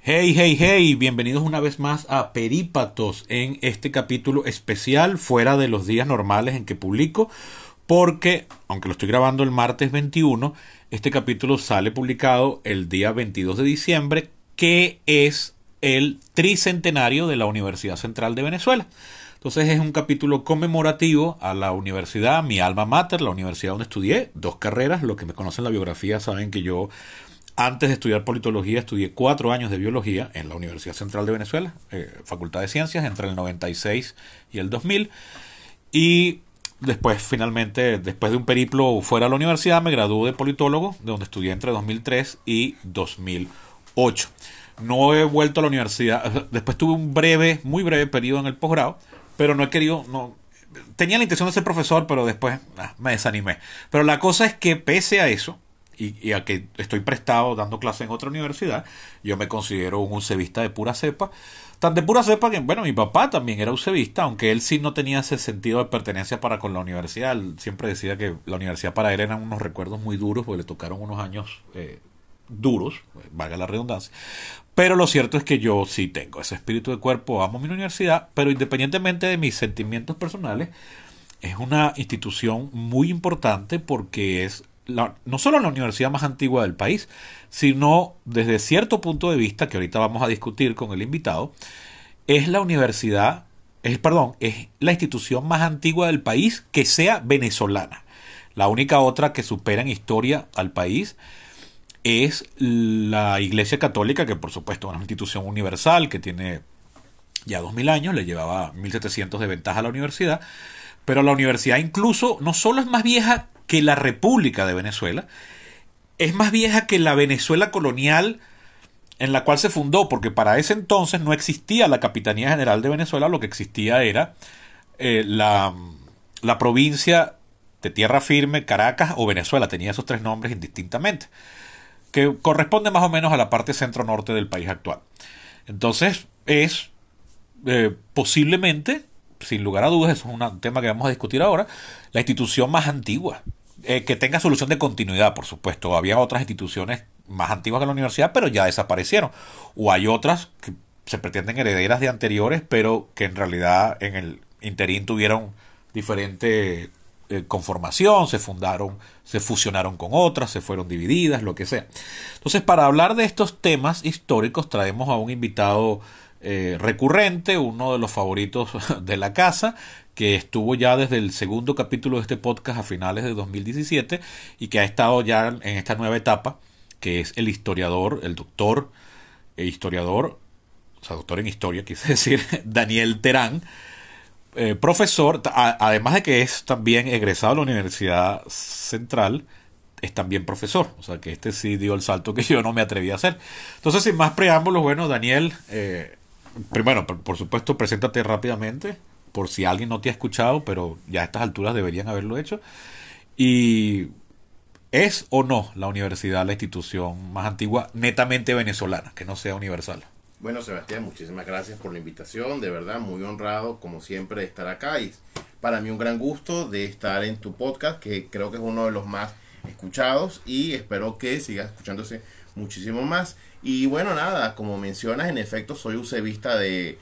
Hey, hey, hey, bienvenidos una vez más a Perípatos en este capítulo especial fuera de los días normales en que publico, porque, aunque lo estoy grabando el martes 21, este capítulo sale publicado el día 22 de diciembre, que es el tricentenario de la Universidad Central de Venezuela. Entonces es un capítulo conmemorativo a la universidad, mi alma mater, la universidad donde estudié, dos carreras. Los que me conocen la biografía saben que yo antes de estudiar politología, estudié 4 años de biología en la Universidad Central de Venezuela, Facultad de Ciencias, entre el 96 y el 2000. Y después, finalmente, después de un periplo fuera de la universidad, me gradué de politólogo, de donde estudié entre 2003 y 2008. No he vuelto a la universidad. Después tuve un breve, muy breve periodo en el posgrado, pero no he querido, no, tenía la intención de ser profesor, pero después me desanimé. Pero la cosa es que pese a eso, y a que estoy prestado dando clase en otra universidad, yo me considero un ucevista de pura cepa. Tan de pura cepa que, bueno, mi papá también era ucevista, aunque él sí no tenía ese sentido de pertenencia para con la universidad. Él siempre decía que la universidad para él eran unos recuerdos muy duros, porque le tocaron unos años duros, valga la redundancia. Pero lo cierto es que yo sí tengo ese espíritu de cuerpo, amo mi universidad, pero independientemente de mis sentimientos personales, es una institución muy importante porque es no solo la universidad más antigua del país, sino desde cierto punto de vista, que ahorita vamos a discutir con el invitado, es la universidad, es la institución más antigua del país que sea venezolana. La única otra que supera en historia al país es la Iglesia Católica, que por supuesto es una institución universal que tiene ya 2000 años, le llevaba 1700 de ventaja a la universidad, pero la universidad incluso no solo es más vieja que la República de Venezuela, es más vieja que la Venezuela colonial en la cual se fundó, porque para ese entonces no existía la Capitanía General de Venezuela, lo que existía era la provincia de Tierra Firme, Caracas o Venezuela, tenía esos tres nombres indistintamente, que corresponde más o menos a la parte centro-norte del país actual. Entonces es posiblemente, sin lugar a dudas, eso es un tema que vamos a discutir ahora, la institución más antigua, que tenga solución de continuidad, por supuesto. Había otras instituciones más antiguas que la universidad, pero ya desaparecieron. O hay otras que se pretenden herederas de anteriores, pero que en realidad en el interín tuvieron diferente conformación, se fundaron, se fusionaron con otras, se fueron divididas, lo que sea. Entonces, para hablar de estos temas históricos, traemos a un invitado recurrente, uno de los favoritos de la casa, que estuvo ya desde el segundo capítulo de este podcast a finales de 2017 y que ha estado ya en esta nueva etapa, que es el historiador, el doctor historiador, o sea, doctor en historia, quise decir, Daniel Terán, profesor, además de que es también egresado de la Universidad Central, es también profesor, o sea que este sí dio el salto que yo no me atreví a hacer. Entonces, sin más preámbulos, bueno, Daniel, primero, por supuesto, preséntate rápidamente, por si alguien no te ha escuchado, pero ya a estas alturas deberían haberlo hecho. Y ¿es o no la universidad la institución más antigua netamente venezolana, que no sea universal? Bueno, Sebastián, muchísimas gracias por la invitación, de verdad, muy honrado como siempre de estar acá y para mí un gran gusto de estar en tu podcast, que creo que es uno de los más escuchados y espero que sigas escuchándose muchísimo más. Y bueno, nada, como mencionas, en efecto soy ucevista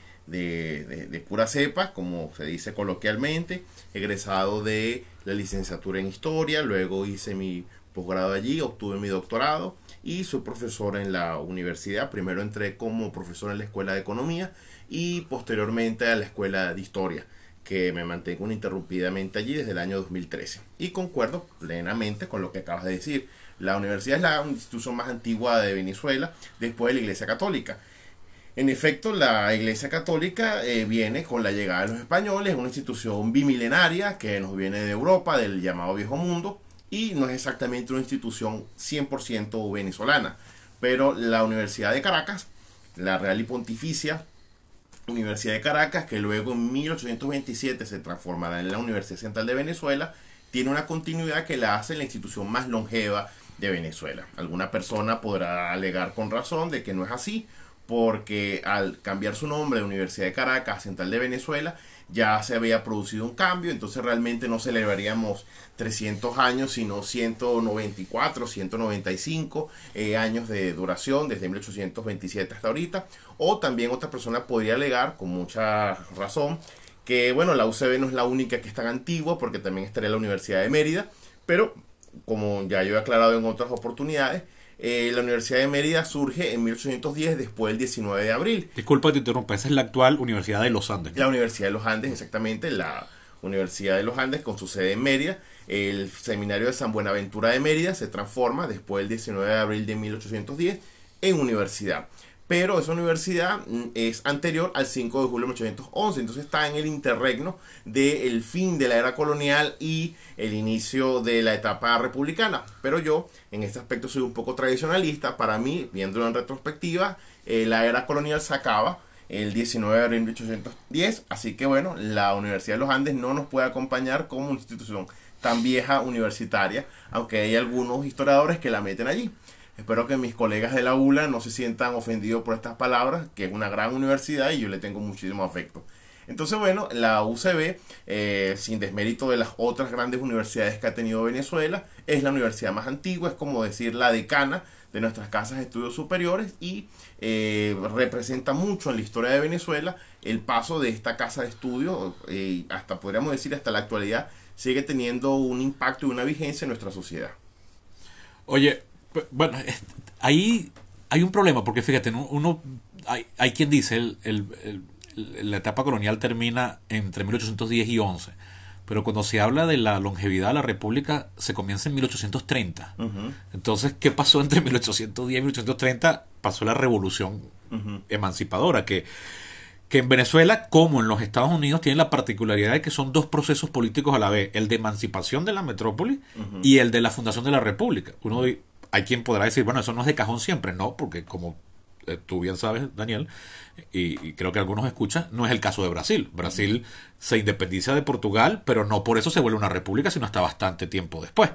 de pura cepa, como se dice coloquialmente, egresado de la licenciatura en historia, luego hice mi posgrado allí, obtuve mi doctorado y soy profesor en la universidad. Primero entré como profesor en la escuela de economía y posteriormente a la escuela de historia, que me mantengo ininterrumpidamente allí desde el año 2013. Y concuerdo plenamente con lo que acabas de decir. La universidad es la institución más antigua de Venezuela después de la Iglesia Católica. En efecto, la Iglesia Católica viene con la llegada de los españoles, una institución bimilenaria que nos viene de Europa, del llamado Viejo Mundo, y no es exactamente una institución 100% venezolana. Pero la Universidad de Caracas, la Real y Pontificia Universidad de Caracas, que luego en 1827 se transformará en la Universidad Central de Venezuela, tiene una continuidad que la hace la institución más longeva de Venezuela. Alguna persona podrá alegar con razón de que no es así, porque al cambiar su nombre de Universidad de Caracas a Central de Venezuela, ya se había producido un cambio, entonces realmente no celebraríamos 300 años, sino 194, 195 años de duración, desde 1827 hasta ahorita. O también otra persona podría alegar, con mucha razón, que bueno, la UCB no es la única que es tan antigua, porque también estaría la Universidad de Mérida, pero como ya yo he aclarado en otras oportunidades, la Universidad de Mérida surge en 1810, después del 19 de abril. Disculpa que te interrumpa, esa es la actual Universidad de los Andes. La Universidad de los Andes, exactamente, la Universidad de los Andes con su sede en Mérida. El Seminario de San Buenaventura de Mérida se transforma después del 19 de abril de 1810 en universidad. Pero esa universidad es anterior al 5 de julio de 1811, entonces está en el interregno del fin de la era colonial y el inicio de la etapa republicana. Pero yo, en este aspecto, soy un poco tradicionalista. Para mí, viéndolo en retrospectiva, la era colonial se acaba el 19 de abril de 1810, así que bueno, la Universidad de los Andes no nos puede acompañar como una institución tan vieja universitaria, aunque hay algunos historiadores que la meten allí. Espero que mis colegas de la ULA no se sientan ofendidos por estas palabras, que es una gran universidad y yo le tengo muchísimo afecto. Entonces, bueno, la UCB, sin desmérito de las otras grandes universidades que ha tenido Venezuela, es la universidad más antigua, es como decir la decana de nuestras casas de estudios superiores y representa mucho en la historia de Venezuela el paso de esta casa de estudios, hasta podríamos decir hasta la actualidad, sigue teniendo un impacto y una vigencia en nuestra sociedad. Oye, bueno, ahí hay un problema, porque fíjate, hay quien dice la etapa colonial termina entre 1810 y 11, pero cuando se habla de la longevidad de la República se comienza en 1830. Entonces, ¿qué pasó entre 1810 y 1830? Pasó la revolución emancipadora, que en Venezuela, como en los Estados Unidos, tiene la particularidad de que son dos procesos políticos a la vez, el de emancipación de la metrópoli y el de la fundación de la República. Hay quien podrá decir, bueno, eso no es de cajón siempre. No, porque como tú bien sabes, Daniel, y creo que algunos escuchan, no es el caso de Brasil. Brasil se independiza de Portugal, pero no por eso se vuelve una república, sino hasta bastante tiempo después.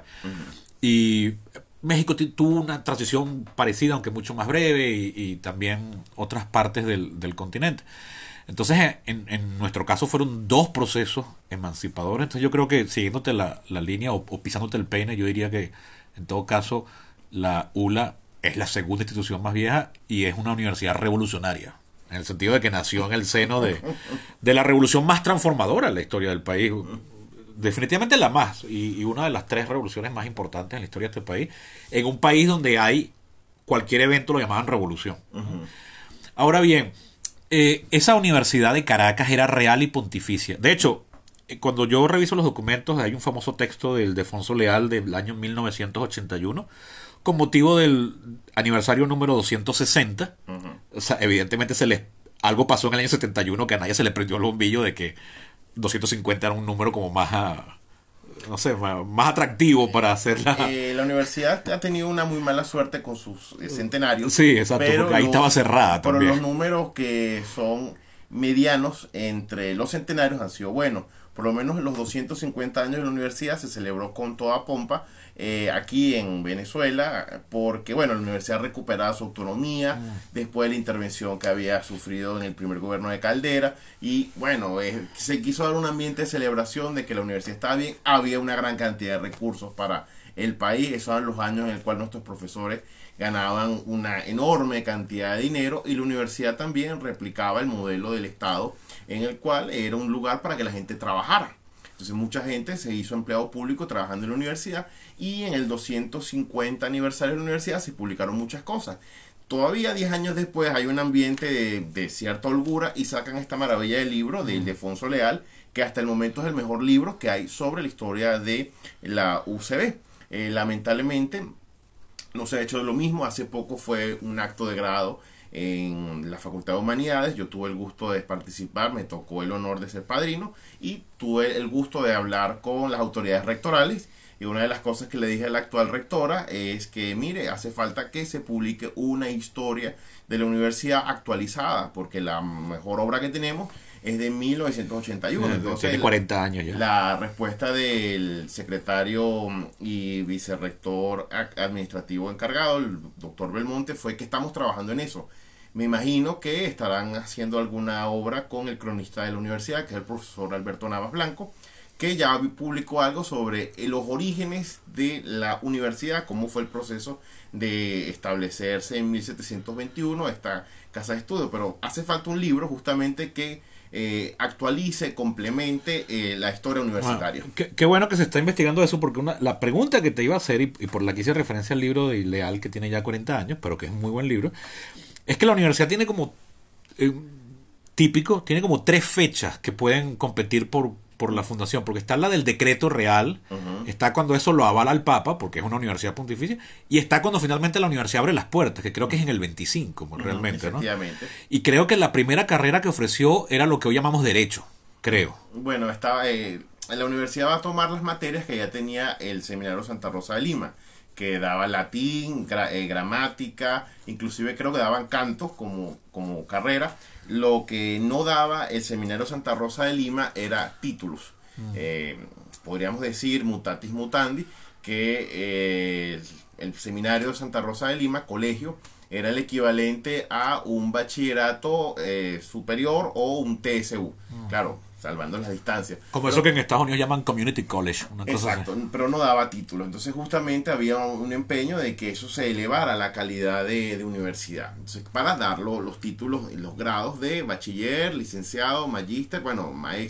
Y México tuvo una transición parecida, aunque mucho más breve, y también otras partes del continente. Entonces, en nuestro caso fueron dos procesos emancipadores. Entonces yo creo que, siguiéndote la línea o pisándote el peine, yo diría que en todo caso la ULA es la segunda institución más vieja y es una universidad revolucionaria, en el sentido de que nació en el seno de la revolución más transformadora en la historia del país, definitivamente la más, y una de las tres revoluciones más importantes en la historia de este país, en un país donde hay cualquier evento lo llamaban revolución. Ahora bien, esa universidad de Caracas era real y pontificia. De hecho, cuando yo reviso los documentos, hay un famoso texto del Defonso Leal del año 1981 con motivo del aniversario número 260. O sea, evidentemente algo pasó en el año 71 que a nadie se le prendió el bombillo de que 250 era un número como más no sé, más atractivo para hacerla. La universidad ha tenido una muy mala suerte con sus centenarios. Sí, exacto, porque ahí estaba cerrada pero también. Los números que son medianos entre los centenarios han sido buenos. Por lo menos los 250 años de la universidad se celebró con toda pompa aquí en Venezuela, porque bueno, la universidad recuperaba su autonomía después de la intervención que había sufrido en el primer gobierno de Caldera, y bueno, se quiso dar un ambiente de celebración de que la universidad estaba bien, había una gran cantidad de recursos para el país. Esos eran los años en el cual nuestros profesores ganaban una enorme cantidad de dinero, y la universidad también replicaba el modelo del Estado, en el cual era un lugar para que la gente trabajara. Entonces mucha gente se hizo empleado público trabajando en la universidad, y en el 250 aniversario de la universidad se publicaron muchas cosas. Todavía 10 años después hay un ambiente de cierta holgura, y sacan esta maravilla de libro de Ildefonso Leal, que hasta el momento es el mejor libro que hay sobre la historia de la UCB. Lamentablemente no se ha hecho lo mismo. Hace poco fue un acto de grado en la Facultad de Humanidades. Yo tuve el gusto de participar, me tocó el honor de ser padrino, y tuve el gusto de hablar con las autoridades rectorales. Y una de las cosas que le dije a la actual rectora es que, mire, hace falta que se publique una historia de la universidad actualizada, porque la mejor obra que tenemos es de 1981. Entonces, tiene 40 años ya. La respuesta del secretario y vicerrector administrativo encargado, el doctor Belmonte, fue que estamos trabajando en eso. Me imagino que estarán haciendo alguna obra con el cronista de la universidad, que es el profesor Alberto Navas Blanco, que ya publicó algo sobre los orígenes de la universidad, cómo fue el proceso de establecerse en 1721 esta casa de estudio. Pero hace falta un libro justamente que actualice, complemente la historia universitaria. Qué bueno que se está investigando eso, porque la pregunta que te iba a hacer, y por la que hice referencia al libro de Leal, que tiene ya 40 años, pero que es un muy buen libro, es que la universidad tiene como tiene como 3 fechas que pueden competir por la fundación, porque está la del decreto real, está cuando eso lo avala el Papa, porque es una universidad pontificia, y está cuando finalmente la universidad abre las puertas, que creo que es en el 25, realmente, ¿no? Y creo que la primera carrera que ofreció era lo que hoy llamamos Derecho, creo. Bueno, estaba la universidad va a tomar las materias que ya tenía el Seminario Santa Rosa de Lima, que daba latín, gramática, inclusive creo que daban cantos como carrera. Lo que no daba el Seminario Santa Rosa de Lima era títulos. Podríamos decir, mutatis mutandi, que el Seminario Santa Rosa de Lima, colegio, era el equivalente a un bachillerato superior o un TSU. Claro, salvando las distancias. Como eso que en Estados Unidos llaman Community College. Una cosa exacto, así. Pero no daba título. Entonces justamente había un empeño de que eso se elevara la calidad de universidad. Entonces, para dar los títulos y los grados de bachiller, licenciado, magíster, bueno,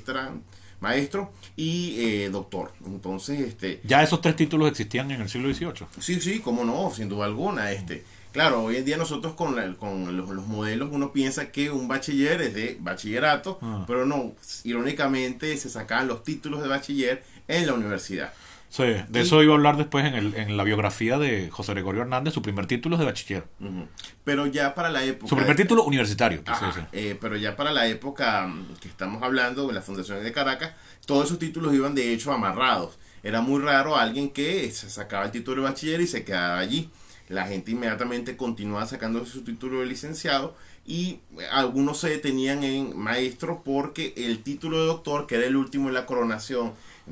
maestro y doctor. Entonces, ya esos 3 títulos existían en el siglo XVIII. Sí, cómo no, sin duda alguna. Claro, hoy en día nosotros con los modelos uno piensa que un bachiller es de bachillerato, pero no, irónicamente se sacaban los títulos de bachiller en la universidad. Sí, de eso iba a hablar después en la biografía de José Gregorio Hernández. Su primer título es de bachiller. Pero ya para la época... Su primer título universitario. Pero ya para la época que estamos hablando, de las fundaciones de Caracas, todos esos títulos iban de hecho amarrados. Era muy raro alguien que se sacaba el título de bachiller y se quedaba allí. La gente inmediatamente continuaba sacándose su título de licenciado y algunos se detenían en maestro porque el título de doctor, que era el último en la coronación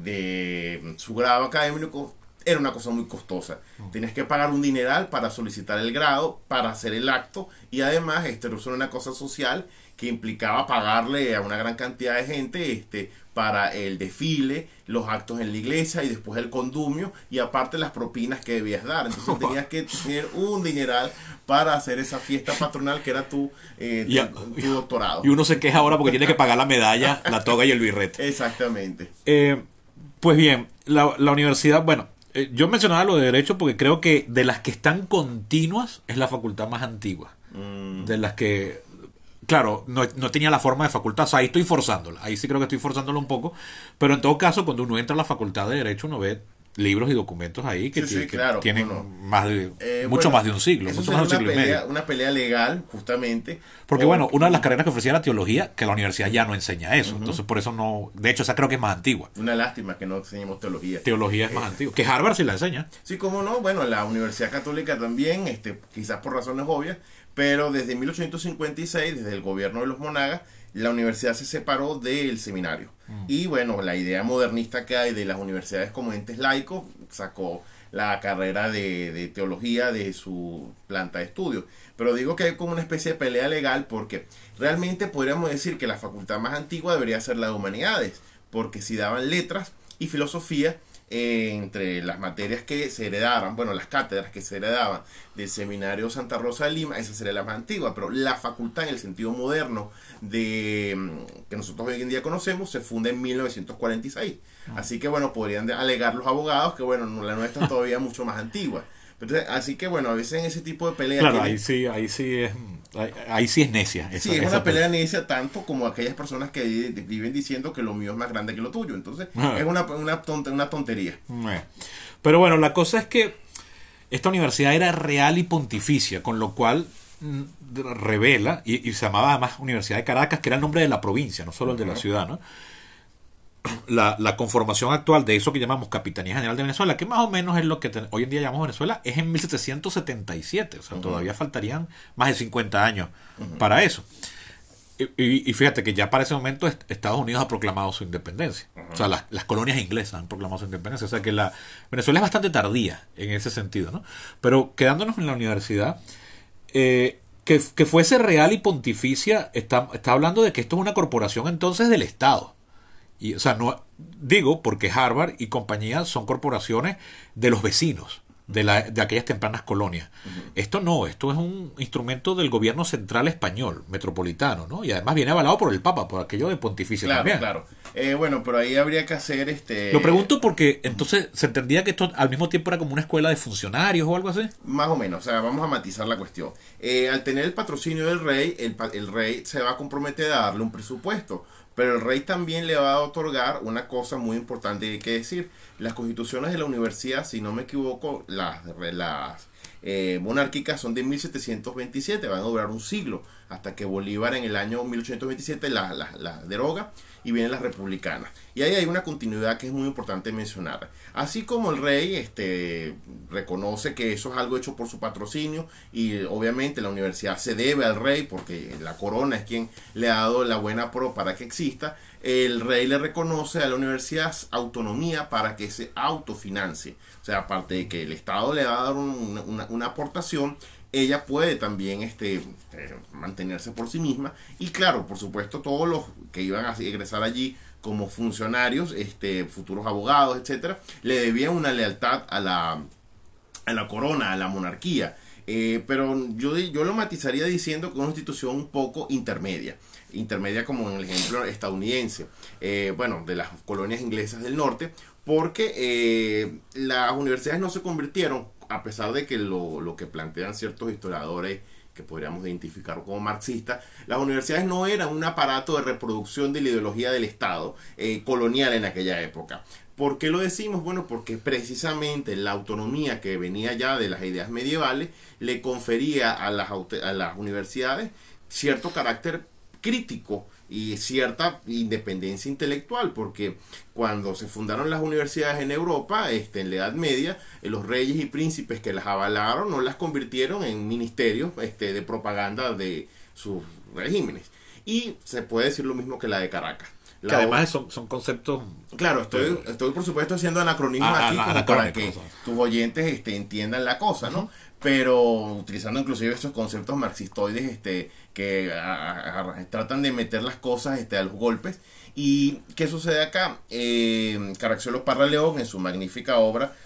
de su grado académico, era una cosa muy costosa. Tenías que pagar un dineral para solicitar el grado, para hacer el acto, y además eso era una cosa social que implicaba pagarle a una gran cantidad de gente para el desfile, los actos en la iglesia y después el condumio, y aparte las propinas que debías dar. Entonces tenías que tener un dineral para hacer esa fiesta patronal que era tu doctorado. Y uno se queja ahora porque tiene que pagar la medalla, la toga y el birrete. Exactamente. Pues bien, la universidad, bueno, yo mencionaba lo de Derecho porque creo que de las que están continuas es la facultad más antigua. De las que... Claro, no tenía la forma de facultad, o sea, ahí estoy forzándola, ahí sí creo que estoy forzándola un poco, pero en todo caso, cuando uno entra a la facultad de Derecho, uno ve libros y documentos ahí que claro, tienen mucho más de un siglo, eso mucho más de un siglo y medio. Una pelea legal, justamente. Porque bueno, una de las carreras que ofrecía era teología, que la universidad ya no enseña eso, entonces por eso no, de hecho esa creo que es más antigua. Una lástima que no enseñemos teología. Teología es más antigua, que Harvard sí la enseña. Sí, cómo no, bueno, la Universidad Católica también, quizás por razones obvias, pero desde 1856, desde el gobierno de los Monagas, la universidad se separó del seminario. Y bueno, la idea modernista que hay de las universidades como entes laicos sacó la carrera de teología de su planta de estudio. Pero digo que hay como una especie de pelea legal porque realmente podríamos decir que la facultad más antigua debería ser la de humanidades, porque si daban letras y filosofía, entre las materias que se heredaban, bueno, las cátedras que se heredaban del Seminario Santa Rosa de Lima, esa sería la más antigua, pero la facultad en el sentido moderno que nosotros hoy en día conocemos se funda en 1946. Así que bueno, podrían alegar los abogados que bueno, la nuestra es todavía mucho más antigua. Entonces, así que bueno, a veces en ese tipo de peleas... Claro, ahí sí es necia. Sí, es una pelea necia tanto como aquellas personas que viven diciendo que lo mío es más grande que lo tuyo. Entonces, es una tontería. Pero bueno, la cosa es que esta universidad era real y pontificia, con lo cual revela, y se llamaba además Universidad de Caracas, que era el nombre de la provincia, no solo el de la ciudad, ¿no? La conformación actual de eso que llamamos Capitanía General de Venezuela, que más o menos es lo que hoy en día llamamos Venezuela, es en 1777, o sea, todavía faltarían más de 50 años para eso. Y fíjate que ya para ese momento Estados Unidos ha proclamado su independencia. O sea, las colonias inglesas han proclamado su independencia. O sea que Venezuela es bastante tardía en ese sentido, ¿no? Pero quedándonos en la universidad, que fuese real y pontificia, está hablando de que esto es una corporación entonces del Estado. Y, o sea, no digo porque Harvard y compañía son corporaciones de los vecinos, de aquellas tempranas colonias. Esto no, esto es un instrumento del gobierno central español, metropolitano, ¿no? Y además viene avalado por el Papa, por aquello de pontificio también. Claro. Bueno, pero ahí habría que hacer Lo pregunto porque entonces se entendía que esto al mismo tiempo era como una escuela de funcionarios o algo así. Más o menos, o sea, vamos a matizar la cuestión. Al tener el patrocinio del rey, el rey se va a comprometer a darle un presupuesto. Pero el rey también le va a otorgar una cosa muy importante que hay que decir. Las constituciones de la universidad, si no me equivoco, las monárquicas son de 1727, van a durar un siglo, hasta que Bolívar en el año 1827 la deroga y vienen las republicanas. Y ahí hay una continuidad que es muy importante mencionar. Así como el rey reconoce que eso es algo hecho por su patrocinio, y obviamente la universidad se debe al rey porque la corona es quien le ha dado la buena pro para que exista, el rey le reconoce a la universidad autonomía para que se autofinancie. O sea, aparte de que el Estado le va a dar una aportación, ella puede también mantenerse por sí misma. Y claro, por supuesto, todos los que iban a egresar allí como funcionarios, futuros abogados, etcétera, le debían una lealtad a la corona, a la monarquía. Pero yo lo matizaría diciendo que es una institución un poco intermedia como en el ejemplo estadounidense, de las colonias inglesas del norte, porque las universidades no se convirtieron, a pesar de que lo que plantean ciertos historiadores que podríamos identificar como marxistas, las universidades no eran un aparato de reproducción de la ideología del Estado colonial en aquella época. ¿Por qué lo decimos? Bueno, porque precisamente la autonomía que venía ya de las ideas medievales le confería a las universidades cierto carácter crítico y cierta independencia intelectual, porque cuando se fundaron las universidades en Europa, en la Edad Media, los reyes y príncipes que las avalaron no las convirtieron en ministerios de propaganda de sus regímenes. Y se puede decir lo mismo que la de Caracas. Que además son conceptos... Claro, estoy por supuesto haciendo anacronismos aquí como para que tus oyentes entiendan la cosa, ¿no? Pero utilizando inclusive estos conceptos marxistoides que tratan de meter las cosas a los golpes. ¿Y qué sucede acá? Caracciolo Parra León, en su magnífica obra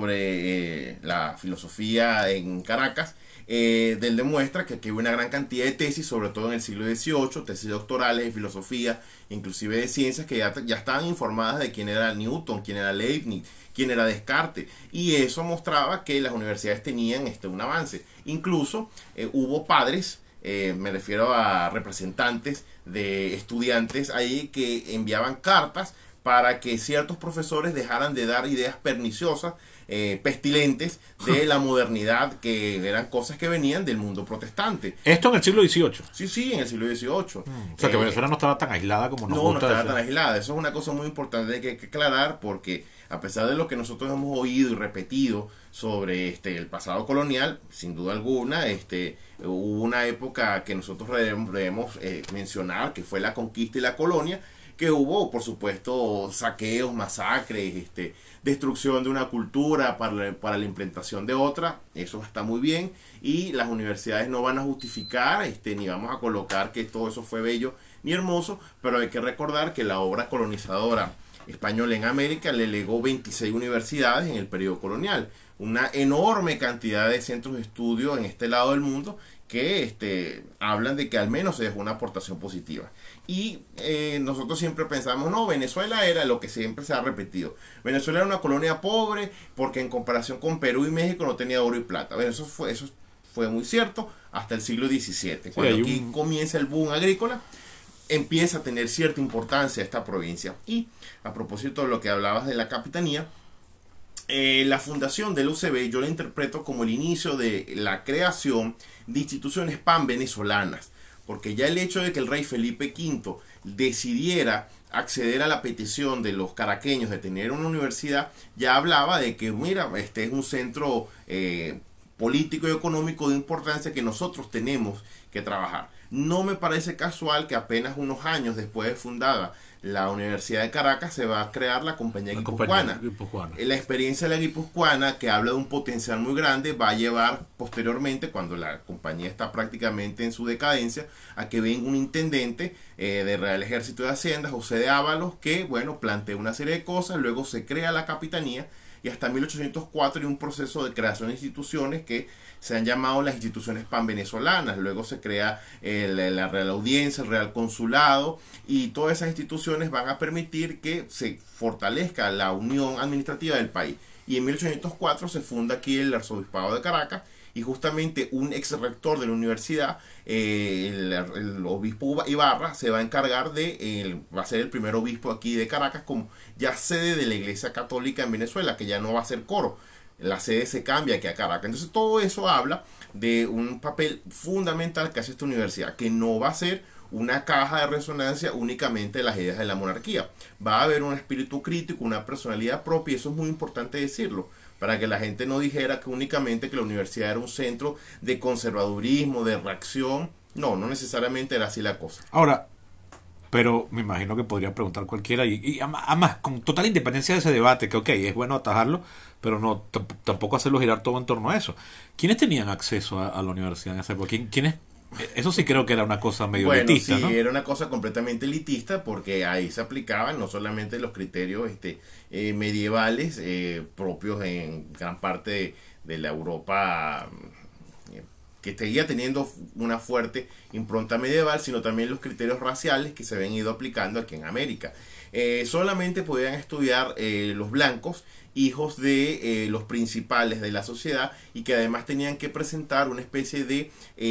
sobre la filosofía en Caracas, él demuestra que aquí hubo una gran cantidad de tesis, sobre todo en el siglo XVIII, tesis doctorales de filosofía, inclusive de ciencias, que ya estaban informadas de quién era Newton, quién era Leibniz, quién era Descartes, y eso mostraba que las universidades tenían un avance. Incluso hubo padres, me refiero a representantes de estudiantes ahí, que enviaban cartas para que ciertos profesores dejaran de dar ideas perniciosas, pestilentes de la modernidad, que eran cosas que venían del mundo protestante. ¿Esto en el siglo XVIII? Sí, en el siglo XVIII. O sea, que Venezuela no estaba tan aislada como nos gusta. No estaba tan aislada. Eso es una cosa muy importante que hay que aclarar, porque a pesar de lo que nosotros hemos oído y repetido sobre el pasado colonial, sin duda alguna, hubo una época que nosotros debemos mencionar, que fue la conquista y la colonia, que hubo, por supuesto, saqueos, masacres, destrucción de una cultura para la implementación de otra. Eso está muy bien, y las universidades no van a justificar ni vamos a colocar que todo eso fue bello ni hermoso, pero hay que recordar que la obra colonizadora española en América le legó 26 universidades en el periodo colonial, una enorme cantidad de centros de estudio en este lado del mundo que hablan de que al menos se dejó una aportación positiva. Y nosotros siempre pensamos, no, Venezuela era lo que siempre se ha repetido. Venezuela era una colonia pobre porque en comparación con Perú y México no tenía oro y plata. Bueno, eso fue muy cierto hasta el siglo XVII, cuando aquí comienza el boom agrícola, empieza a tener cierta importancia esta provincia. Y a propósito de lo que hablabas de la capitanía, la fundación del UCB yo la interpreto como el inicio de la creación de instituciones pan-venezolanas, porque ya el hecho de que el rey Felipe V decidiera acceder a la petición de los caraqueños de tener una universidad, ya hablaba de que, mira, este es un centro político y económico de importancia que nosotros tenemos que trabajar. No me parece casual que apenas unos años después de fundada la Universidad de Caracas se va a crear la Compañía Guipuzcoana. La experiencia de la Guipuzcoana, que habla de un potencial muy grande, va a llevar posteriormente, cuando la compañía está prácticamente en su decadencia, a que venga un intendente de Real Ejército de Hacienda, José de Ábalos, que bueno, plantea una serie de cosas, luego se crea la capitanía y hasta 1804 hay un proceso de creación de instituciones que se han llamado las instituciones panvenezolanas. Luego se crea la Real Audiencia, el Real Consulado, y todas esas instituciones van a permitir que se fortalezca la unión administrativa del país. Y en 1804 se funda aquí el Arzobispado de Caracas, y justamente un ex rector de la universidad, el obispo Ibarra, se va a encargar va a ser el primer obispo aquí de Caracas como ya sede de la Iglesia Católica en Venezuela, que ya no va a ser coro, la sede se cambia aquí a Caracas. Entonces todo eso habla de un papel fundamental que hace esta universidad, que no va a ser una caja de resonancia únicamente de las ideas de la monarquía. Va a haber un espíritu crítico, una personalidad propia, y eso es muy importante decirlo, para que la gente no dijera que únicamente que la universidad era un centro de conservadurismo, de reacción. No, no necesariamente era así la cosa. Ahora, pero me imagino que podría preguntar cualquiera, y además, con total independencia de ese debate, que ok, es bueno atajarlo, pero no tampoco hacerlo girar todo en torno a eso. ¿Quiénes tenían acceso a la universidad en esa época? ¿Quiénes? Eso sí creo que era una cosa medio elitista, sí, ¿no? Era una cosa completamente elitista, porque ahí se aplicaban no solamente los criterios medievales propios en gran parte de la Europa que seguía teniendo una fuerte impronta medieval, sino también los criterios raciales que se habían ido aplicando aquí en América. Solamente podían estudiar los blancos, hijos de los principales de la sociedad, y que además tenían que presentar una especie de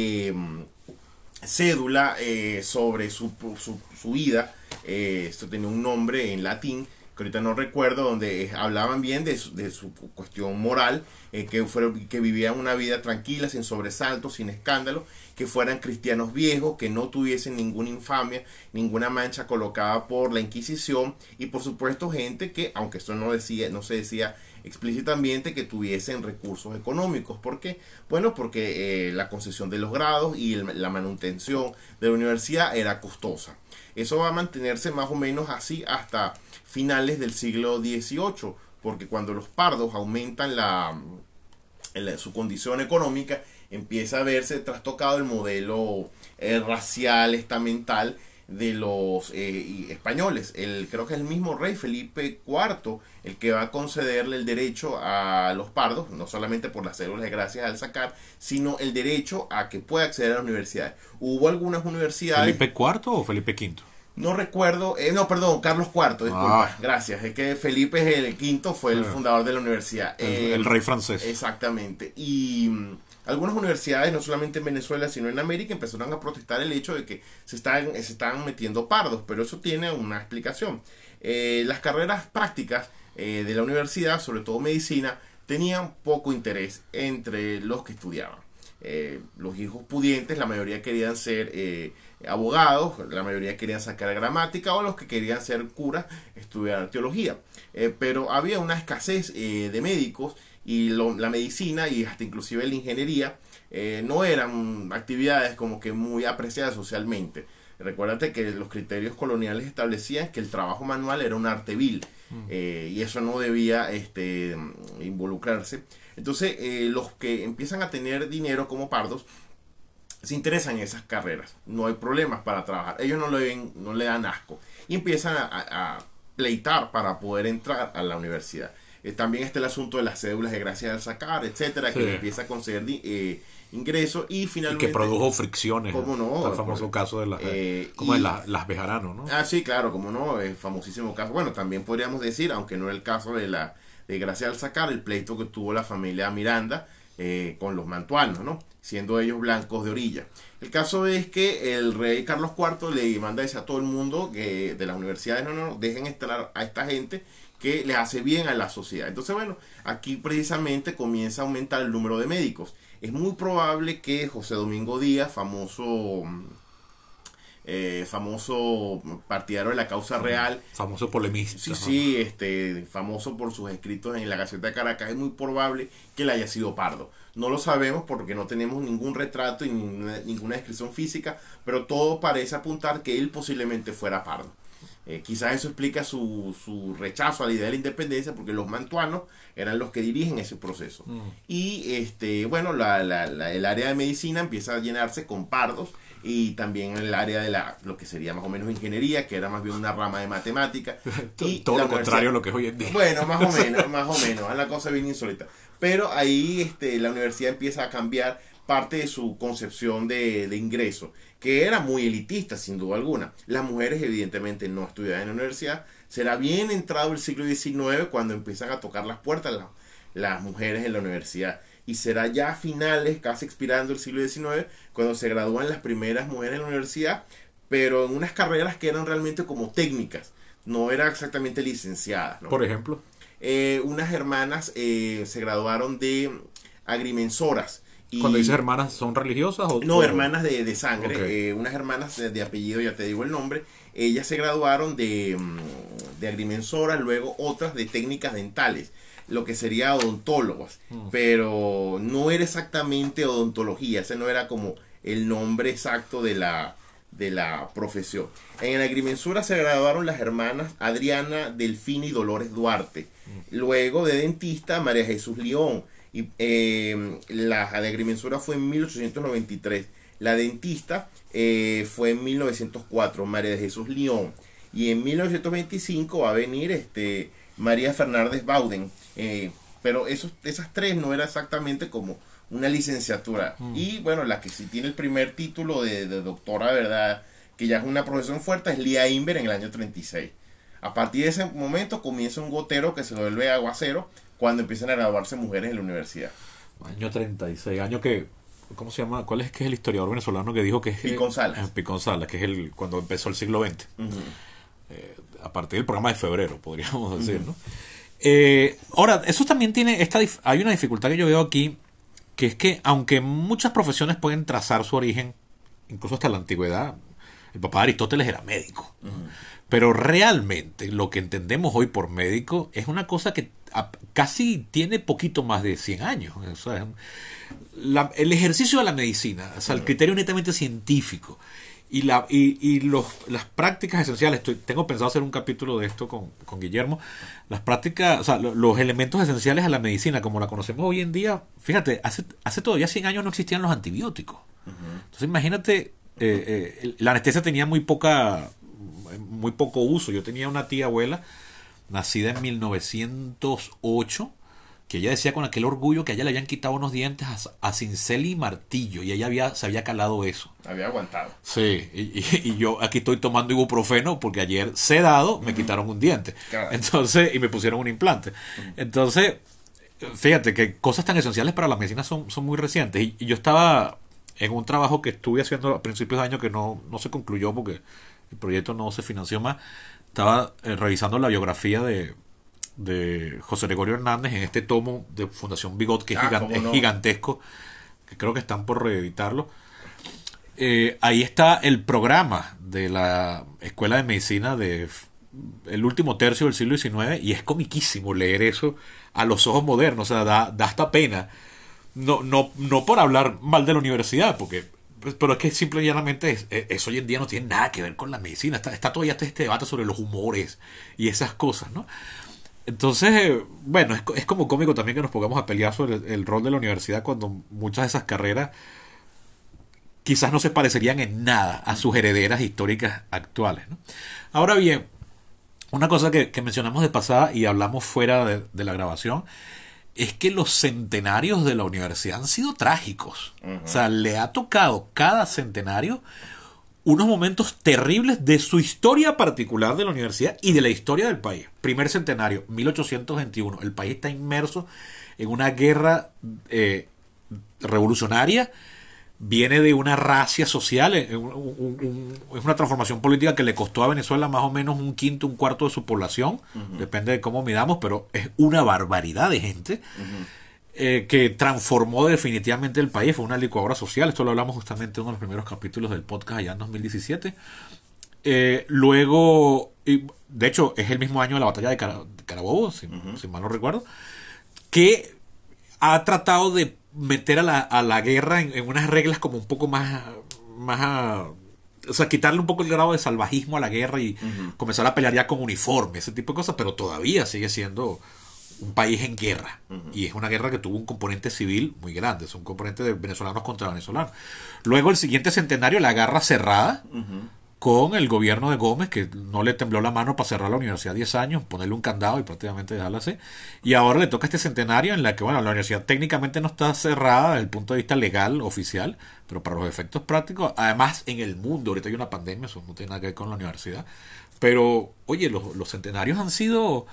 cédula sobre su vida. Esto tenía un nombre en latín que ahorita no recuerdo, donde hablaban bien de su cuestión moral, que vivían una vida tranquila, sin sobresaltos, sin escándalo, que fueran cristianos viejos, que no tuviesen ninguna infamia, ninguna mancha colocada por la Inquisición, y por supuesto gente que, aunque esto no se decía explícitamente, que tuviesen recursos económicos. ¿Por qué? Bueno, porque la concesión de los grados y la manutención de la universidad era costosa. Eso va a mantenerse más o menos así hasta finales del siglo XVIII, porque cuando los pardos aumentan su condición económica, empieza a verse trastocado el modelo racial, estamental de los españoles. Creo que es el mismo rey Felipe IV el que va a concederle el derecho a los pardos, no solamente por las cédulas de gracias al sacar, sino el derecho a que pueda acceder a las universidades. Hubo algunas universidades... ¿Felipe IV o Felipe V? No recuerdo, perdón, Carlos IV, disculpa, gracias. Es que Felipe es el quinto, fue el fundador de la universidad. El rey francés. Exactamente. Y algunas universidades, no solamente en Venezuela, sino en América, empezaron a protestar el hecho de que se estaban metiendo pardos, pero eso tiene una explicación. Las carreras prácticas de la universidad, sobre todo medicina, tenían poco interés entre los que estudiaban. Los hijos pudientes, la mayoría querían ser abogados, la mayoría querían sacar gramática, o los que querían ser curas, estudiar teología. Pero había una escasez de médicos, y la medicina y hasta inclusive la ingeniería no eran actividades como que muy apreciadas socialmente. Recuérdate que los criterios coloniales establecían que el trabajo manual era un arte vil, y eso no debía involucrarse. Entonces los que empiezan a tener dinero como pardos se interesan en esas carreras, no hay problemas para trabajar, ellos no le dan asco, y empiezan a pleitar para poder entrar a la universidad. También está el asunto de las cédulas de gracias al sacar, etcétera, sí, que empieza a conceder ingresos, y finalmente... Y que produjo fricciones. ¿Cómo no? El famoso caso de las Bejarano, ¿no? Ah, sí, claro, como no, el famosísimo caso. Bueno, también podríamos decir, aunque no es el caso de gracias al sacar, el pleito que tuvo la familia Miranda con los mantuanos, ¿no? Siendo ellos blancos de orilla. El caso es que el rey Carlos IV le manda a todo el mundo de las universidades, no, dejen entrar a esta gente que les hace bien a la sociedad. Entonces, bueno, aquí precisamente comienza a aumentar el número de médicos. Es muy probable que José Domingo Díaz, famoso famoso partidario de la causa real. Famoso polemista. Sí, ¿no? sí, famoso por sus escritos en la Gaceta de Caracas. Es muy probable que él haya sido pardo. No lo sabemos porque no tenemos ningún retrato y ninguna descripción física, pero todo parece apuntar que él posiblemente fuera pardo. Quizás eso explica su rechazo a la idea de la independencia, porque los mantuanos eran los que dirigen ese proceso. Y bueno, el área de medicina empieza a llenarse con pardos, y también el área de lo que sería más o menos ingeniería, que era más bien una rama de matemática. Y todo lo contrario a lo que es hoy en día. Bueno, más o menos, es la cosa bien insólita. Pero ahí la universidad empieza a cambiar parte de su concepción de ingreso, que era muy elitista sin duda alguna. Las mujeres evidentemente no estudiaban en la universidad. Será bien entrado el siglo XIX cuando empiezan a tocar las puertas las mujeres en la universidad. Y será ya a finales, casi expirando el siglo XIX, cuando se gradúan las primeras mujeres en la universidad, pero en unas carreras que eran realmente como técnicas, no eran exactamente licenciadas, ¿no? Por ejemplo, unas hermanas se graduaron de agrimensoras. Cuando dices hermanas, ¿son religiosas? No, hermanas de sangre. Okay. Unas hermanas de apellido, ya te digo el nombre. Ellas se graduaron de agrimensoras, luego otras de técnicas dentales, lo que sería odontólogos. Pero no era exactamente odontología, ese no era como el nombre exacto de la profesión. En la agrimensura se graduaron las hermanas Adriana, Delfina y Dolores Duarte. Luego de dentista, María Jesús León. Y la de agrimensura fue en 1893. La dentista fue en 1904, María de Jesús León. Y en 1925 va a venir María Fernández Bauden. Pero esas tres no era exactamente como una licenciatura. Y bueno, la que sí tiene el primer título de doctora, ¿verdad?, que ya es una profesión fuerte, es Lía Inver en el año 36. A partir de ese momento comienza un gotero que se vuelve aguacero cuando empiezan a graduarse mujeres en la universidad. Año 36, año que, ¿cómo se llama? ¿Cuál es que es el historiador venezolano que dijo que es Picón Salas? Picón Salas, que es cuando empezó el siglo XX. A partir del programa de febrero, podríamos decir, ¿no? Ahora, eso también tiene hay una dificultad que yo veo aquí, que es que aunque muchas profesiones pueden trazar su origen, incluso hasta la antigüedad, el papá de Aristóteles era médico. Pero realmente lo que entendemos hoy por médico es una cosa que casi tiene poquito más de 100 años. O sea, el ejercicio de la medicina, o sea, el criterio netamente científico y las prácticas esenciales. Tengo pensado hacer un capítulo de esto con Guillermo. Las prácticas, o sea, los elementos esenciales a la medicina como la conocemos hoy en día. Fíjate, hace todavía 100 años no existían los antibióticos. Entonces imagínate, la anestesia tenía muy poco uso. Yo tenía una tía abuela nacida en 1908, que ella decía con aquel orgullo que a ella le habían quitado unos dientes a cincel y martillo, y ella se había calado eso. Había aguantado. Sí, y yo aquí estoy tomando ibuprofeno porque ayer sedado me quitaron un diente. Caray. Entonces, y me pusieron un implante. Entonces, fíjate que cosas tan esenciales para la medicina son muy recientes. Y yo estaba en un trabajo que estuve haciendo a principios de año que no se concluyó porque el proyecto no se financió más. Estaba revisando la biografía de José Gregorio Hernández en este tomo de Fundación Bigot, que es gigantesco, que creo que están por reeditarlo. Ahí está el programa de la Escuela de Medicina de el último tercio del siglo XIX, y es comiquísimo leer eso a los ojos modernos. O sea, da hasta pena. No por hablar mal de la universidad, pero es que simple y llanamente eso hoy en día no tiene nada que ver con la medicina. Está todavía este debate sobre los humores y esas cosas, ¿no? Entonces, bueno, es como cómico también que nos pongamos a pelear sobre el rol de la universidad cuando muchas de esas carreras quizás no se parecerían en nada a sus herederas históricas actuales, ¿no? Ahora bien, una cosa que mencionamos de pasada y hablamos fuera de la grabación es que los centenarios de la universidad han sido trágicos. O sea, le ha tocado cada centenario unos momentos terribles de su historia particular de la universidad y de la historia del país. Primer centenario, 1821. El país está inmerso en una guerra revolucionaria. Viene de una racia social, es una transformación política que le costó a Venezuela más o menos un quinto, un cuarto de su población, depende de cómo midamos, pero es una barbaridad de gente. que transformó definitivamente el país. Fue una licuadora social. Esto lo hablamos justamente en uno de los primeros capítulos del podcast allá en 2017. Luego, de hecho, es el mismo año de la batalla de Carabobo, si mal no recuerdo, que ha tratado de meter a la guerra en unas reglas como un poco más o sea, quitarle un poco el grado de salvajismo a la guerra y comenzar a pelear ya con uniforme, ese tipo de cosas, pero todavía sigue siendo un país en guerra. Y es una guerra que tuvo un componente civil muy grande, es un componente de venezolanos contra venezolanos. Luego el siguiente centenario, la guerra cerrada, con el gobierno de Gómez, que no le tembló la mano para cerrar la universidad 10 años, ponerle un candado y prácticamente dejarla así. Y ahora le toca este centenario en la que, bueno, la universidad técnicamente no está cerrada desde el punto de vista legal, oficial, pero para los efectos prácticos, además en el mundo, ahorita hay una pandemia, eso no tiene nada que ver con la universidad. Pero, oye, los centenarios han sido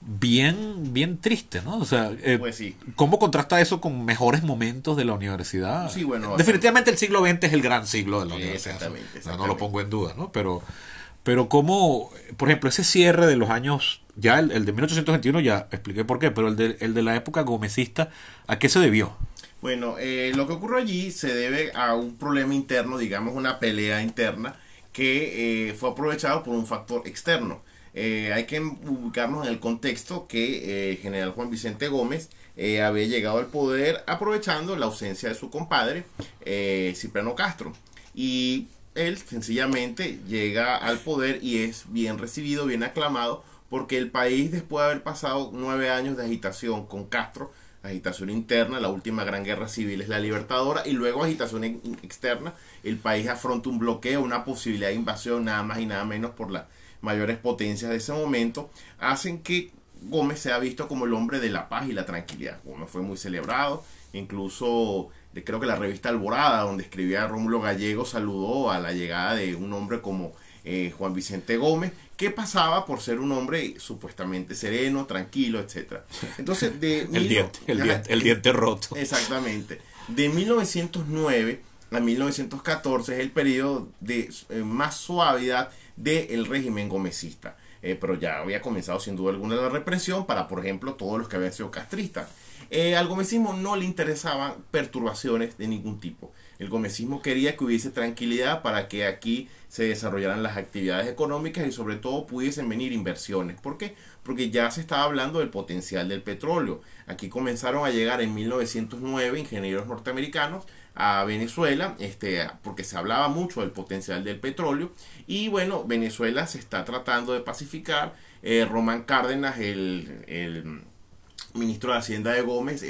bien tristes, ¿no? O sea, Pues sí. ¿cómo contrasta eso con mejores momentos de la universidad? Sí, bueno, definitivamente el siglo XX es el gran siglo de la universidad. Exactamente. No lo pongo en duda, ¿no? Pero cómo, por ejemplo, ese cierre de los años, ya el de 1821 ya expliqué por qué, pero el de la época gomecista, ¿a qué se debió? Bueno, lo que ocurrió allí se debe a un problema interno, digamos una pelea interna, que fue aprovechado por un factor externo. Hay que ubicarnos en el contexto que el general Juan Vicente Gómez había llegado al poder aprovechando la ausencia de su compadre Cipriano Castro, y él sencillamente llega al poder y es bien recibido, bien aclamado, porque el país, después de haber pasado 9 años de agitación con Castro, agitación interna, la última gran guerra civil es la Libertadora, y luego agitación externa, el país afronta un bloqueo, una posibilidad de invasión, nada más y nada menos por las mayores potencias de ese momento, hacen que Gómez sea visto como el hombre de la paz y la tranquilidad. Gómez fue muy celebrado, incluso creo que la revista Alborada, donde escribía Rómulo Gallego, saludó a la llegada de un hombre como Juan Vicente Gómez, que pasaba por ser un hombre supuestamente sereno, tranquilo, etcétera. Entonces, el diente roto. Exactamente. De 1909 a 1914 es el periodo de más suavidad del régimen gomecista. Pero ya había comenzado sin duda alguna la represión para, por ejemplo, todos los que habían sido castristas. Al gomecismo no le interesaban perturbaciones de ningún tipo. El gomecismo quería que hubiese tranquilidad para que aquí se desarrollaran las actividades económicas y sobre todo pudiesen venir inversiones. ¿Por qué? Porque ya se estaba hablando del potencial del petróleo. Aquí comenzaron a llegar en 1909 ingenieros norteamericanos a Venezuela, porque se hablaba mucho del potencial del petróleo, y bueno, Venezuela se está tratando de pacificar. Román Cárdenas, el ministro de Hacienda de Gómez,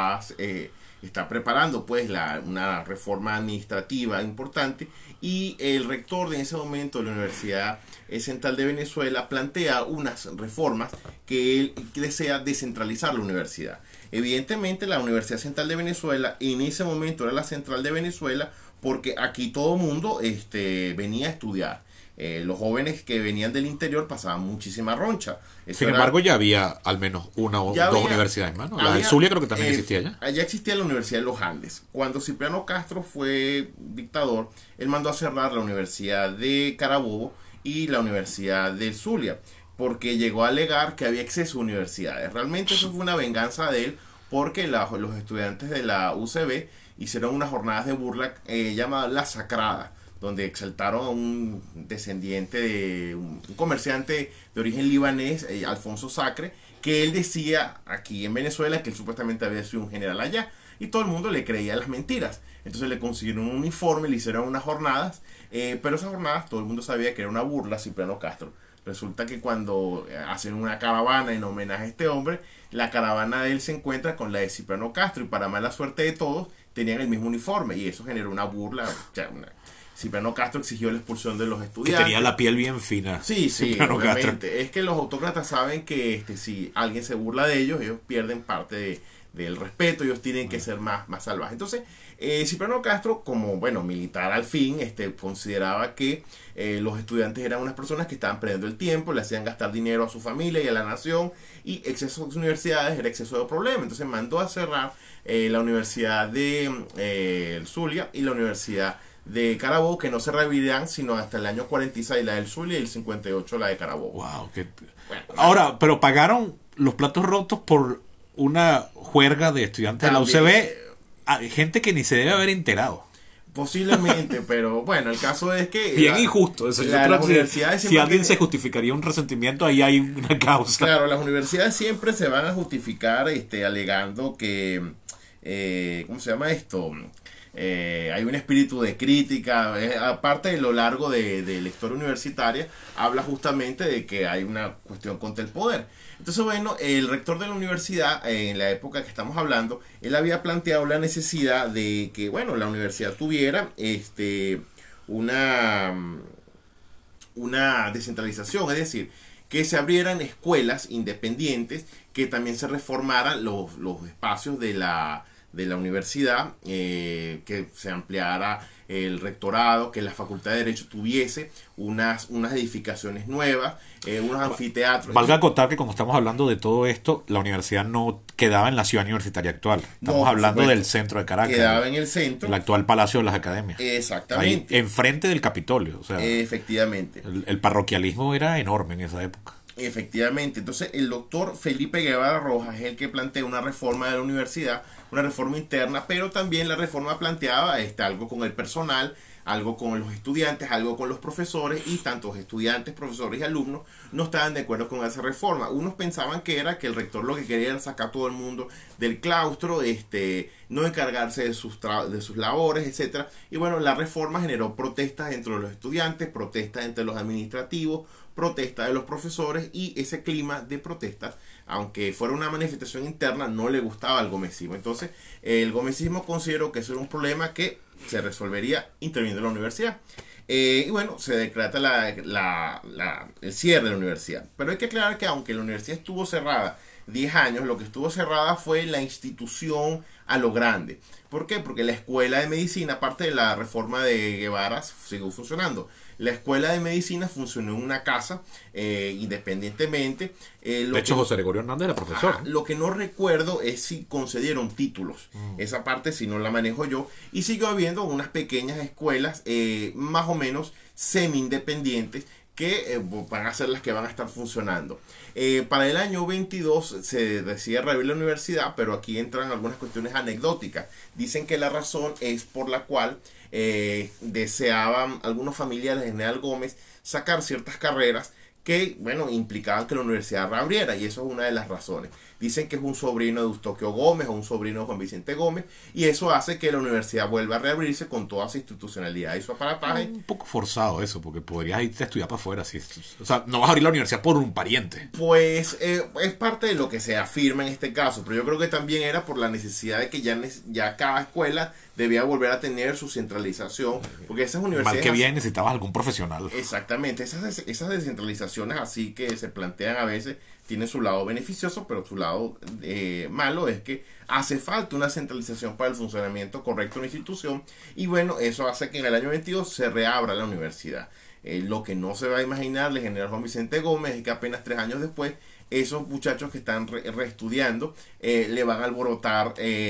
está preparando pues una reforma administrativa importante, y el rector de ese momento de la Universidad Central de Venezuela plantea unas reformas que él desea descentralizar la universidad. Evidentemente la Universidad Central de Venezuela en ese momento era la central de Venezuela porque aquí todo el mundo venía a estudiar. Los jóvenes que venían del interior pasaban muchísima roncha. Sin embargo, ya había al menos una o dos universidades más, ¿no? La del Zulia creo que también existía ya. Allá existía la Universidad de los Andes. Cuando Cipriano Castro fue dictador, él mandó a cerrar la Universidad de Carabobo y la Universidad del Zulia, porque llegó a alegar que había exceso de universidades. Realmente eso fue una venganza de él, porque los estudiantes de la UCB hicieron unas jornadas de burla llamadas La Sacrada, donde exaltaron a un descendiente de un comerciante de origen libanés, Alfonso Sacre, que él decía aquí en Venezuela que él supuestamente había sido un general allá, y todo el mundo le creía las mentiras. Entonces le consiguieron un uniforme, le hicieron unas jornadas, pero esas jornadas todo el mundo sabía que era una burla a Cipriano Castro. Resulta que cuando hacen una caravana en homenaje a este hombre, la caravana de él se encuentra con la de Cipriano Castro, y para mala suerte de todos, tenían el mismo uniforme, y eso generó una burla. Cipriano Castro exigió la expulsión de los estudiantes. Que tenía la piel bien fina. Sí, obviamente. Es que los autócratas saben que si alguien se burla de ellos pierden parte del respeto, ellos tienen que ser más salvajes. Entonces, Cipriano Castro, como militar al fin, consideraba que los estudiantes eran unas personas que estaban perdiendo el tiempo, le hacían gastar dinero a su familia y a la nación, y exceso de universidades era exceso de problema. Entonces mandó a cerrar la Universidad de Zulia y la Universidad de Carabobo, que no se reabrirán sino hasta el año 46 la del Zulia y el 58 la de Carabobo. Wow, Ahora, pero pagaron los platos rotos por una juerga de estudiantes de la También, UCB, gente que ni se debe haber enterado. posiblemente, pero bueno, el caso es que Bien injusto eso. Yo creo las que universidades si siempre alguien tienen- se justificaría un resentimiento, ahí hay una causa. Claro, las universidades siempre se van a justificar alegando que, ¿cómo se llama esto? Hay un espíritu de crítica, aparte de lo largo de la historia universitaria, habla justamente de que hay una cuestión contra el poder. Entonces, bueno, el rector de la universidad, en la época que estamos hablando, él había planteado la necesidad de que, bueno, la universidad tuviera una una descentralización, es decir, que se abrieran escuelas independientes, que también se reformaran los espacios de la universidad, que se ampliara el rectorado, que la Facultad de Derecho tuviese unas edificaciones nuevas, unos anfiteatros. Valga acotar que como estamos hablando de todo esto, la universidad no quedaba en la ciudad universitaria actual. Estamos por hablando supuesto, del centro de Caracas. quedaba en el centro. El actual Palacio de las Academias. Exactamente. Ahí, enfrente del Capitolio. O sea, Efectivamente. el parroquialismo era enorme en esa época. Efectivamente, entonces el doctor Felipe Guevara Rojas es el que plantea una reforma de la universidad, una reforma interna, pero también la reforma planteaba algo con el personal, algo con los estudiantes, algo con los profesores, y tantos estudiantes, profesores y alumnos no estaban de acuerdo con esa reforma. Unos pensaban que era que el rector lo que quería era sacar a todo el mundo del claustro, no encargarse de sus labores, etcétera. Y bueno, la reforma generó protestas entre los estudiantes, protestas entre los administrativos, protesta de los profesores, y ese clima de protestas, aunque fuera una manifestación interna, no le gustaba al gomecismo. Entonces el gomecismo consideró que eso era un problema que se resolvería interviniendo en la universidad, y bueno, se decreta el cierre de la universidad. Pero hay que aclarar que aunque la universidad estuvo cerrada 10 años, lo que estuvo cerrada fue la institución a lo grande. ¿Por qué? Porque la escuela de medicina, aparte de la reforma de Guevara, siguió funcionando. La escuela de medicina funcionó en una casa, independientemente. De hecho, José Gregorio Hernández era profesor. Lo que no recuerdo es si concedieron títulos. Esa parte si no la manejo yo. Y siguió habiendo unas pequeñas escuelas, más o menos semi-independientes, que van a ser las que van a estar funcionando. Para el año 22 se decide reabrir la universidad, pero aquí entran algunas cuestiones anecdóticas. Dicen que la razón es por la cual deseaban algunos familiares de General Gómez sacar ciertas carreras que, bueno, implicaban que la universidad reabriera, y eso es una de las razones. Dicen que es un sobrino de Eustoquio Gómez o un sobrino de Juan Vicente Gómez, y eso hace que la universidad vuelva a reabrirse con toda su institucionalidad y su aparataje. Un poco forzado eso, porque podrías irte a estudiar para afuera. O sea, no vas a abrir la universidad por un pariente. Pues es parte de lo que se afirma en este caso, pero yo creo que también era por la necesidad de que ya cada escuela debía volver a tener su centralización, porque esas universidades... Mal que bien necesitabas algún profesional. Exactamente, esas descentralizaciones así que se plantean a veces tienen su lado beneficioso, pero su lado malo es que hace falta una centralización para el funcionamiento correcto de la institución, y bueno, eso hace que en el año 22 se reabra la universidad. Lo que no se va a imaginar el general Juan Vicente Gómez es que apenas 3 años después, esos muchachos que están reestudiando le van a alborotar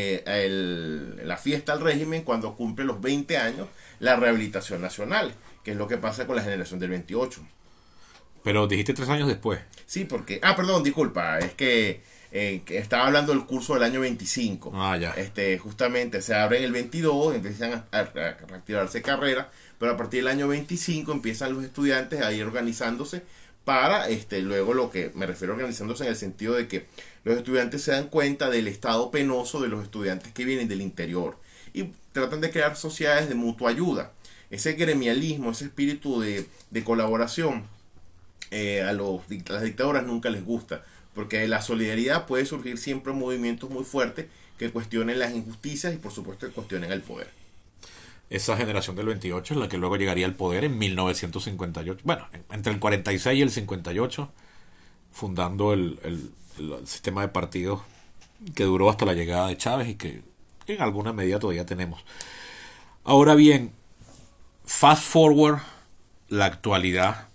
la fiesta al régimen cuando cumple los 20 años la rehabilitación nacional, que es lo que pasa con la generación del 28. Pero dijiste 3 años después. Sí, porque... perdón, disculpa, es que estaba hablando del curso del año 25. Ya. Justamente se abre en el 22, empiezan a reactivarse carreras, pero a partir del año 25 empiezan los estudiantes a ir organizándose para, luego lo que me refiero a organizándose en el sentido de que los estudiantes se dan cuenta del estado penoso de los estudiantes que vienen del interior y tratan de crear sociedades de mutua ayuda. Ese gremialismo, ese espíritu de colaboración, a las dictaduras nunca les gusta, porque la solidaridad puede surgir siempre en movimientos muy fuertes que cuestionen las injusticias y por supuesto que cuestionen el poder. Esa generación del 28 es la que luego llegaría al poder en 1958. Bueno, entre el 46 y el 58, fundando el sistema de partidos que duró hasta la llegada de Chávez y que en alguna medida todavía tenemos. Ahora bien, fast forward, la actualidad,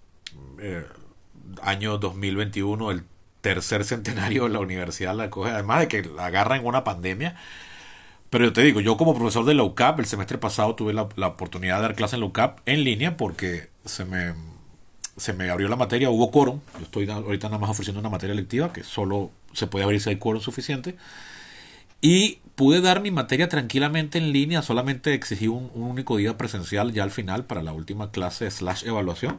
año 2021, el tercer centenario de la universidad la coge, además de que la agarra en una pandemia. Pero yo te digo, yo como profesor de la UCAP, el semestre pasado tuve la oportunidad de dar clase en la UCAP en línea porque se me se me abrió la materia, hubo quórum. Yo estoy ahorita nada más ofreciendo una materia lectiva que solo se puede abrir si hay quórum suficiente. Y pude dar mi materia tranquilamente en línea, solamente exigí un único día presencial ya al final para la última clase / evaluación.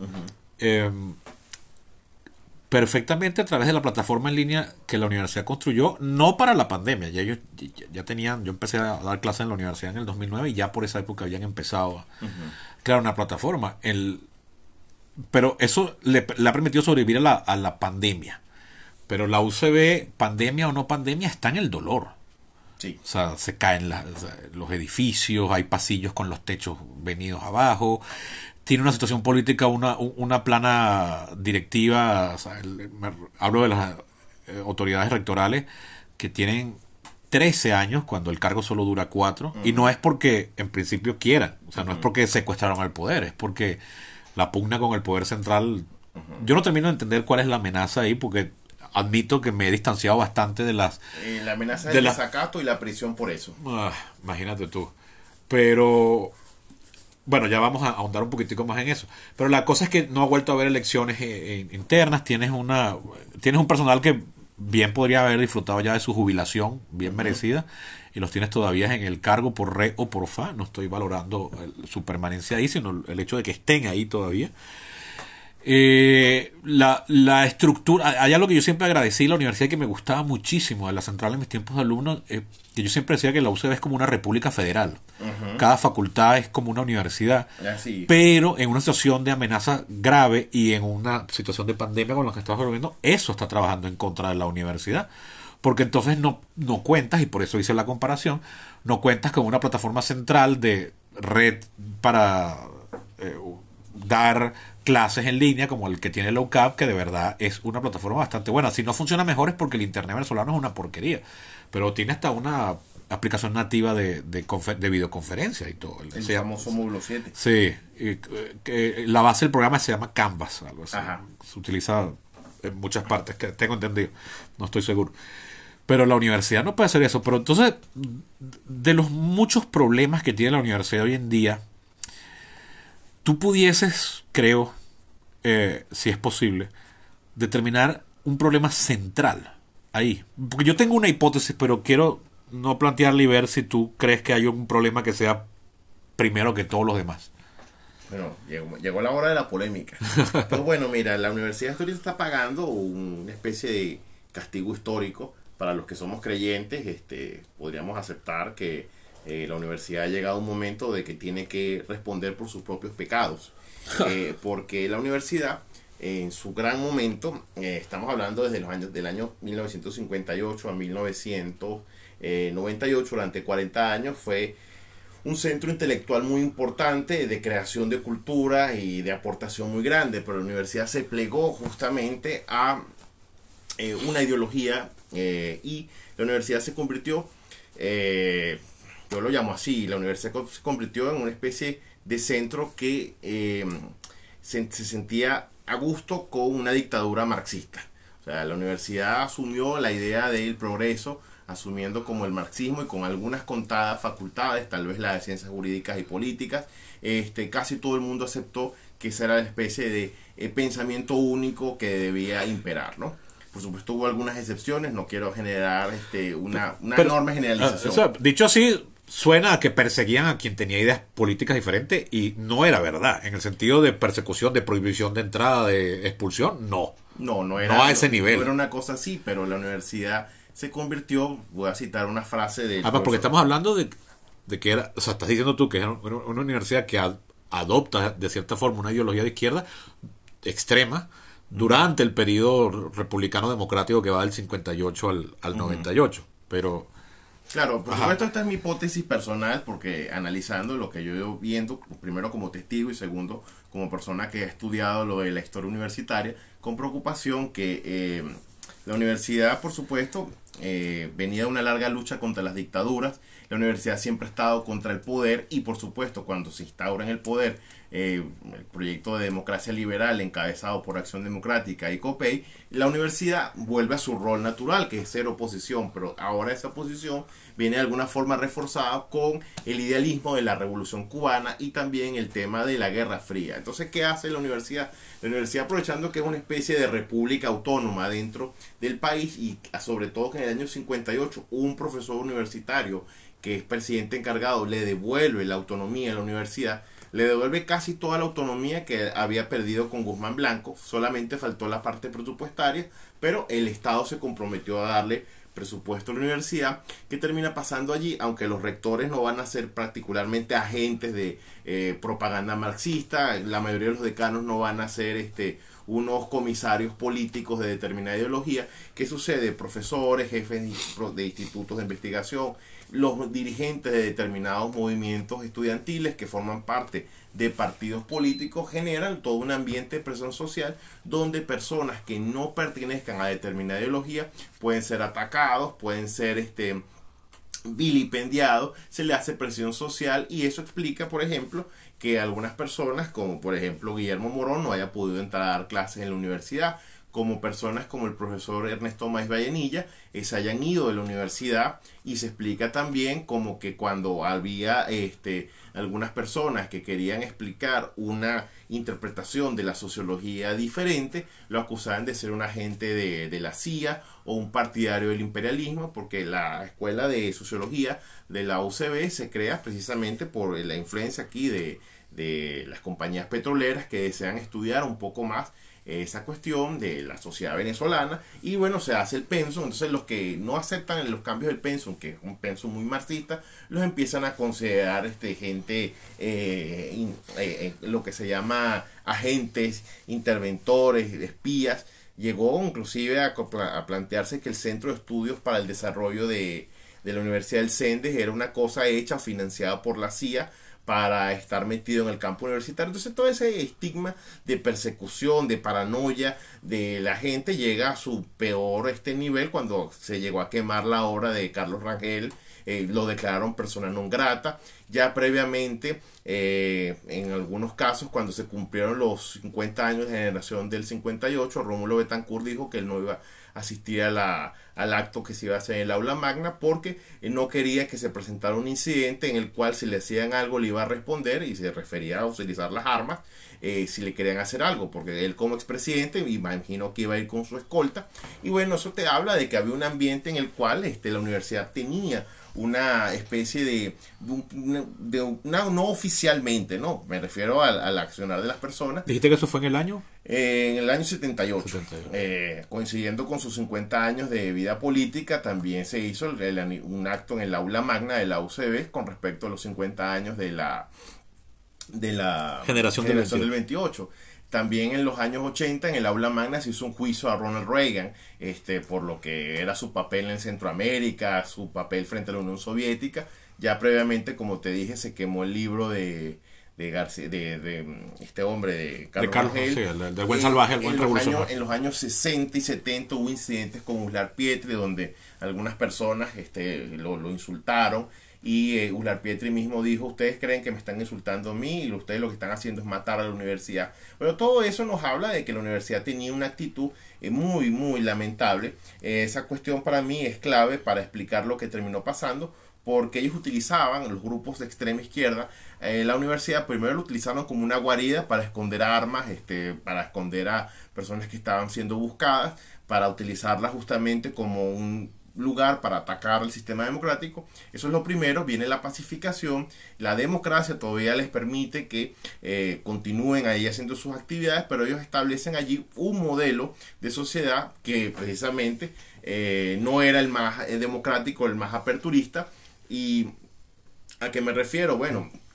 Perfectamente a través de la plataforma en línea que la universidad construyó, no para la pandemia. Ya ellos ya tenían, yo empecé a dar clases en la universidad en el 2009 y ya por esa época habían empezado a crear una plataforma. Pero eso le ha permitido sobrevivir a la pandemia. Pero la UCB, pandemia o no pandemia, está en el dolor. Sí. O sea, se caen los edificios, hay pasillos con los techos venidos abajo, tiene una situación política, una plana directiva, o sea, hablo de las autoridades rectorales que tienen 13 años cuando el cargo solo dura 4, y no es porque en principio quieran, o sea, no es porque secuestraron al poder, es porque la pugna con el poder central. Yo no termino de entender cuál es la amenaza ahí, porque admito que me he distanciado bastante de las... la amenaza del desacato y la prisión por eso. Imagínate tú. Pero... Bueno, ya vamos a ahondar un poquitico más en eso. Pero la cosa es que no ha vuelto a haber elecciones internas. Tienes un personal que bien podría haber disfrutado ya de su jubilación, bien merecida, y los tienes todavía en el cargo por re o por fa. No estoy valorando su permanencia ahí, sino el hecho de que estén ahí todavía. La estructura, hay algo que yo siempre agradecí a la universidad que me gustaba muchísimo de la central en mis tiempos de alumno, que yo siempre decía que la UCB es como una república federal. Cada facultad es como una universidad, pero en una situación de amenaza grave y en una situación de pandemia con la que estamos viviendo, eso está trabajando en contra de la universidad, porque entonces no cuentas, y por eso hice la comparación, no cuentas con una plataforma central de red para dar clases en línea como el que tiene la UCAP, que de verdad es una plataforma bastante buena. Si no funciona mejor es porque el internet venezolano es una porquería, pero tiene hasta una aplicación nativa de videoconferencia y todo. El famoso módulo 7. Sí, la base del programa se llama Canvas, algo así. Se utiliza en muchas partes, que tengo entendido, no estoy seguro. Pero la universidad no puede hacer eso. Pero entonces, de los muchos problemas que tiene la universidad hoy en día, tú pudieses, creo, si es posible, determinar un problema central ahí. Porque yo tengo una hipótesis, pero quiero no plantearla y ver si tú crees que hay un problema que sea primero que todos los demás. Bueno, llegó la hora de la polémica. Pero bueno, mira, la universidad ahorita está pagando una especie de castigo histórico. Para los que somos creyentes, podríamos aceptar que la universidad ha llegado a un momento de que tiene que responder por sus propios pecados. Porque la universidad, en su gran momento, estamos hablando desde del año 1958 a 1998, durante 40 años, fue un centro intelectual muy importante de creación de cultura y de aportación muy grande, pero la universidad se plegó justamente a una ideología y la universidad se convirtió, yo lo llamo así, la universidad se convirtió en una especie de centro que se sentía a gusto con una dictadura marxista. O sea, la universidad asumió la idea del progreso, asumiendo como el marxismo y con algunas contadas facultades, tal vez la de ciencias jurídicas y políticas, casi todo el mundo aceptó que esa era la especie de pensamiento único que debía imperar, ¿no? Por supuesto hubo algunas excepciones, no quiero generar una enorme generalización. O sea, dicho así, suena a que perseguían a quien tenía ideas políticas diferentes y no era verdad, en el sentido de persecución, de prohibición de entrada, de expulsión, no. No era, no a ese nivel. No era una cosa así, pero la universidad se convirtió, voy a citar una frase de... Porque estamos hablando de que era, o sea, estás diciendo tú que es una universidad que adopta de cierta forma una ideología de izquierda extrema durante el periodo republicano democrático que va del 58 al 98, pero... Claro, por supuesto esta es mi hipótesis personal, porque analizando lo que yo he ido viendo, primero como testigo y segundo como persona que ha estudiado lo de la historia universitaria, con preocupación que la universidad, por supuesto, venía de una larga lucha contra las dictaduras. La universidad siempre ha estado contra el poder y por supuesto cuando se instaura en el poder el proyecto de democracia liberal encabezado por Acción Democrática y COPEI, la universidad vuelve a su rol natural, que es ser oposición, pero ahora esa oposición viene de alguna forma reforzada con el idealismo de la Revolución Cubana y también el tema de la Guerra Fría. Entonces, ¿qué hace la universidad? La universidad, aprovechando que es una especie de república autónoma dentro del país y sobre todo que en el año 58 un profesor universitario que es presidente encargado le devuelve la autonomía a la universidad, le devuelve casi toda la autonomía que había perdido con Guzmán Blanco, solamente faltó la parte presupuestaria, pero el Estado se comprometió a darle presupuesto a la universidad. ¿Qué termina pasando allí? Aunque los rectores no van a ser particularmente agentes de propaganda marxista, la mayoría de los decanos no van a ser unos comisarios políticos de determinada ideología. ¿Qué sucede? Profesores, jefes de institutos de investigación, los dirigentes de determinados movimientos estudiantiles que forman parte de partidos políticos generan todo un ambiente de presión social donde personas que no pertenezcan a determinada ideología pueden ser atacados, pueden ser vilipendiados, se le hace presión social y eso explica, por ejemplo, que algunas personas, como por ejemplo Guillermo Morón, no haya podido entrar a dar clases en la universidad, como personas como el profesor Ernesto Maíz Vallenilla se hayan ido de la universidad, y se explica también como que cuando había algunas personas que querían explicar una interpretación de la sociología diferente, lo acusaban de ser un agente de la CIA o un partidario del imperialismo, porque la escuela de sociología de la UCB se crea precisamente por la influencia aquí de las compañías petroleras que desean estudiar un poco más esa cuestión de la sociedad venezolana, y bueno, se hace el pensum. Entonces los que no aceptan los cambios del pensum, que es un pensum muy marxista, los empiezan a considerar gente lo que se llama agentes, interventores, espías. Llegó inclusive a plantearse que el Centro de Estudios para el Desarrollo de la Universidad del Sendes era una cosa hecha o financiada por la CIA para estar metido en el campo universitario. Entonces todo ese estigma de persecución, de paranoia de la gente llega a su peor nivel cuando se llegó a quemar la obra de Carlos Rangel. Lo declararon persona non grata. Ya previamente, en algunos casos, cuando se cumplieron los 50 años de generación del 58, Rómulo Betancourt dijo que él no iba a asistir al acto que se iba a hacer en el aula magna porque no quería que se presentara un incidente en el cual si le hacían algo le iba a responder, y se refería a utilizar las armas si le querían hacer algo, porque él como expresidente imagino que iba a ir con su escolta. Y bueno, eso te habla de que había un ambiente en el cual la universidad tenía una especie de no oficialmente, no, me refiero al accionar de las personas. ¿Dijiste que eso fue en el año? En el año 78, coincidiendo con sus 50 años de vida política, también se hizo un acto en el aula magna de la UCB con respecto a los 50 años de la generación del 28. También en los años 80 en el aula magna se hizo un juicio a Ronald Reagan por lo que era su papel en Centroamérica, su papel frente a la Unión Soviética. Ya previamente, como te dije, se quemó el libro de García, de este hombre, de Carlos Rangel, sí, del buen salvaje, el buen revolucionario. En los años 60 y 70 hubo incidentes con Uslar Pietri, donde algunas personas lo insultaron. Y Uslar Pietri mismo dijo: ustedes creen que me están insultando a mí y ustedes lo que están haciendo es matar a la universidad. Pero todo eso nos habla de que la universidad tenía una actitud muy, muy lamentable. Esa cuestión para mí es clave para explicar lo que terminó pasando, porque ellos utilizaban, los grupos de extrema izquierda, la universidad primero lo utilizaron como una guarida para esconder armas, para esconder a personas que estaban siendo buscadas, para utilizarla justamente como un lugar para atacar el sistema democrático. Eso es lo primero. Viene la pacificación. La democracia todavía les permite que continúen ahí haciendo sus actividades, pero ellos establecen allí un modelo de sociedad que precisamente no era el más democrático, el más aperturista. ¿Y a qué me refiero? Bueno,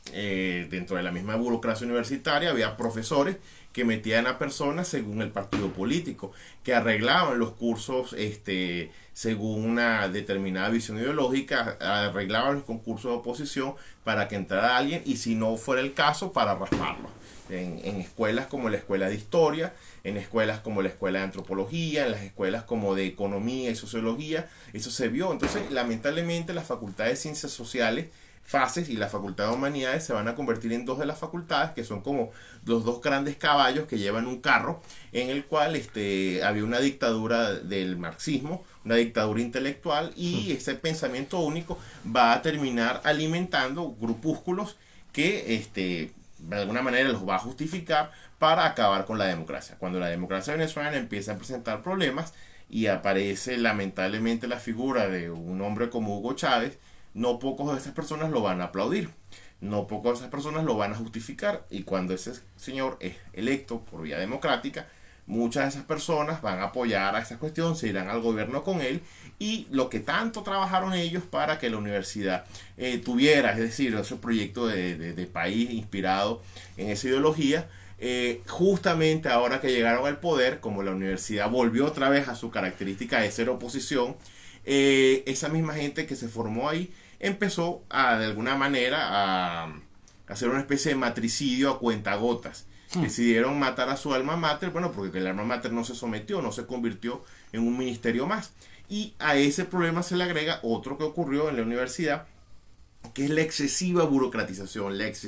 dentro de la misma burocracia universitaria había profesores que metían a personas según el partido político, que arreglaban los cursos según una determinada visión ideológica, arreglaban los concursos de oposición para que entrara alguien, y si no fuera el caso, para rasparlo. En escuelas como la escuela de historia, en escuelas como la escuela de antropología, en las escuelas como de economía y sociología, eso se vio. Entonces, lamentablemente, las facultades de ciencias sociales, FACES, y la facultad de humanidades se van a convertir en dos de las facultades que son como los dos grandes caballos que llevan un carro, en el cual había una dictadura del marxismo, una dictadura intelectual, y ese pensamiento único va a terminar alimentando grupúsculos que de alguna manera los va a justificar para acabar con la democracia. Cuando la democracia venezolana empieza a presentar problemas y aparece lamentablemente la figura de un hombre como Hugo Chávez, no pocos de esas personas lo van a aplaudir, no pocos de esas personas lo van a justificar, y cuando ese señor es electo por vía democrática, muchas de esas personas van a apoyar a esa cuestión, se irán al gobierno con él, y lo que tanto trabajaron ellos para que la universidad tuviera, es decir, ese proyecto de país inspirado en esa ideología, justamente ahora que llegaron al poder, como la universidad volvió otra vez a su característica de ser oposición, esa misma gente que se formó ahí empezó de alguna manera a hacer una especie de matricidio a cuentagotas. Decidieron matar a su alma mater, bueno, porque el alma mater no se sometió, no se convirtió en un ministerio más. Y a ese problema se le agrega otro que ocurrió en la universidad, que es la excesiva burocratización,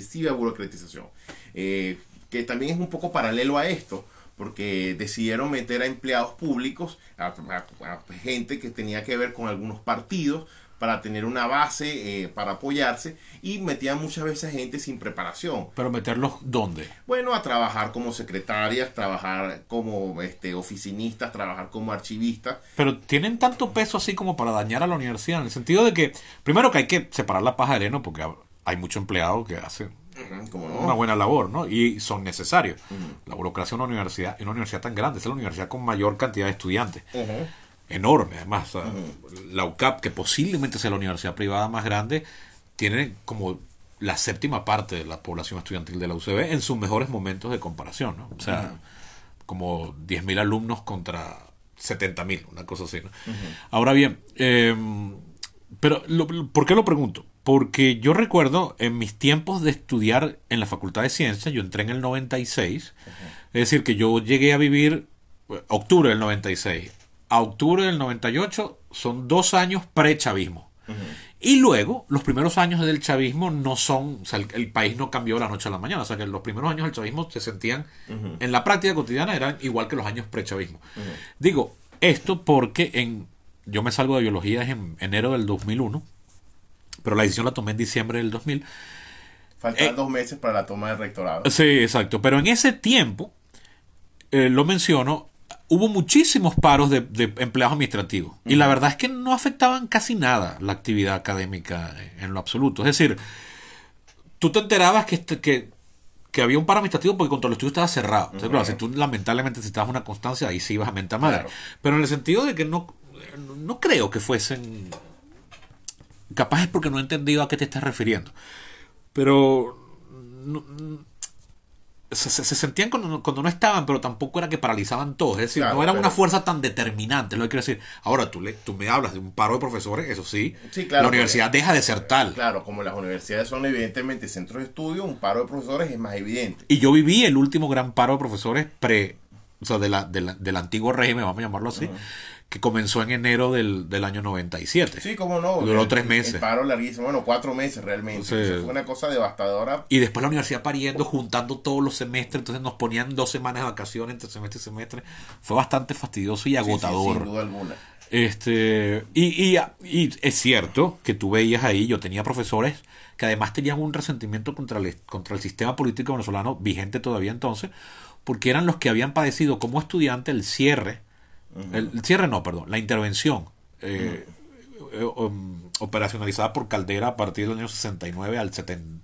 que también es un poco paralelo a esto, porque decidieron meter a empleados públicos, a gente que tenía que ver con algunos partidos, para tener una base, para apoyarse, y metían muchas veces gente sin preparación. ¿Pero meterlos dónde? Bueno, a trabajar como secretarias, trabajar como oficinistas, trabajar como archivistas. Pero tienen tanto peso así como para dañar a la universidad, en el sentido de que, primero que hay que separar la paja de heno, porque hay mucho empleado que hace una buena labor, ¿no? Y son necesarios. La burocracia de una universidad tan grande, es la universidad con mayor cantidad de estudiantes. Enorme, además. La UCAP, que posiblemente sea la universidad privada más grande, tiene como la séptima parte de la población estudiantil de la UCB en sus mejores momentos de comparación, ¿no? O sea, como 10.000 alumnos contra 70.000, una cosa así, ¿no? Ahora bien, pero ¿por qué lo pregunto? Porque yo recuerdo en mis tiempos de estudiar en la Facultad de Ciencias, yo entré en el 96, es decir, que yo llegué a vivir octubre del 96 a octubre del 98, son 2 años pre-chavismo. Y luego, los primeros años del chavismo no son, o sea, el país no cambió de la noche a la mañana, o sea, que los primeros años del chavismo se sentían, en la práctica cotidiana, eran igual que los años pre-chavismo. Digo, esto porque yo me salgo de biología en enero del 2001, pero la decisión la tomé en diciembre del 2000. Faltan 2 meses para la toma del rectorado. Sí, exacto, pero en ese tiempo, lo menciono, hubo muchísimos paros de empleados administrativos. Y la verdad es que no afectaban casi nada la actividad académica en lo absoluto. Es decir, tú te enterabas que había un paro administrativo porque contra el estudio estaba cerrado. Entonces, claro, si tú lamentablemente necesitabas una constancia, ahí sí ibas a mentar madre. Claro. Pero en el sentido de que no creo que fuesen... Capaz es porque no he entendido a qué te estás refiriendo. Pero... Se sentían cuando no estaban, pero tampoco era que paralizaban todo. Es decir, claro, no era una fuerza tan determinante, lo que quiero decir. Ahora, tú me hablas de un paro de profesores, eso sí, claro, la universidad deja de ser tal. Claro, como las universidades son evidentemente centros de estudio, un paro de profesores es más evidente. Y yo viví el último gran paro de profesores o sea, del antiguo régimen, vamos a llamarlo así, que comenzó en enero del año 97. Sí, cómo no. Duró 3 meses. El paro larguísimo, bueno, 4 meses realmente. Sí. Eso fue una cosa devastadora. Y después la universidad pariendo, juntando todos los semestres, entonces nos ponían 2 semanas de vacaciones entre semestre y semestre. Fue bastante fastidioso y agotador. Sí, sin duda alguna. Y es cierto que tú veías ahí, yo tenía profesores que además tenían un resentimiento contra el sistema político venezolano vigente todavía entonces, porque eran los que habían padecido como estudiante el cierre. La intervención operacionalizada por Caldera a partir del año 69 al 70.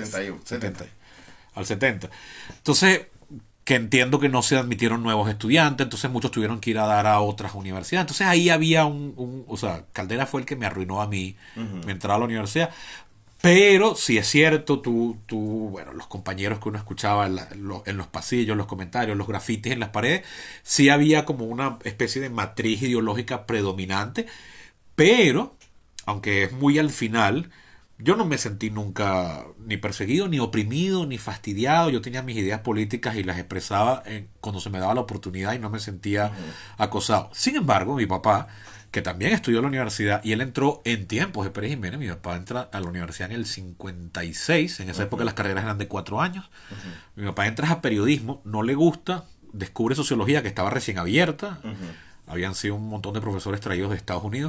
Al 70. Entonces, que entiendo que no se admitieron nuevos estudiantes, entonces muchos tuvieron que ir a dar a otras universidades. Entonces ahí había o sea, Caldera fue el que me arruinó a mí mi entrada a la universidad. Pero si es cierto, bueno, los compañeros que uno escuchaba en los pasillos, los comentarios, los grafitis en las paredes, sí había como una especie de matriz ideológica predominante, pero, aunque es muy al final, yo no me sentí nunca ni perseguido, ni oprimido, ni fastidiado. Yo tenía mis ideas políticas y las expresaba cuando se me daba la oportunidad y no me sentía acosado. Sin embargo, mi papá, que también estudió en la universidad, y él entró en tiempos de Pérez Jiménez. Mi papá entra a la universidad en el 56. En esa época las carreras eran de 4 años. Mi papá entra a periodismo, no le gusta, descubre sociología, que estaba recién abierta. Habían sido un montón de profesores traídos de Estados Unidos.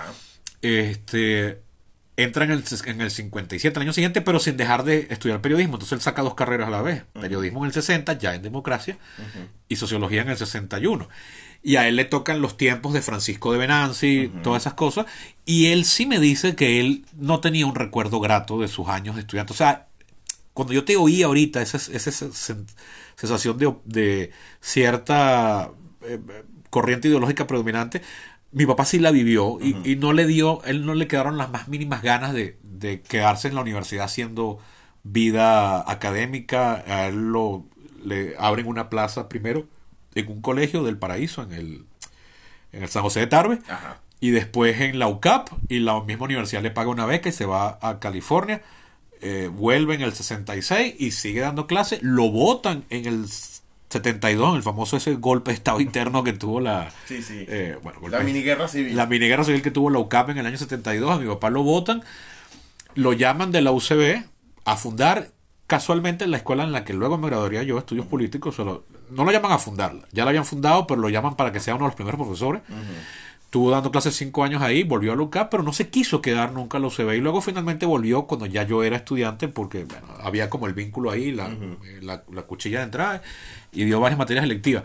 Entra en el 57, el año siguiente, pero sin dejar de estudiar periodismo. Entonces él saca 2 carreras a la vez. Periodismo en el 60, ya en democracia, y sociología en el 61. Y a él le tocan los tiempos de Francisco de Venanzi, todas esas cosas. Y él sí me dice que él no tenía un recuerdo grato de sus años de estudiante. O sea, cuando yo te oía ahorita, esa sensación de cierta corriente ideológica predominante, mi papá sí la vivió y no él no le quedaron las más mínimas ganas de quedarse en la universidad haciendo vida académica. A él le abren una plaza primero en un colegio del Paraíso, en el San José de Tarbe, y después en la UCAP, y la misma universidad le paga una beca y se va a California. Vuelve en el 66 y sigue dando clases. Lo votan en el 72, en el famoso ese golpe de estado interno que tuvo la miniguerra civil. La miniguerra civil que tuvo la UCAP en el año 72. A mi papá lo votan, lo llaman de la UCB a fundar casualmente la escuela en la que luego me graduaría yo, estudios políticos. No lo llaman a fundarla, ya la habían fundado, pero lo llaman para que sea uno de los primeros profesores. Estuvo dando clases 5 años ahí, volvió a la UCAP, pero no se quiso quedar nunca a la UCB, y luego finalmente volvió cuando ya yo era estudiante, porque bueno, había como el vínculo ahí, la cuchilla de entrada, y dio varias materias electivas.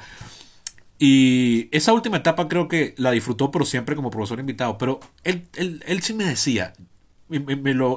Y esa última etapa creo que la disfrutó, pero siempre como profesor invitado. Pero él sí me decía, y me lo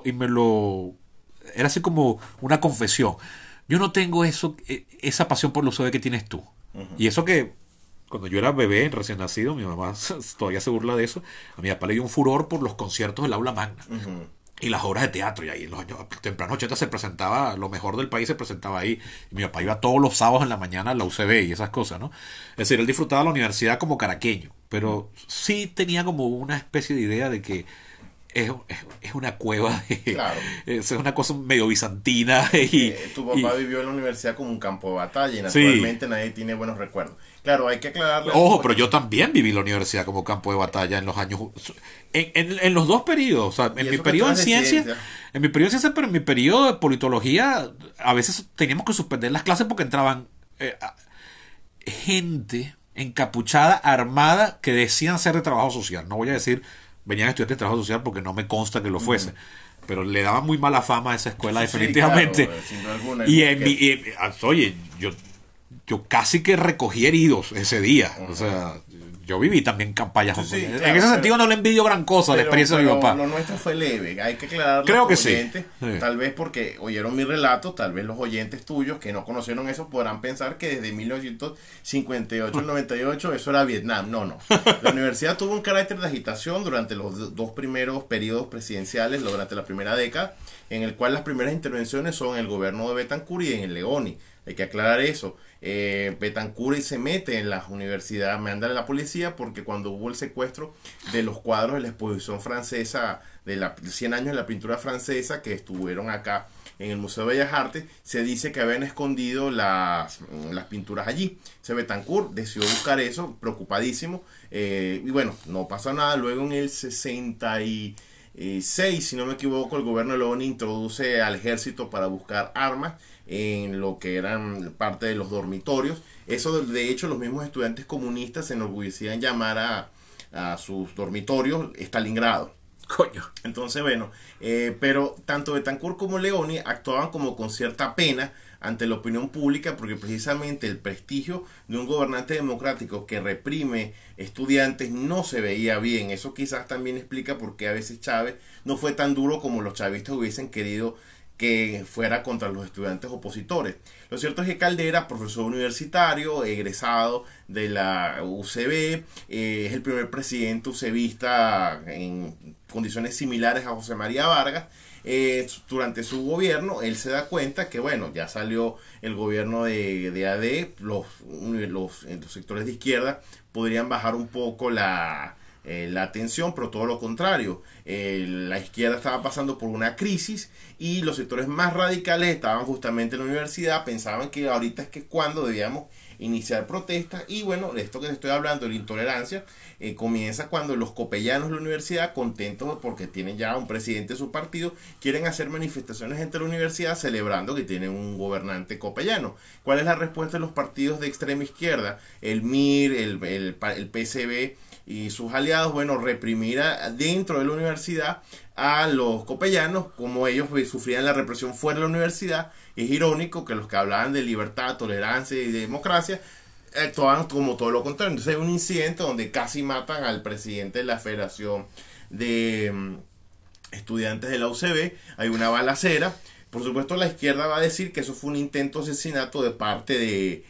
era así como una confesión: yo no tengo esa pasión por la UCB que tienes tú. Y eso que cuando yo era bebé, recién nacido, mi mamá todavía se burla de eso. A mi papá le dio un furor por los conciertos del aula magna y las obras de teatro. Y ahí en los años tempranos 80 se presentaba, lo mejor del país se presentaba ahí. Y mi papá iba todos los sábados en la mañana a la UCB y esas cosas, ¿no? Es decir, él disfrutaba la universidad como caraqueño, pero sí tenía como una especie de idea de que es una cueva, Claro. Es una cosa medio bizantina. Tu papá vivió en la universidad como un campo de batalla y naturalmente nadie tiene buenos recuerdos. Claro, hay que aclararle. Ojo, pero yo también viví la universidad como campo de batalla en los años, en los 2 periodos. O sea, en mi periodo en ciencias, pero en mi periodo de politología, a veces teníamos que suspender las clases porque entraban gente encapuchada, armada, que decían ser de trabajo social. No voy a decir venían estudiantes de trabajo social porque no me consta que lo fuese. Pero le daba muy mala fama a esa escuela, definitivamente. Claro, sin alguna, oye, yo casi que recogí heridos ese día. O sea, yo viví también campañas. Claro, en ese sentido no le envidio gran cosa la experiencia de mi papá. Lo nuestro fue leve, hay que aclararlo. Creo que oyentes, sí. Tal vez porque oyeron mi relato, tal vez los oyentes tuyos que no conocieron eso podrán pensar que desde 1958 al 98 eso era Vietnam. No. La universidad tuvo un carácter de agitación durante los 2 primeros periodos presidenciales, durante la primera década, en el cual las primeras intervenciones son en el gobierno de Betancur y en el Leoni. Hay que aclarar eso. Betancur se mete en las universidades, manda a la policía, porque cuando hubo el secuestro de los cuadros de la exposición francesa de 100 años de la pintura francesa que estuvieron acá en el Museo de Bellas Artes, se dice que habían escondido las pinturas allí. Betancur decidió buscar eso, preocupadísimo, y bueno, no pasa nada. Luego en el 66, si no me equivoco, el gobierno de Leoni introduce al ejército para buscar armas en lo que eran parte de los dormitorios. Eso, de hecho, los mismos estudiantes comunistas se enorgullecían llamar a sus dormitorios Stalingrado. Coño. Entonces, bueno, pero tanto Betancur como Leoni actuaban como con cierta pena ante la opinión pública, porque precisamente el prestigio de un gobernante democrático que reprime estudiantes no se veía bien. Eso quizás también explica por qué a veces Chávez no fue tan duro como los chavistas hubiesen querido que fuera contra los estudiantes opositores. Lo cierto es que Caldera, profesor universitario, egresado de la UCB, es el primer presidente UCBista en condiciones similares a José María Vargas. durante su gobierno, él se da cuenta que, bueno, ya salió el gobierno de AD, los sectores de izquierda podrían bajar un poco la atención, pero todo lo contrario. La izquierda estaba pasando por una crisis y los sectores más radicales estaban justamente en la universidad, pensaban que ahorita es que cuando debíamos iniciar protestas. Y bueno, de esto que te estoy hablando, la intolerancia, comienza cuando los copellanos de la universidad, contentos porque tienen ya un presidente de su partido, quieren hacer manifestaciones entre la universidad celebrando que tienen un gobernante copellano. ¿Cuál es la respuesta de los partidos de extrema izquierda? El MIR, el PCB y sus aliados, bueno, reprimir dentro de la universidad a los copellanos, como ellos sufrían la represión fuera de la universidad. Es irónico que los que hablaban de libertad, tolerancia y democracia actuaban como todo lo contrario. Entonces hay un incidente donde casi matan al presidente de la Federación de Estudiantes de la UCB, hay una balacera. Por supuesto, la izquierda va a decir que eso fue un intento de asesinato de parte de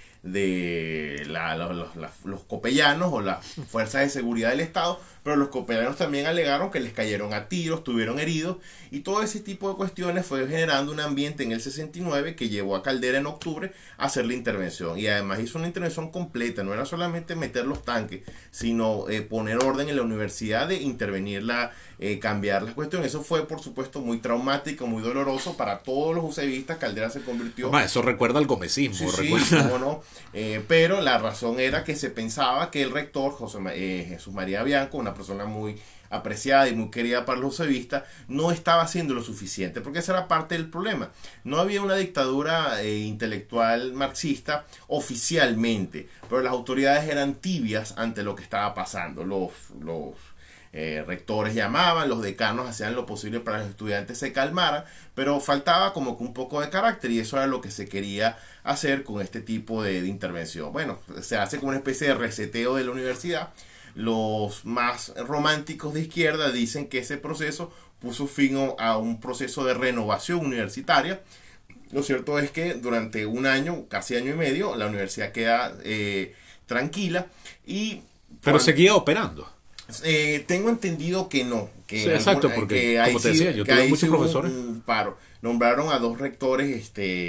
los copellanos o las fuerzas de seguridad del Estado, pero los copellanos también alegaron que les cayeron a tiros, tuvieron heridos, y todo ese tipo de cuestiones fue generando un ambiente en el 69 que llevó a Caldera en octubre a hacer la intervención. Y además hizo una intervención completa, no era solamente meter los tanques, sino poner orden en la universidad, de intervenirla, cambiar las cuestiones. Eso fue, por supuesto, muy traumático, muy doloroso para todos los ucevistas. Caldera se convirtió... Eso recuerda al gomecismo. Sí, cómo no. Pero la razón era que se pensaba que el rector, Jesús María Bianco, una persona muy apreciada y muy querida para los ucevistas, no estaba haciendo lo suficiente, porque esa era parte del problema. No había una dictadura intelectual marxista oficialmente, pero las autoridades eran tibias ante lo que estaba pasando. Los rectores llamaban, los decanos hacían lo posible para que los estudiantes se calmaran, pero faltaba como que un poco de carácter, y eso era lo que se quería hacer con este tipo de intervención. Bueno, se hace como una especie de reseteo de la universidad. Los más románticos de izquierda dicen que ese proceso puso fin a un proceso de renovación universitaria. Lo cierto es que durante un año, casi año y medio, la universidad queda tranquila. Pero seguía operando. Tengo entendido que no. Sí, exacto, porque como te decía, yo tuve muchos profesores. Un paro. Nombraron a dos rectores,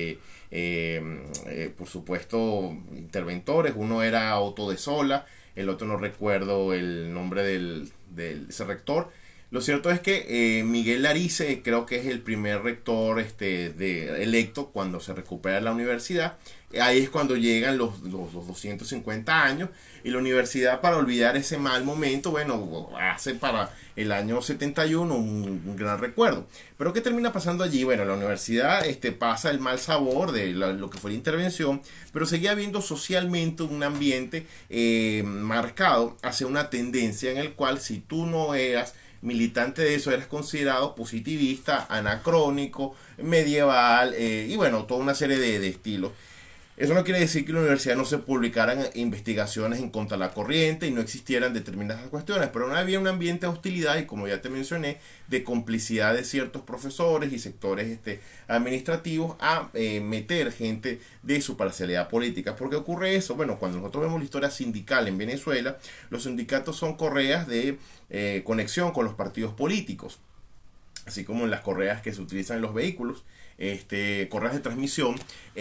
por supuesto, interventores. Uno era Otto de Sola, el otro no recuerdo el nombre de ese rector. Lo cierto es que Miguel Larice creo que es el primer rector electo cuando se recupera la universidad. Ahí es cuando llegan los 250 años, y la universidad, para olvidar ese mal momento, bueno, hace para el año 71 un gran recuerdo. Pero ¿qué termina pasando allí? Bueno, la universidad pasa el mal sabor de lo que fue la intervención, pero seguía habiendo socialmente un ambiente marcado hacia una tendencia en el cual, si tú no eras militante de eso, eras considerado positivista, anacrónico, medieval, y bueno, toda una serie de estilos. Eso no quiere decir que en la universidad no se publicaran investigaciones en contra de la corriente y no existieran determinadas cuestiones, pero no había un ambiente de hostilidad y, como ya te mencioné, de complicidad de ciertos profesores y sectores administrativos a meter gente de su parcialidad política. ¿Por qué ocurre eso? Bueno, cuando nosotros vemos la historia sindical en Venezuela, los sindicatos son correas de conexión con los partidos políticos, así como en las correas que se utilizan en los vehículos, correas de transmisión.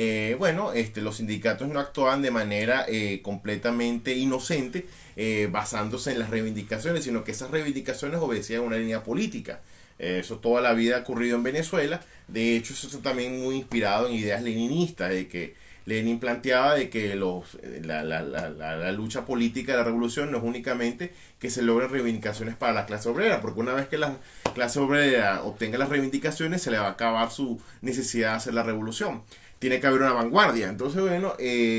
Los sindicatos no actuaban de manera completamente inocente, basándose en las reivindicaciones, sino que esas reivindicaciones obedecían a una línea política. Eso toda la vida ha ocurrido en Venezuela. De hecho, eso está también muy inspirado en ideas leninistas, de que Lenin planteaba de que la lucha política de la revolución no es únicamente que se logren reivindicaciones para la clase obrera, porque una vez que la clase obrera obtenga las reivindicaciones, se le va a acabar su necesidad de hacer la revolución. Tiene que haber una vanguardia. Entonces, bueno,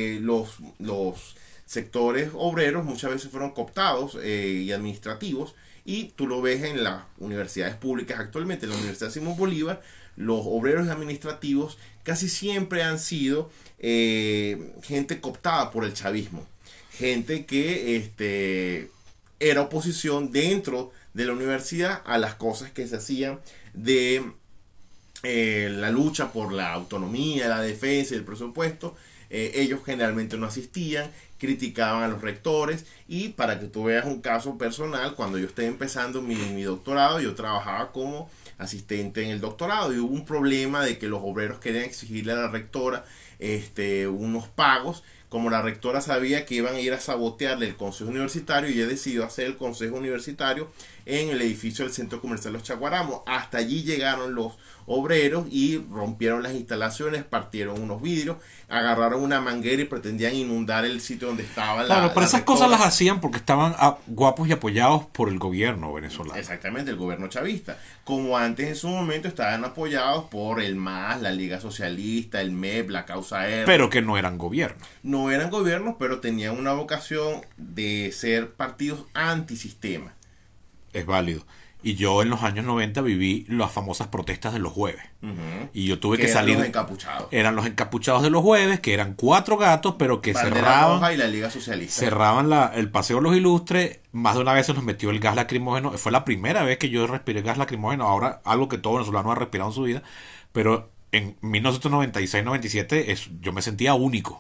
los sectores obreros muchas veces fueron cooptados y administrativos, y tú lo ves en las universidades públicas actualmente. En la Universidad Simón Bolívar, los obreros administrativos casi siempre han sido gente cooptada por el chavismo, gente que era oposición dentro de la universidad a las cosas que se hacían de la lucha por la autonomía, la defensa y el presupuesto ellos generalmente no asistían, criticaban a los rectores. Y para que tú veas un caso personal, cuando yo estaba empezando mi doctorado, yo trabajaba como asistente en el doctorado y hubo un problema de que los obreros querían exigirle a la rectora unos pagos. Como la rectora sabía que iban a ir a sabotearle el consejo universitario, ella decidió hacer el consejo universitario en el edificio del Centro Comercial Los Chaguaramos. Hasta allí llegaron los obreros y rompieron las instalaciones, partieron unos vidrios, agarraron una manguera y pretendían inundar el sitio donde estaba Claro, pero la esas rectora. cosas las hacían porque estaban guapos y apoyados por el gobierno venezolano. Exactamente, el gobierno chavista. Como antes en su momento estaban apoyados por el MAS, la Liga Socialista, el MEP, la Causa R. Pero que no eran gobierno. No eran gobiernos, pero tenían una vocación de ser partidos antisistema. Es válido. Y yo en los años 90 viví las famosas protestas de los jueves. Y yo tuve que eran salir. los encapuchados. Eran los encapuchados de los jueves, que eran 4 gatos, pero que Bandera cerraban. Roja y la Liga Socialista. Cerraban el Paseo de los Ilustres. Más de una vez se nos metió el gas lacrimógeno. Fue la primera vez que yo respiré gas lacrimógeno. Ahora, algo que todo venezolano ha respirado en su vida. Pero en 1996-97 yo me sentía único.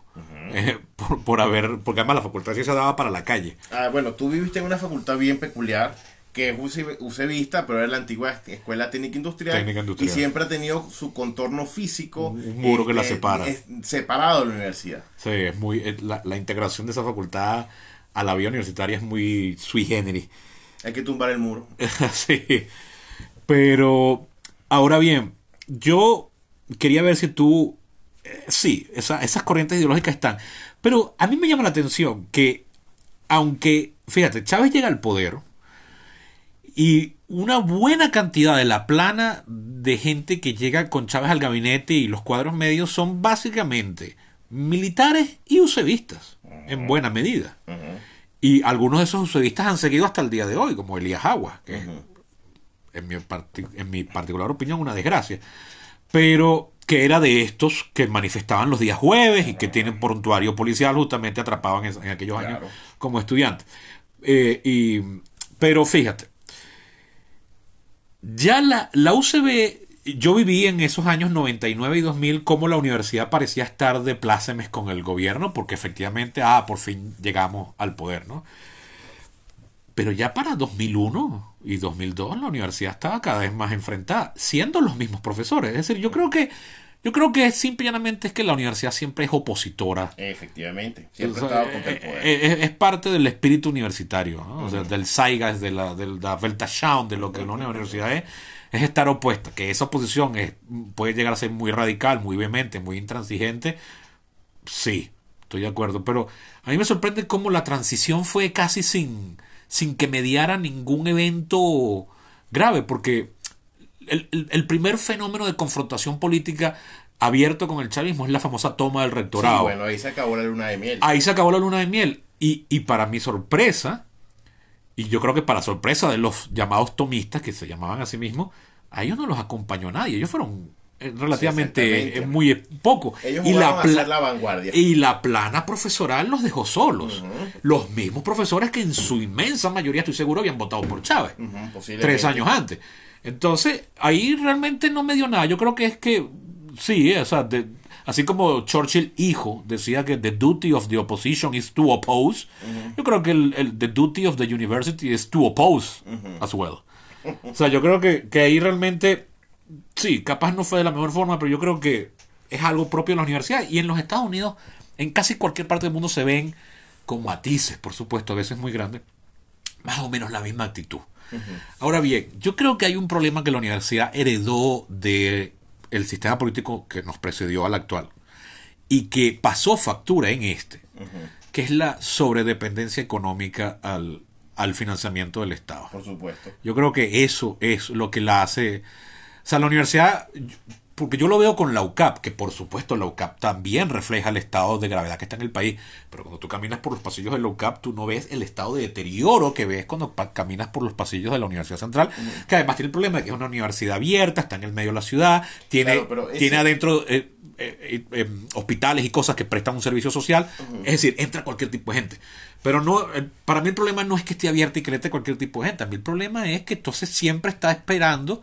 Porque además la facultad de ciencia daba para la calle. Bueno, tú viviste en una facultad bien peculiar, que es UCBista, pero era la antigua Escuela Técnica Industrial. Y siempre ha tenido su contorno físico. Un muro que la separa. Separado de la universidad. Sí, es muy. La integración de esa facultad a la vida universitaria es muy sui generis. Hay que tumbar el muro. Sí. Pero, ahora bien, yo quería ver si tú. Sí, esas corrientes ideológicas están. Pero a mí me llama la atención que, aunque, fíjate, Chávez llega al poder y una buena cantidad de la plana de gente que llega con Chávez al gabinete y los cuadros medios son básicamente militares y ucebistas, en buena medida. Y algunos de esos ucebistas han seguido hasta el día de hoy, como Elías Aguas, que es, en mi particular opinión, una desgracia. Pero que era de estos que manifestaban los días jueves y que tienen prontuario policial, justamente atrapaban en aquellos años como estudiantes. Pero fíjate, ya la UCB, yo viví en esos años 99 y 2000 como la universidad parecía estar de plácemes con el gobierno, porque efectivamente, por fin llegamos al poder, ¿no? Pero ya para 2001 y 2002 la universidad estaba cada vez más enfrentada, siendo los mismos profesores. Es decir, yo creo que simple y llanamente es que la universidad siempre es opositora. Efectivamente, siempre ha estado contra el poder. Es parte del espíritu universitario, ¿no? O sea, del Zeitgeist, de la Weltanschauung, de lo que una universidad es estar opuesta. Que esa oposición puede llegar a ser muy radical, muy vehemente, muy intransigente. Sí, estoy de acuerdo. Pero a mí me sorprende cómo la transición fue casi sin que mediara ningún evento grave, porque el primer fenómeno de confrontación política abierto con el chavismo es la famosa toma del rectorado. Sí, bueno, ahí se acabó la luna de miel. Ahí se acabó la luna de miel. Y para mi sorpresa, y yo creo que para sorpresa de los llamados tomistas, que se llamaban a sí mismos, a ellos no los acompañó nadie. Ellos fueron relativamente muy poco. Ellos jugaron a ser la vanguardia. Y la plana profesoral los dejó solos. Los mismos profesores que en su inmensa mayoría, estoy seguro, habían votado por Chávez 3 años antes. Entonces, ahí realmente no me dio nada. Yo creo que es que sí, o sea, así como Churchill hijo decía que the duty of the opposition is to oppose, yo creo que the duty of the university is to oppose as well. O sea, yo creo que ahí realmente sí, capaz no fue de la mejor forma, pero yo creo que es algo propio de la universidad. Y en los Estados Unidos, en casi cualquier parte del mundo se ven con matices, por supuesto, a veces muy grandes, más o menos la misma actitud. Ahora bien, yo creo que hay un problema que la universidad heredó del sistema político que nos precedió al actual y que pasó factura en que es la sobredependencia económica al financiamiento del Estado. Por supuesto. Yo creo que eso es lo que la hace. O sea, la universidad, porque yo lo veo con la UCAP, que por supuesto la UCAP también refleja el estado de gravedad que está en el país, pero cuando tú caminas por los pasillos de la UCAP, tú no ves el estado de deterioro que ves cuando caminas por los pasillos de la Universidad Central, que además tiene el problema de que es una universidad abierta, está en el medio de la ciudad, tiene adentro hospitales y cosas que prestan un servicio social, es decir, entra cualquier tipo de gente. Pero no, para mí el problema no es que esté abierta y que entre cualquier tipo de gente, a mí el problema es que entonces siempre está esperando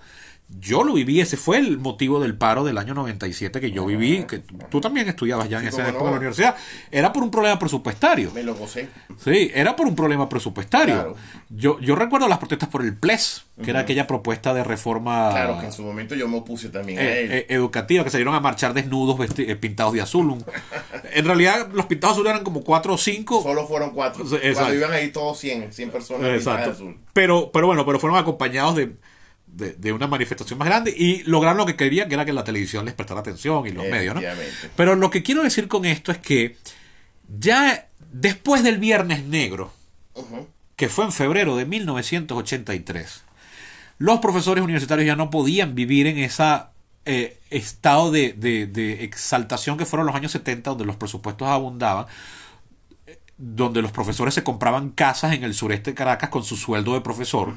Yo lo viví, ese fue el motivo del paro del año 97 que yo viví, que tú también estudiabas ya en esa época en la universidad. Era por un problema presupuestario. Me lo gocé. Sí, era por un problema presupuestario. Claro. Yo recuerdo las protestas por el PLES, que era aquella propuesta de reforma Claro, que en su momento yo me opuse también a él. educativa, que salieron a marchar desnudos pintados de azul. En realidad los pintados azul eran como 4 o 5. Solo fueron 4. Exacto. Cuando iban ahí todos 100 personas pintadas de azul. Pero fueron acompañados de una manifestación más grande y lograron lo que querían, que era que la televisión les prestara atención y los medios, ¿no? Pero lo que quiero decir con esto es que ya después del Viernes Negro, que fue en febrero de 1983, los profesores universitarios ya no podían vivir en ese estado de exaltación que fueron los años 70, donde los presupuestos abundaban, donde los profesores se compraban casas en el sureste de Caracas con su sueldo de profesor.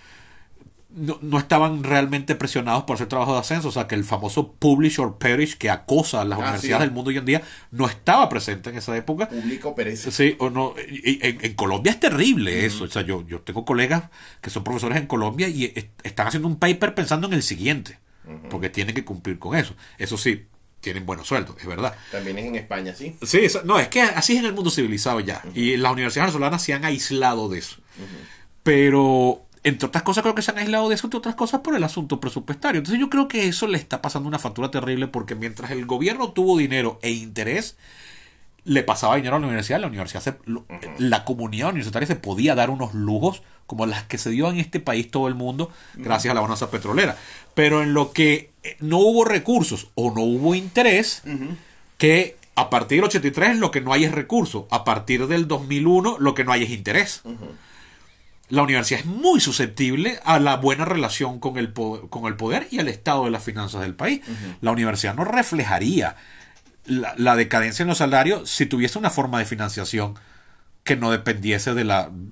No estaban realmente presionados por hacer trabajo de ascenso, o sea que el famoso publish or perish que acosa a las universidades del mundo hoy en día no estaba presente en esa época. Público perece. Sí, o no, en Colombia es terrible eso, o sea, yo tengo colegas que son profesores en Colombia y están haciendo un paper pensando en el siguiente, porque tienen que cumplir con eso. Eso sí, tienen buenos sueldos, es verdad. También es en España, ¿sí? Sí, no, es que así es en el mundo civilizado ya, y las universidades venezolanas se han aislado de eso. Pero entre otras cosas creo que se han aislado de eso, entre otras cosas por el asunto presupuestario. Entonces yo creo que eso le está pasando una factura terrible, porque mientras el gobierno tuvo dinero e interés, le pasaba dinero a la universidad la comunidad universitaria se podía dar unos lujos como las que se dio en este país todo el mundo gracias a la bonanza petrolera. Pero en lo que no hubo recursos o no hubo interés, que a partir del 83 lo que no hay es recurso, a partir del 2001 lo que no hay es interés. La universidad es muy susceptible a la buena relación con el poder y al estado de las finanzas del país. La universidad no reflejaría la decadencia en los salarios si tuviese una forma de financiación que no dependiese de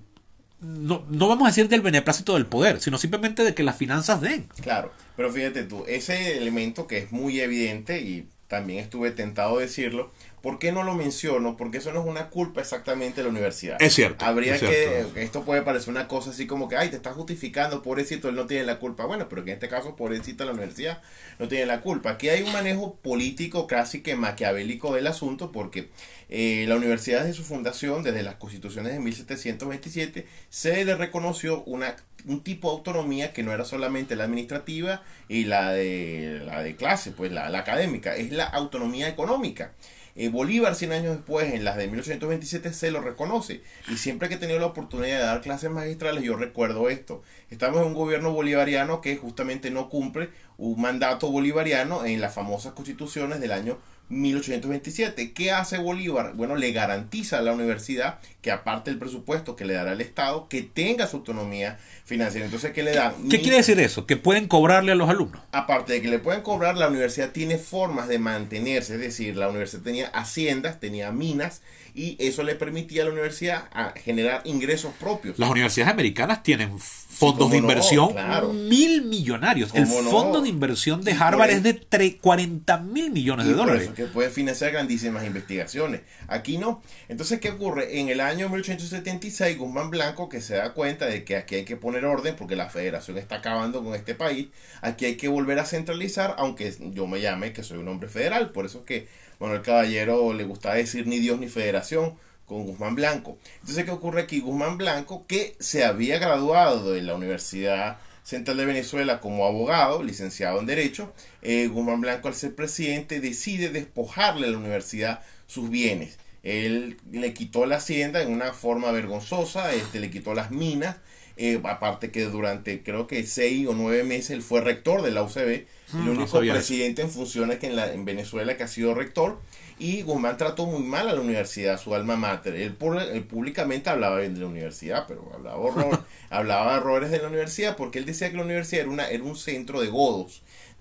no vamos a decir del beneplácito del poder, sino simplemente de que las finanzas den. Claro, pero fíjate tú, ese elemento que es muy evidente, y también estuve tentado a decirlo, ¿por qué no lo menciono? Porque eso no es una culpa exactamente de la universidad. Es cierto. Esto puede parecer una cosa así como que, ay, te estás justificando, pobrecito, él no tiene la culpa. Bueno, pero que en este caso, pobrecito, la universidad no tiene la culpa. Aquí hay un manejo político casi que maquiavélico del asunto, porque la universidad desde su fundación, desde las constituciones de 1727, se le reconoció un tipo de autonomía que no era solamente la administrativa y la de clase, pues la académica, es la autonomía económica. Bolívar 100 años después, en las de 1827, se lo reconoce, y siempre que he tenido la oportunidad de dar clases magistrales yo recuerdo esto. Estamos en un gobierno bolivariano que justamente no cumple un mandato bolivariano en las famosas constituciones del año 1827. ¿Qué hace Bolívar? Bueno, le garantiza a la universidad que, aparte del presupuesto que le dará el Estado, que tenga su autonomía financiera. Entonces, ¿qué le dan? ¿Qué quiere decir eso? ¿Que pueden cobrarle a los alumnos? Aparte de que le pueden cobrar, la universidad tiene formas de mantenerse. Es decir, la universidad tenía haciendas, tenía minas, y eso le permitía a la universidad generar ingresos propios. Las universidades americanas tienen fondos de inversión millonarios. El fondo de inversión de Harvard es de 40 mil millones de dólares. Por eso que puede financiar grandísimas investigaciones. Aquí no. Entonces, ¿qué ocurre? En el año 1876, Guzmán Blanco, que se da cuenta de que aquí hay que poner orden porque la federación está acabando con este país, aquí hay que volver a centralizar, aunque yo me llame que soy un hombre federal. Por eso es que, bueno, el caballero le gustaba decir ni Dios ni federación con Guzmán Blanco. Entonces, ¿qué ocurre aquí? Guzmán Blanco, que se había graduado de la Universidad Central de Venezuela como abogado, licenciado en Derecho, Guzmán Blanco, al ser presidente, decide despojarle a la universidad sus bienes. Él le quitó la hacienda en una forma vergonzosa, le quitó las minas, aparte que durante creo que 6 o 9 meses él fue rector de la UCB, el único presidente en funciones que en Venezuela que ha sido rector. Y Guzmán trató muy mal a la universidad, su alma mater. Él públicamente hablaba bien de la universidad, pero hablaba de errores de la universidad, porque él decía que la universidad era un centro de godos.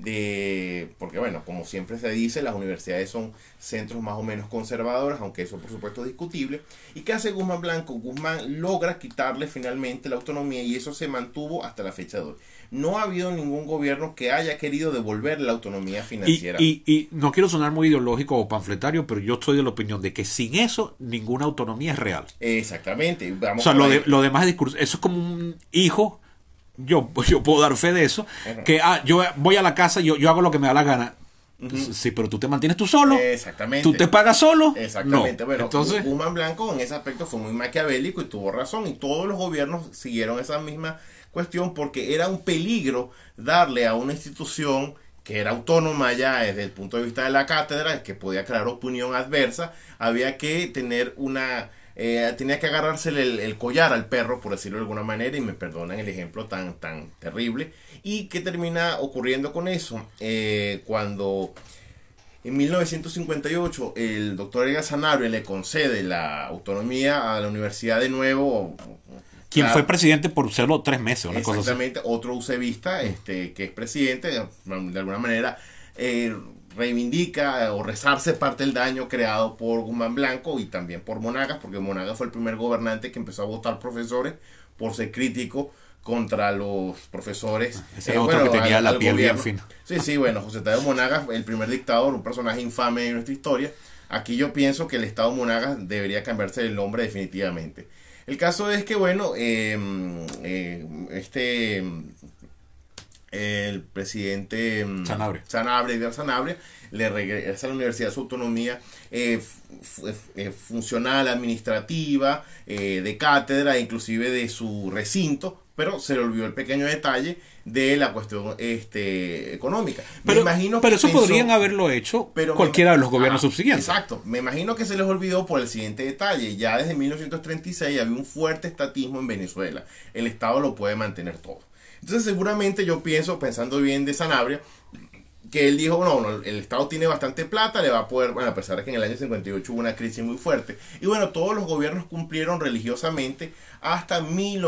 Porque bueno, como siempre se dice, las universidades son centros más o menos conservadores, aunque eso por supuesto es discutible. ¿Y qué hace Guzmán Blanco? Guzmán logra quitarle finalmente la autonomía, y eso se mantuvo hasta la fecha de hoy. No ha habido ningún gobierno que haya querido devolver la autonomía financiera. Y no quiero sonar muy ideológico o panfletario, pero yo estoy de la opinión de que sin eso ninguna autonomía es real. Exactamente. Lo demás es discurso. Eso es como un hijo yo puedo dar fe de eso, que yo voy a la casa, yo hago lo que me da la gana. Sí, pero tú te mantienes tú solo. Exactamente. ¿Tú te pagas solo? Exactamente. No. Bueno, Entonces, Guzmán Blanco en ese aspecto fue muy maquiavélico y tuvo razón. Y todos los gobiernos siguieron esa misma cuestión porque era un peligro darle a una institución que era autónoma ya desde el punto de vista de la cátedra, que podía crear opinión adversa. Había que tener tenía que agarrársele el collar al perro, por decirlo de alguna manera, y me perdonan el ejemplo tan terrible. ¿Y qué termina ocurriendo con eso? Cuando en 1958 el doctor Edgar Sanabria le concede la autonomía a la universidad de nuevo, quien fue presidente por solo 3 meses, una cosa así. Exactamente, otro UCBista, que es presidente, de alguna manera reivindica o resarce parte del daño creado por Guzmán Blanco y también por Monagas, porque Monagas fue el primer gobernante que empezó a votar profesores por ser crítico contra los profesores. Ese era otro que tenía la piel bien fina. Sí, bueno, José Tadeo Monagas, el primer dictador, un personaje infame de nuestra historia. Aquí yo pienso que el Estado Monagas debería cambiarse el nombre definitivamente. El caso es que, bueno, el presidente Edgar Sanabria le regresa a la universidad su autonomía funcional, administrativa, de cátedra, inclusive de su recinto, pero se le olvidó el pequeño detalle de la cuestión económica. Pero eso podrían haberlo hecho cualquiera de los gobiernos subsiguientes. Exacto. Me imagino que se les olvidó por el siguiente detalle. Ya desde 1936 había un fuerte estatismo en Venezuela. El Estado lo puede mantener todo. Entonces seguramente yo pienso, pensando bien de Sanabria, que él dijo, no, el Estado tiene bastante plata, le va a poder, bueno, a pesar de que en el año 58 hubo una crisis muy fuerte. Y bueno, todos los gobiernos cumplieron religiosamente hasta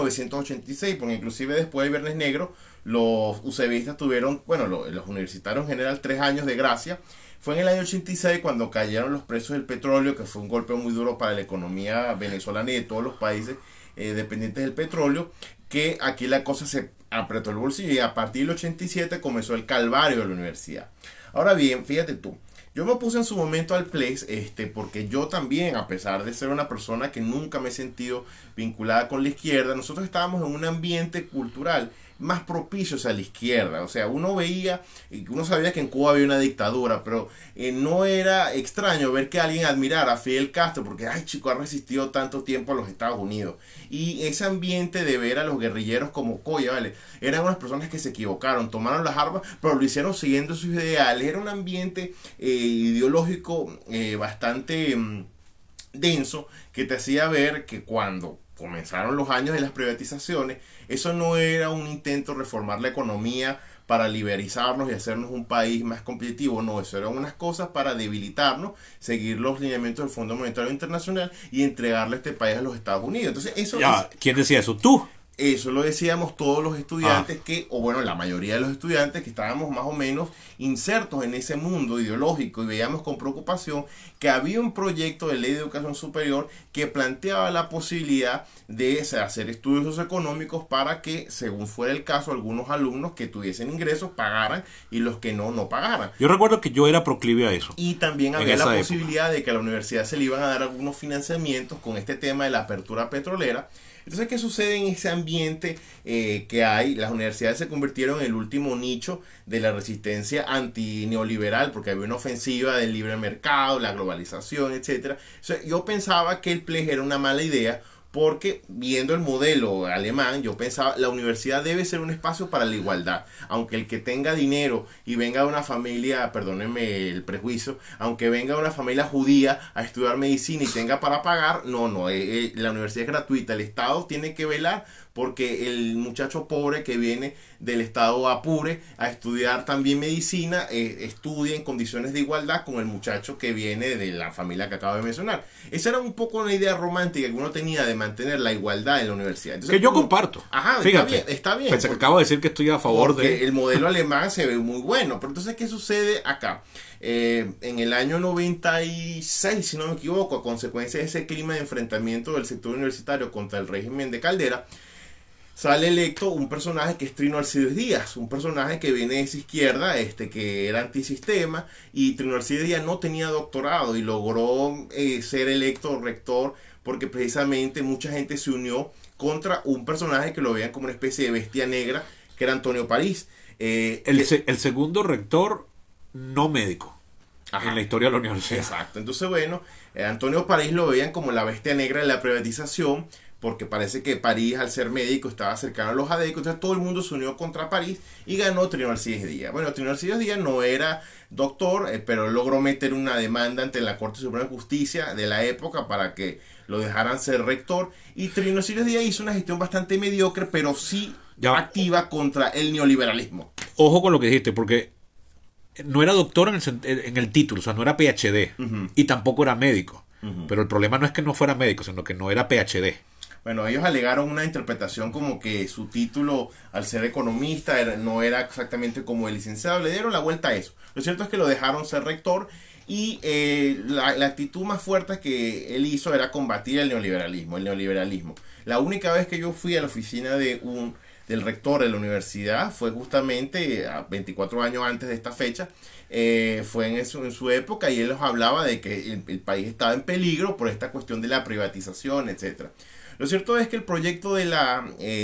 1986, porque inclusive después del Viernes Negro, los UCBistas tuvieron, bueno, los universitarios en general, 3 años de gracia. Fue en el año 86 cuando cayeron los precios del petróleo, que fue un golpe muy duro para la economía venezolana y de todos los países dependientes del petróleo, que aquí la cosa se apretó el bolsillo y a partir del 87 comenzó el calvario de la universidad. Ahora bien, fíjate tú, yo me puse en su momento al place, porque yo también, a pesar de ser una persona que nunca me he sentido vinculada con la izquierda, nosotros estábamos en un ambiente cultural más propicios a la izquierda. O sea, uno sabía que en Cuba había una dictadura, pero no era extraño ver que alguien admirara a Fidel Castro, porque, ay, chico, ha resistido tanto tiempo a los Estados Unidos. Y ese ambiente de ver a los guerrilleros como coya, ¿vale? Eran unas personas que se equivocaron, tomaron las armas, pero lo hicieron siguiendo sus ideales. Era un ambiente ideológico bastante denso, que te hacía ver que cuando comenzaron los años de las privatizaciones, eso no era un intento de reformar la economía para liberalizarnos y hacernos un país más competitivo, no, eso eran unas cosas para debilitarnos, seguir los lineamientos del Fondo Monetario Internacional y entregarle este país a los Estados Unidos. Entonces, eso ¿quién decía eso? ¿Tú? Eso lo decíamos todos los estudiantes la mayoría de los estudiantes que estábamos más o menos insertos en ese mundo ideológico y veíamos con preocupación que había un proyecto de ley de educación superior que planteaba la posibilidad de hacer estudios socioeconómicos para que, según fuera el caso, algunos alumnos que tuviesen ingresos pagaran y los que no pagaran. Yo recuerdo que yo era proclive a eso. Y también había la posibilidad de que a la universidad se le iban a dar algunos financiamientos con este tema de la apertura petrolera. Entonces, ¿qué sucede en ese ambiente que hay? Las universidades se convirtieron en el último nicho de la resistencia antineoliberal, porque había una ofensiva del libre mercado, la globalización, etcétera. O sea, yo pensaba que el PLEG era una mala idea, porque viendo el modelo alemán, yo pensaba, la universidad debe ser un espacio para la igualdad. Aunque el que tenga dinero y venga de una familia, perdónenme el prejuicio, aunque venga de una familia judía a estudiar medicina y tenga para pagar, la universidad es gratuita. El Estado tiene que velar porque el muchacho pobre que viene del estado Apure a estudiar también medicina, estudie en condiciones de igualdad con el muchacho que viene de la familia que acabo de mencionar. Esa era un poco una idea romántica que uno tenía de mantener la igualdad en la universidad. Entonces, que yo comparto. Ajá, fíjate, está bien. Pensé que acabo de decir que estoy a favor de... el modelo alemán se ve muy bueno. Pero entonces, ¿qué sucede acá? En el año 96, si no me equivoco, a consecuencia de ese clima de enfrentamiento del sector universitario contra el régimen de Caldera, sale electo un personaje que es Trino Alcides Díaz, un personaje que viene de esa izquierda, que era antisistema, y Trino Alcides Díaz no tenía doctorado y logró ser electo rector porque precisamente mucha gente se unió contra un personaje que lo veían como una especie de bestia negra, que era Antonio París. El segundo rector no médico. Ajá. En la historia de la universidad. Exacto. Entonces, bueno, Antonio París lo veían como la bestia negra de la privatización, porque parece que París, al ser médico, estaba cercano a los adecos. Entonces todo el mundo se unió contra París y ganó Trino Alcides Díaz. Bueno, Trino Alcides Díaz no era doctor, pero logró meter una demanda ante la Corte Suprema de Justicia de la época para que lo dejaran ser rector. Y Trino Alcides Díaz hizo una gestión bastante mediocre, pero sí activa contra el neoliberalismo. Ojo con lo que dijiste, porque no era doctor en el título, o sea, no era PhD, y tampoco era médico. Pero el problema no es que no fuera médico, sino que no era PhD. Bueno, ellos alegaron una interpretación como que su título, al ser economista, no era exactamente como el licenciado. Le dieron la vuelta a eso. Lo cierto es que lo dejaron ser rector y la actitud más fuerte que él hizo era combatir el neoliberalismo. La única vez que yo fui a la oficina del rector de la universidad fue justamente 24 años antes de esta fecha. Fue en su época, y él nos hablaba de que el país estaba en peligro por esta cuestión de la privatización, etcétera. Lo cierto es que el proyecto de la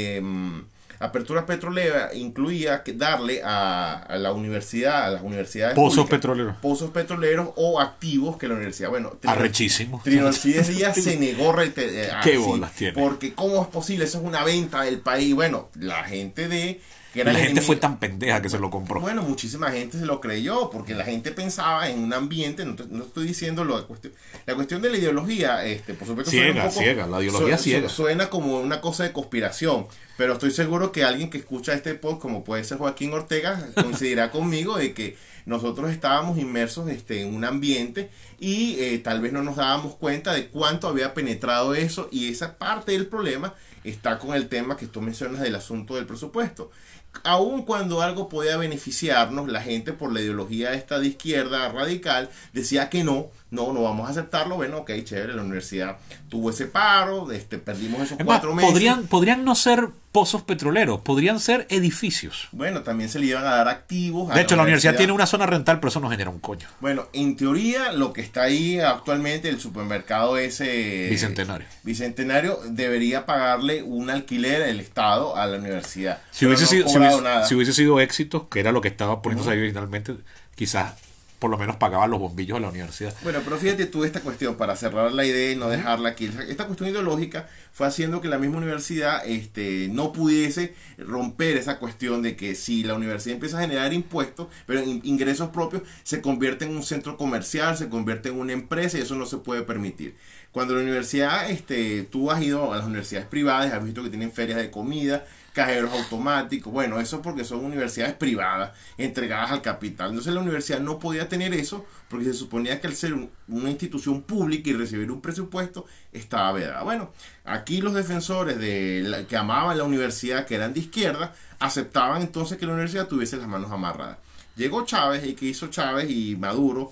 apertura petrolera incluía darle a las universidades pozos públicas, pozos petroleros o activos que la universidad. Bueno, arrechísimo. Trino Alcides Díaz se negó ¿Qué bolas tiene? Porque ¿cómo es posible? Eso es una venta del país. Bueno, la gente fue tan pendeja que se lo compró. Bueno, muchísima gente se lo creyó, porque la gente pensaba en un ambiente, no estoy diciendo la cuestión de la ideología, por supuesto, ciega, la ideología ciega. Suena como una cosa de conspiración, pero estoy seguro que alguien que escucha este podcast, como puede ser Joaquín Ortega, coincidirá conmigo de que nosotros estábamos inmersos en un ambiente y tal vez no nos dábamos cuenta de cuánto había penetrado eso, y esa parte del problema está con el tema que tú mencionas del asunto del presupuesto. Aun cuando algo podía beneficiarnos, la gente, por la ideología esta de izquierda radical, decía que no vamos a aceptarlo. Bueno, ok, chévere, la universidad tuvo ese paro, perdimos esos 4 meses. Podrían no ser pozos petroleros, podrían ser edificios. Bueno, también se le iban a dar activos. De hecho, la universidad tiene una zona rental, pero eso no genera un coño. Bueno, en teoría, lo que está ahí actualmente, el supermercado ese Bicentenario, debería pagarle un alquiler el Estado a la universidad. Si hubiese sido éxito, que era lo que estaba poniéndose ahí originalmente, quizás por lo menos pagaban los bombillos de la universidad. Bueno, pero fíjate tú esta cuestión, para cerrar la idea y no dejarla aquí. Esta cuestión ideológica fue haciendo que la misma universidad no pudiese romper esa cuestión de que si la universidad empieza a generar impuestos, pero ingresos propios, se convierte en un centro comercial, se convierte en una empresa, y eso no se puede permitir. Cuando la universidad, tú has ido a las universidades privadas, has visto que tienen ferias de comida, cajeros automáticos. Bueno, eso porque son universidades privadas entregadas al capital. Entonces la universidad no podía tener eso, porque se suponía que al ser una institución pública y recibir un presupuesto estaba vedada. Bueno, aquí los defensores que amaban la universidad, que eran de izquierda, aceptaban entonces que la universidad tuviese las manos amarradas. Llegó Chávez, y ¿qué hizo Chávez y Maduro?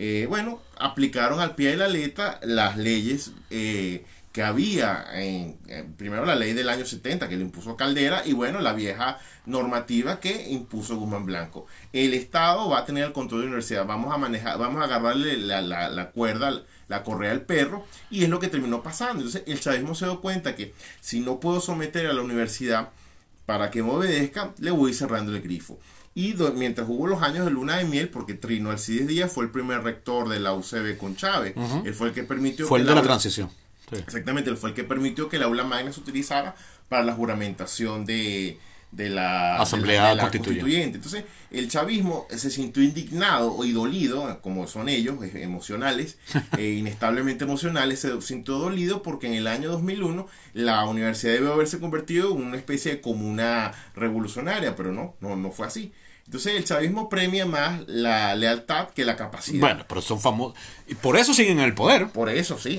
Aplicaron al pie de la letra las leyes que había primero la ley del año 70 que le impuso Caldera, y bueno, la vieja normativa que impuso Guzmán Blanco. El Estado va a tener el control de la universidad, vamos a agarrarle la cuerda, la correa al perro, y es lo que terminó pasando. Entonces el chavismo se dio cuenta que si no puedo someter a la universidad para que me obedezca, le voy cerrando el grifo. Y mientras hubo los años de luna de miel, porque Trino Alcides Díaz fue el primer rector de la UCB con Chávez, él fue el que permitió fue el de la transición. Sí. Exactamente, él fue el que permitió que el aula magna se utilizara para la juramentación de la Asamblea Constituyente. Entonces, el chavismo se sintió indignado y dolido, como son ellos, emocionales, inestablemente emocionales, se sintió dolido porque en el año 2001 la universidad debió haberse convertido en una especie de comuna revolucionaria, pero no fue así. Entonces el chavismo premia más la lealtad que la capacidad. Bueno, pero son famosos. Y por eso siguen en el poder. Por eso, sí.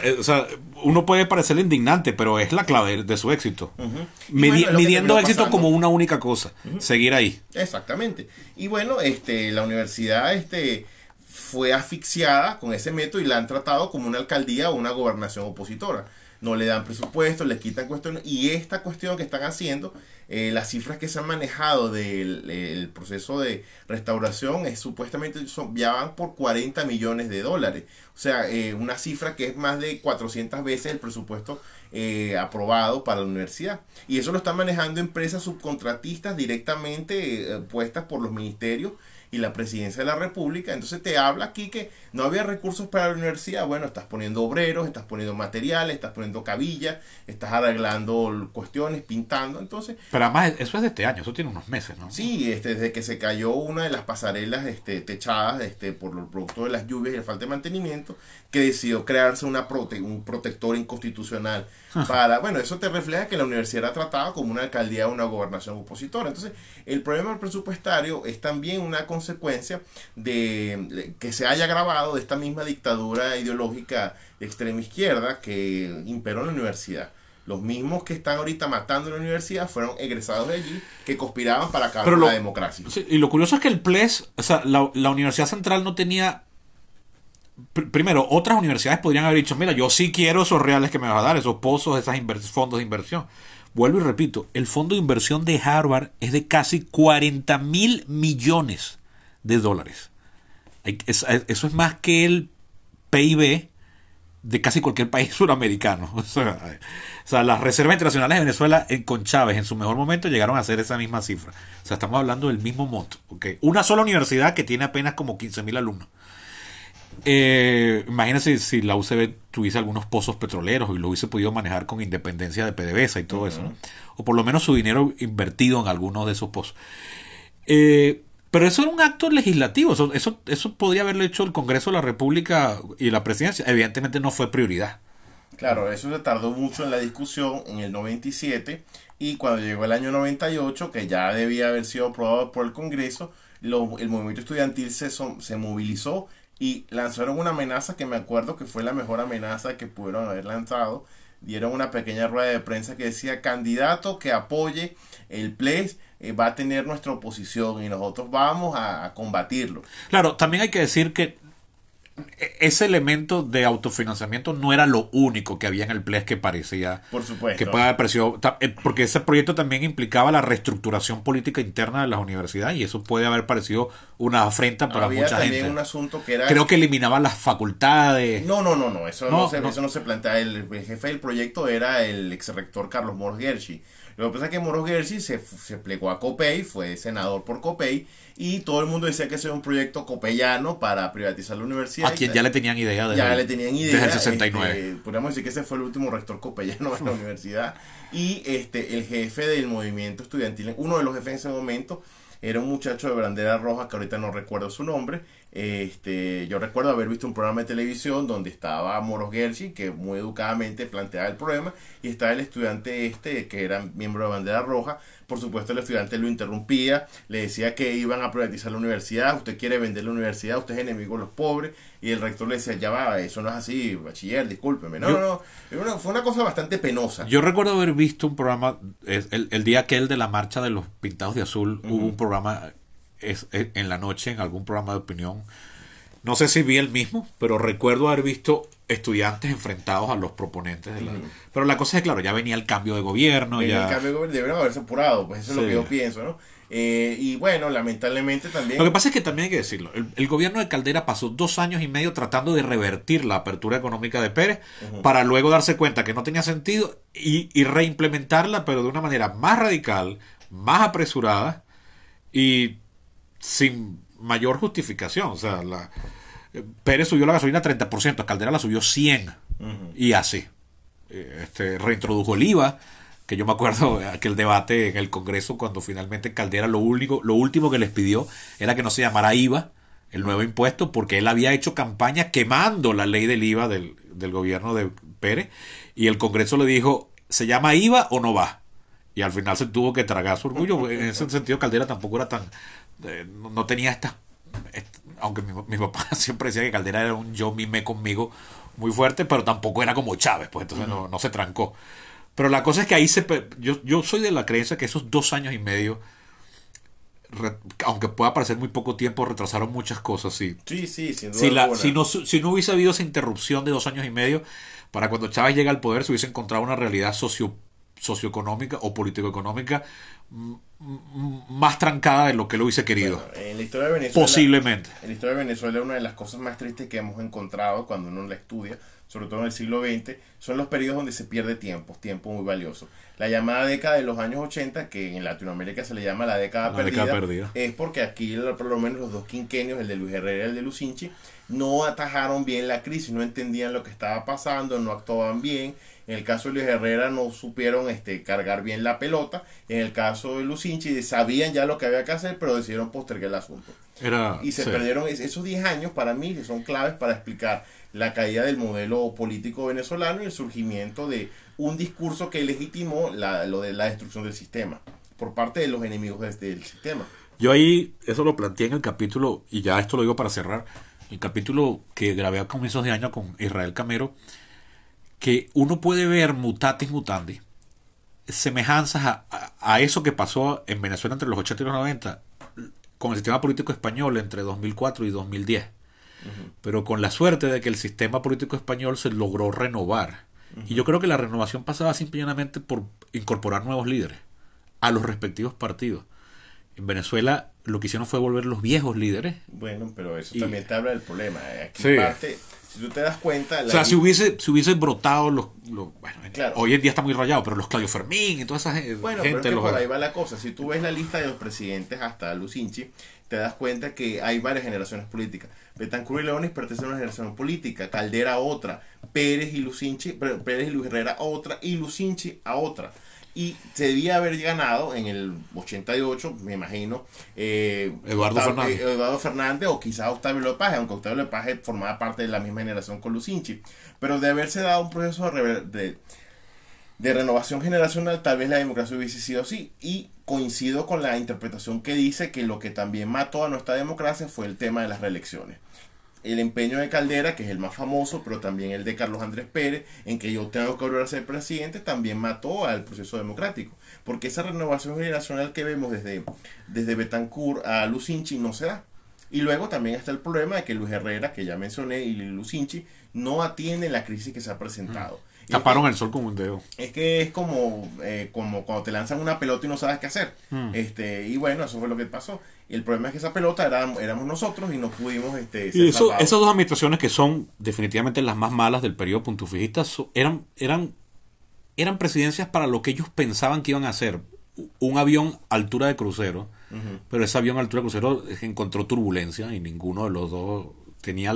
Uno puede parecerle indignante, pero es la clave de su éxito. Midiendo éxito como una única cosa. Seguir ahí. Exactamente. Y bueno, la universidad fue asfixiada con ese método y la han tratado como una alcaldía o una gobernación opositora. no le dan presupuesto, le quitan cuestiones, y esta cuestión que están haciendo, las cifras que se han manejado del el proceso de restauración es supuestamente ya van por 40 millones de dólares, o sea, una cifra que es más de 400 veces el presupuesto aprobado para la universidad, y eso lo están manejando empresas subcontratistas directamente puestas por los ministerios y la presidencia de la República. Entonces te habla aquí que no había recursos para la universidad. Bueno, estás poniendo obreros, estás poniendo materiales, estás poniendo cabillas, estás arreglando cuestiones, pintando. Entonces, pero además eso es de este año, eso tiene unos meses, ¿no? sí, desde que se cayó una de las pasarelas techadas por los productos de las lluvias y la falta de mantenimiento, que decidió crearse un protector inconstitucional para, bueno, eso te refleja que la universidad era tratada como una alcaldía o una gobernación opositora. Entonces, el problema presupuestario es también una consecuencia de que se haya agravado de esta misma dictadura ideológica de extrema izquierda que imperó en la universidad. Los mismos que están ahorita matando en la universidad fueron egresados de allí que conspiraban para acabar con la democracia. Sí, y lo curioso es que el PLES, o sea, la Universidad Central no tenía... Primero, otras universidades podrían haber dicho, mira, yo sí quiero esos reales que me vas a dar, esos pozos, esos fondos de inversión. Vuelvo y repito, el fondo de inversión de Harvard es de casi 40,000 millones de dólares. Eso es más que el PIB de casi cualquier país suramericano. O sea, las reservas internacionales de Venezuela con Chávez en su mejor momento llegaron a ser esa misma cifra. O sea, estamos hablando del mismo monto. ¿Okay? Una sola universidad que tiene apenas como 15,000 alumnos. Imagínense si la UCB tuviese algunos pozos petroleros y lo hubiese podido manejar con independencia de PDVSA y todo eso, ¿no? O por lo menos su dinero invertido en algunos de esos pozos. Pero eso era un acto legislativo, eso podría haberlo hecho el Congreso de la República y la Presidencia. Evidentemente no fue prioridad. Claro, eso se tardó mucho en la discusión en el 97, y cuando llegó el año 98, que ya debía haber sido aprobado por el Congreso, el movimiento estudiantil se movilizó y lanzaron una amenaza que me acuerdo que fue la mejor amenaza que pudieron haber lanzado. Dieron una pequeña rueda de prensa que decía: candidato que apoye el PLES va a tener nuestra oposición y nosotros vamos a combatirlo. Claro, también hay que decir que ese elemento de autofinanciamiento no era lo único que había en el PLES que parecía, por supuesto, que puede haber parecido, porque ese proyecto también implicaba la reestructuración política interna de las universidades, y eso puede haber parecido una afrenta para había mucha también gente. Un asunto que era, creo que eliminaba las facultades. No, eso no se plantea. El jefe del proyecto era el ex rector Carlos Moros Gershi. Lo que pasa es que Moros Gershi se plegó a Copey, fue senador por Copey, y todo el mundo decía que ese era un proyecto copeyano para privatizar la universidad. A quien ya le tenían idea desde el 69. Podríamos decir que ese fue el último rector copeyano de la universidad. Y el jefe del movimiento estudiantil, uno de los jefes en ese momento, era un muchacho de bandera roja que ahorita no recuerdo su nombre. Yo recuerdo haber visto un programa de televisión donde estaba Moros Gershi, que muy educadamente planteaba el problema, y estaba el estudiante que era miembro de bandera roja. Por supuesto, el estudiante lo interrumpía, le decía que iban a privatizar la universidad, usted quiere vender la universidad, usted es enemigo de los pobres, y el rector le decía: ya va, eso no es así, bachiller, discúlpeme. No, fue una cosa bastante penosa. Yo recuerdo haber visto un programa, el día aquel de la marcha de los pintados de azul, hubo un programa en la noche, en algún programa de opinión. No sé si vi el mismo, pero recuerdo haber visto estudiantes enfrentados a los proponentes de la... Pero la cosa es, claro, ya venía el cambio de gobierno. El cambio de gobierno, deberían haberse apurado, pues eso es lo que yo pienso, ¿no? Y bueno, lamentablemente también... Lo que pasa es que también hay que decirlo, el gobierno de Caldera pasó 2 años y medio tratando de revertir la apertura económica de Pérez, para luego darse cuenta que no tenía sentido y reimplementarla, pero de una manera más radical, más apresurada y sin mayor justificación. O sea, Pérez subió la gasolina 30%, Caldera la subió 100%, y así. Reintrodujo el IVA, que yo me acuerdo aquel debate en el Congreso cuando finalmente Caldera lo último que les pidió era que no se llamara IVA, el nuevo impuesto, porque él había hecho campaña quemando la ley del IVA del gobierno de Pérez, y el Congreso le dijo: ¿se llama IVA o no va? Y al final se tuvo que tragar su orgullo. En ese sentido, Caldera tampoco era tan... no tenía estas... Aunque mi papá siempre decía que Caldera era un yo mimé conmigo muy fuerte, pero tampoco era como Chávez, pues entonces no se trancó. Pero la cosa es que ahí yo soy de la creencia que esos 2 años y medio aunque pueda parecer muy poco tiempo, retrasaron muchas cosas, sí. Sí, sí, sin duda alguna. Si no hubiese habido esa interrupción de 2 años y medio, para cuando Chávez llega al poder se hubiese encontrado una realidad socioeconómica o político-económica más trancada de lo que lo hubiese querido. Bueno, en la historia de Venezuela, posiblemente. En la historia de Venezuela, una de las cosas más tristes que hemos encontrado cuando uno la estudia, sobre todo en el siglo XX, son los periodos donde se pierde tiempo muy valioso. La llamada década de los años 80, que en Latinoamérica se le llama la década perdida, es porque aquí por lo menos los dos quinquenios, el de Luis Herrera y el de Lucinchi, no atajaron bien la crisis, no entendían lo que estaba pasando, no actuaban bien. En el caso de Luis Herrera no supieron cargar bien la pelota. En el caso de Lucinchi sabían ya lo que había que hacer, pero decidieron postergar el asunto. Y se perdieron esos 10 años para mí, que son claves para explicar la caída del modelo político venezolano y el surgimiento de un discurso que legitimó lo de la destrucción del sistema por parte de los enemigos del sistema. Yo ahí eso lo planteé en el capítulo, y ya esto lo digo para cerrar, el capítulo que grabé a comienzos de año con Israel Camero, que uno puede ver mutatis mutandis semejanzas a eso que pasó en Venezuela entre los 80 y los 90 con el sistema político español entre 2004 y 2010. Pero con la suerte de que el sistema político español se logró renovar. Y yo creo que la renovación pasaba simplemente por incorporar nuevos líderes a los respectivos partidos. En Venezuela lo que hicieron fue volver los viejos líderes. Bueno, pero eso también te habla del problema. Aquí sí. Parte, si tú te das cuenta... O sea, si hubiese brotado bueno, claro. Hoy en día está muy rayado, pero los Claudio Fermín y toda esa gente... Bueno, pero es que por ahí va la cosa. Si tú ves la lista de los presidentes hasta Lucinchi, te das cuenta que hay varias generaciones políticas. Betancur y Leonis pertenecen a una generación política, Caldera a otra, Pérez y Luis Herrera a otra, y Lucinchi a otra. Y se debía haber ganado en el 88, me imagino, Eduardo Fernández o quizás Octavio Lepage, aunque Octavio Lepage formaba parte de la misma generación con Lucinchi. Pero de haberse dado un proceso de renovación generacional, tal vez la democracia hubiese sido así. Y coincido con la interpretación que dice que lo que también mató a nuestra democracia fue el tema de las reelecciones. El empeño de Caldera, que es el más famoso, pero también el de Carlos Andrés Pérez, en que yo tengo que volver a ser presidente, también mató al proceso democrático. Porque esa renovación generacional que vemos desde Betancur a Lucinchi no se da. Y luego también está el problema de que Luis Herrera, que ya mencioné, y Lucinchi no atienden la crisis que se ha presentado. Taparon el sol con un dedo. Es que es como cuando te lanzan una pelota y no sabes qué hacer. Y bueno, eso fue lo que pasó. Y el problema es que esa pelota éramos nosotros y no pudimos ser y esas dos administraciones que son definitivamente las más malas del periodo puntufijista eran presidencias para lo que ellos pensaban que iban a hacer. Un avión altura de crucero, pero ese avión altura de crucero encontró turbulencia y ninguno de los dos tenía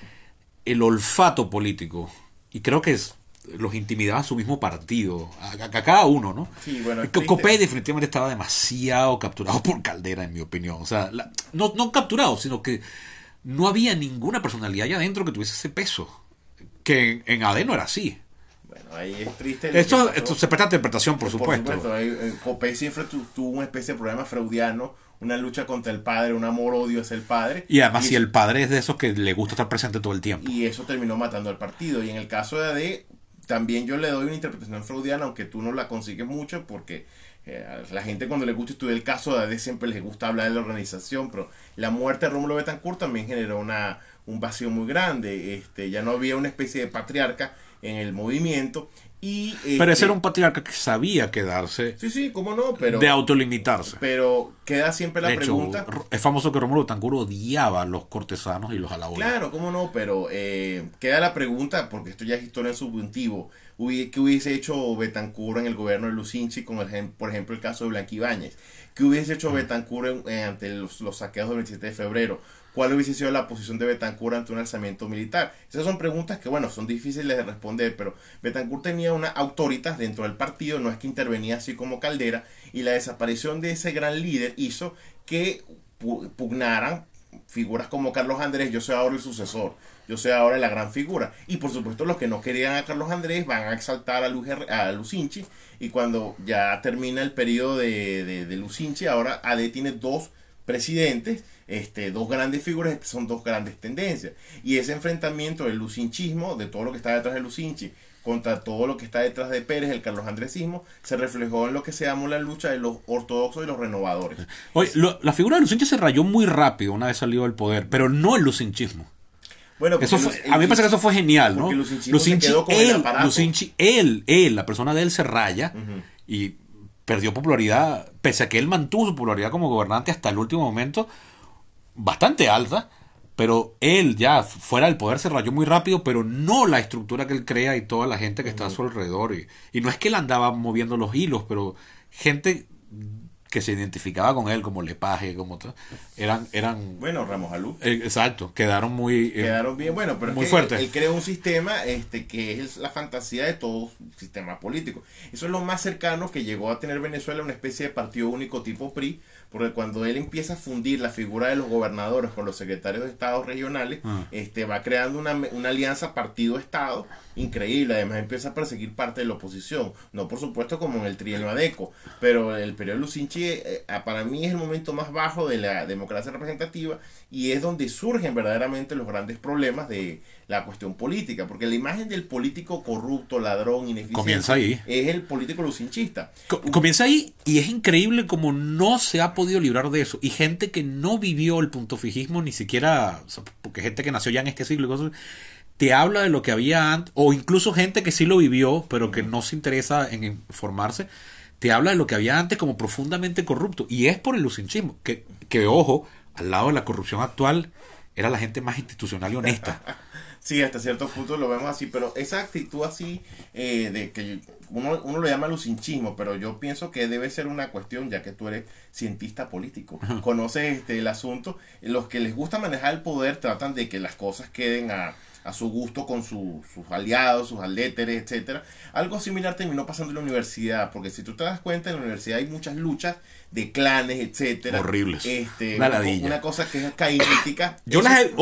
el olfato político. Y creo que los intimidaba a su mismo partido, a cada uno, ¿no? Sí, bueno, Copé definitivamente estaba demasiado capturado por Caldera, en mi opinión. O sea, no capturado, sino que no había ninguna personalidad allá adentro que tuviese ese peso. Que en AD no era así. Bueno, ahí es triste. Esto se presta a interpretación, por supuesto. Copé siempre tuvo una especie de problema freudiano, una lucha contra el padre, un amor-odio hacia el padre. Y además, si el padre es de esos que le gusta estar presente todo el tiempo. Y eso terminó matando al partido. Y en el caso de AD, también yo le doy una interpretación freudiana, aunque tú no la consigues mucho, porque a la gente cuando le gusta estudiar el caso de AD siempre les gusta hablar de la organización, pero la muerte de Rómulo Betancourt también generó un vacío muy grande. Ya no había una especie de patriarca en el movimiento. Pero ese era un patriarca que sabía quedarse. Sí, cómo no, pero de autolimitarse. Pero queda siempre la pregunta. Es famoso que Rómulo Betancourt odiaba a los cortesanos y los alabones. Claro, cómo no, pero queda la pregunta, porque esto ya es historia en subjuntivo. ¿Qué hubiese hecho Betancourt en el gobierno de Lucinchi con por ejemplo el caso de Blanca Ibáñez? ¿Qué hubiese hecho Betancourt ante los saqueos del 27 de febrero? ¿Cuál hubiese sido la posición de Betancourt ante un alzamiento militar? Esas son preguntas que, bueno, son difíciles de responder, pero Betancourt tenía una autoritas dentro del partido, no es que intervenía así como Caldera, y la desaparición de ese gran líder hizo que pugnaran figuras como Carlos Andrés. Yo soy ahora el sucesor, yo soy ahora la gran figura. Y por supuesto los que no querían a Carlos Andrés van a exaltar a Lucinchi, y cuando ya termina el periodo de Lucinchi, ahora AD tiene dos presidentes, dos grandes figuras, son dos grandes tendencias. Y ese enfrentamiento del lucinchismo, de todo lo que está detrás de Lucinchi, contra todo lo que está detrás de Pérez, el Carlos Andresismo, se reflejó en lo que se llamó la lucha de los ortodoxos y los renovadores. Oye, la figura de Lucinchi se rayó muy rápido una vez salió del poder, pero no el lucinchismo. Bueno, eso fue, a mí me parece que eso fue genial, ¿no? Lucinchi se quedó con el aparato. Lucinchi, la persona de él se raya y perdió popularidad, pese a que él mantuvo su popularidad como gobernante hasta el último momento, bastante alta, pero él ya fuera del poder se rayó muy rápido, pero no la estructura que él crea y toda la gente que está a su alrededor. Y no es que él andaba moviendo los hilos, pero gente que se identificaba con él, como Lepage, como eran bueno, Ramos Alú. Exacto, quedaron bien, bueno, pero muy es que fuertes. Él creó un sistema que es la fantasía de todo sistema político. Eso es lo más cercano que llegó a tener Venezuela, una especie de partido único tipo PRI, porque cuando él empieza a fundir la figura de los gobernadores con los secretarios de estados regionales, va creando una alianza partido-estado increíble. Además empieza a perseguir parte de la oposición, no por supuesto como en el trienio Adeco, pero el periodo de Lucinchi para mí es el momento más bajo de la democracia representativa y es donde surgen verdaderamente los grandes problemas de la cuestión política, porque la imagen del político corrupto, ladrón, ineficiente comienza ahí. Es el político lucinchista. Comienza ahí y es increíble como no se ha podido librar de eso. Y gente que no vivió el puntofijismo ni siquiera, o sea, porque gente que nació ya en este siglo y cosas, te habla de lo que había antes, o incluso gente que sí lo vivió, pero que no se interesa en informarse, te habla de lo que había antes como profundamente corrupto. Y es por el lucinchismo, que ojo, al lado de la corrupción actual, era la gente más institucional y honesta. Sí, hasta cierto punto lo vemos así, pero esa actitud así de que uno lo llama lucinchismo, pero yo pienso que debe ser una cuestión, ya que tú eres cientista político, conoces el asunto. Los que les gusta manejar el poder tratan de que las cosas queden a su gusto con sus aliados, sus adléteres, etcétera. Algo similar terminó pasando en la universidad, porque si tú te das cuenta, en la universidad hay muchas luchas de clanes, etcétera. Horribles. Una cosa que es caítítica. Yo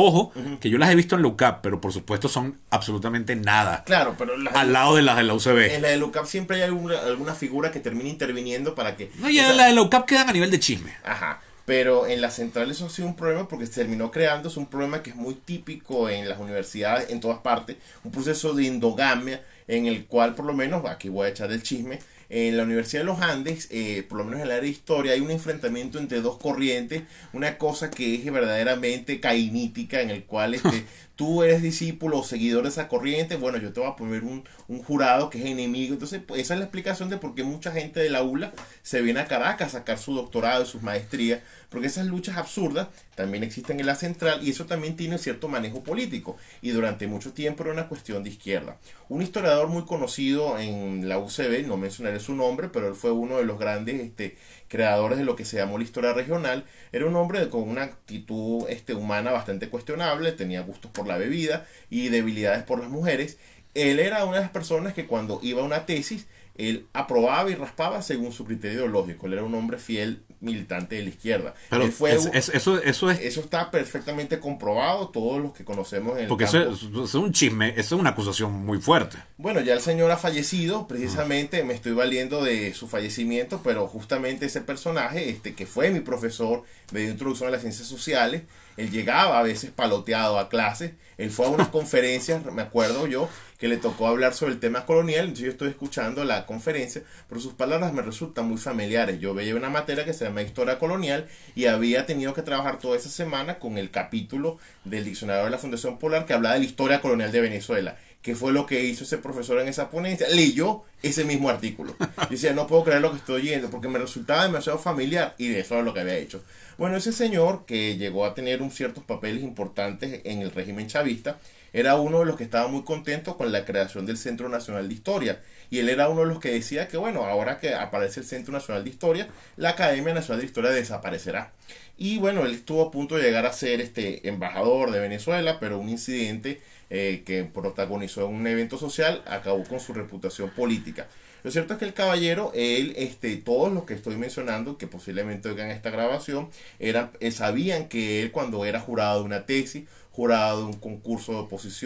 que yo las he visto en la UCAP, pero por supuesto son absolutamente nada. Claro, pero al lado de las de la UCB. En la de la UCAP siempre hay alguna figura que termina interviniendo para que... No, ya las de la UCAP quedan a nivel de chisme. Ajá. Pero en las centrales eso ha sido un problema porque se terminó creando, es un problema que es muy típico en las universidades, en todas partes, un proceso de endogamia en el cual, por lo menos, aquí voy a echar el chisme, en la Universidad de los Andes, por lo menos en el área de historia, hay un enfrentamiento entre dos corrientes, una cosa que es verdaderamente caínítica, en el cual tú eres discípulo o seguidor de esa corriente, bueno, yo te voy a poner un jurado que es enemigo. Entonces, pues, esa es la explicación de por qué mucha gente de la ULA se viene a Caracas a sacar su doctorado y sus maestrías, porque esas luchas absurdas también existen en la central y eso también tiene cierto manejo político y durante mucho tiempo era una cuestión de izquierda. Un historiador muy conocido en la UCB, no mencionaré su nombre, pero él fue uno de los grandes creadores de lo que se llamó la historia regional. Era un hombre con una actitud humana bastante cuestionable, tenía gustos por la bebida y debilidades por las mujeres. Él era una de las personas que cuando iba a una tesis, él aprobaba y raspaba según su criterio ideológico. Él era un hombre fiel militante de la izquierda. Pero él fue eso está perfectamente comprobado, todos los que conocemos en el porque campo. Eso es un chisme, eso es una acusación muy fuerte. Bueno, ya el señor ha fallecido, precisamente me estoy valiendo de su fallecimiento, pero justamente ese personaje, que fue mi profesor, me dio introducción a las ciencias sociales, él llegaba a veces paloteado a clases, él fue a unas conferencias, me acuerdo yo, que le tocó hablar sobre el tema colonial, entonces yo estoy escuchando la conferencia, pero sus palabras me resultan muy familiares. Yo veía una materia que se llama Historia Colonial y había tenido que trabajar toda esa semana con el capítulo del diccionario de la Fundación Polar que hablaba de la historia colonial de Venezuela. ¿Qué fue lo que hizo ese profesor en esa ponencia? Leyó ese mismo artículo. Yo decía, no puedo creer lo que estoy oyendo, porque me resultaba demasiado familiar y de eso era lo que había hecho. Bueno, ese señor que llegó a tener ciertos papeles importantes en el régimen chavista, era uno de los que estaba muy contento con la creación del Centro Nacional de Historia. Y él era uno de los que decía que, bueno, ahora que aparece el Centro Nacional de Historia, la Academia Nacional de Historia desaparecerá. Y bueno, él estuvo a punto de llegar a ser embajador de Venezuela, pero un incidente que protagonizó en un evento social acabó con su reputación política. Lo cierto es que el caballero, todos los que estoy mencionando, que posiblemente oigan esta grabación, sabían que él, cuando era jurado de una tesis, jurado de un concurso de oposición,